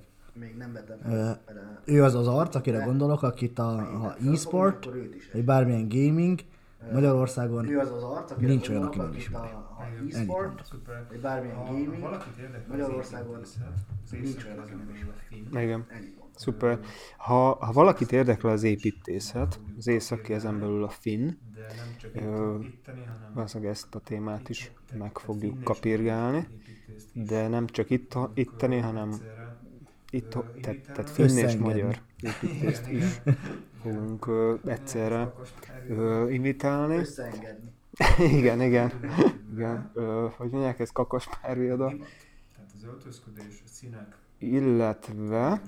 Ő az az arc, akire gondolok, akit ha e-sport, vagy bármilyen gaming, Magyarországon nincs olyan, aki nem ismeri. Ennyit mondok. Bármilyen gaming, Magyarországon nincs olyan, aki nem ismeri. Igen. Szuper. Ha valakit érdekel az építészet, az északi ezen belül a finn, valószínűleg ezt a témát is meg fogjuk kapirgálni, de nem csak itteni, hanem tehát finn és magyar építészt is fogunk egyszerre invitálni. Igen. Hogy mondják, ez kakas párviada. Tehát az öltözködés, a színek, illetve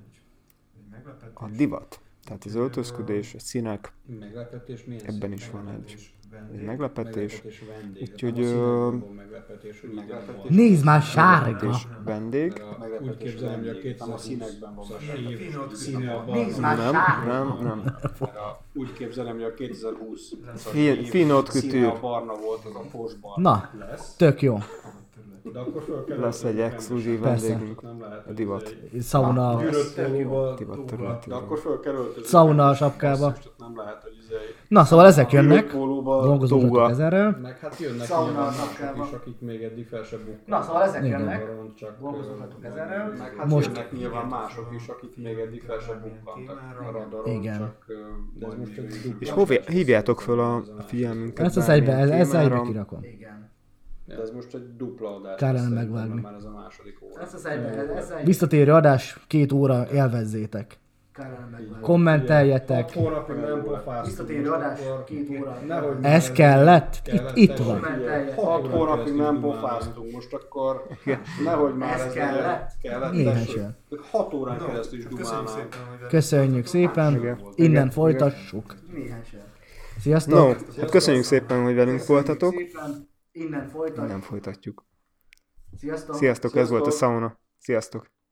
a divat. Tehát az öltözködés, a színek, ebben is van egy meglepetés. Úgyhogy nézd már, sárga! Vendég. Úgy képzelem, hogy a 2020 színekben van Nézd már, sárga! Nem. Úgy képzelem, hogy a 2020 Finot színe kütő. a barna volt, az a fosbarna. Na, tök jó. De akkor föl kell Lesz egy exkluzív vendégünk. A divat. Sauna, Divat területén. De akkor föl kell öltözni. sauna sapkába. Nem lehet, hogy Na, szóval ezek jönnek. pólóba. Dolgozunk ezerrel. meg hát jönnek Sauna nyilván mások napjában. is, akik még eddig fel sem buknak. Na, szóval ezek Igen. jönnek. Csak Dolgozhatunk ezerrel. Meg hát Most- jönnek nyilván mások is, akik még eddig fel sem bukkantak a radaron, Igen. csak de ez most egy És hívjátok föl a figyelmünket Ezt az bármilyen egybe, ezzel egybe témára. kirakom. Igen. de ez most egy dupla adás. Kellene lesz szerintem, megvágni. Már ez a második óra. Ezt az egyben, ez egy... Visszatérő adás, 2 óra, élvezzétek. Kellene megvágni. Kommenteljetek. 6 hónapig nem pofáztunk. Visszatérő adás, 2 óra. Nehogy Ez kellett? Itt van. Kommenteljetek. 6 hónapig nem pofáztunk, most akkor nehogy már Ez ez kellett? Néhánysan. 6 órán keresztül is Köszönjük dumálnánk. szépen, hogy Köszönjük szépen. Innen folytassuk. Néhány sem. Sziasztok! No, hát köszönjük szépen, hogy velünk voltatok. Szépen. Innen folytatjuk. Nem folytatjuk. Sziasztok! Sziasztok, ez volt a sauna. Sziasztok!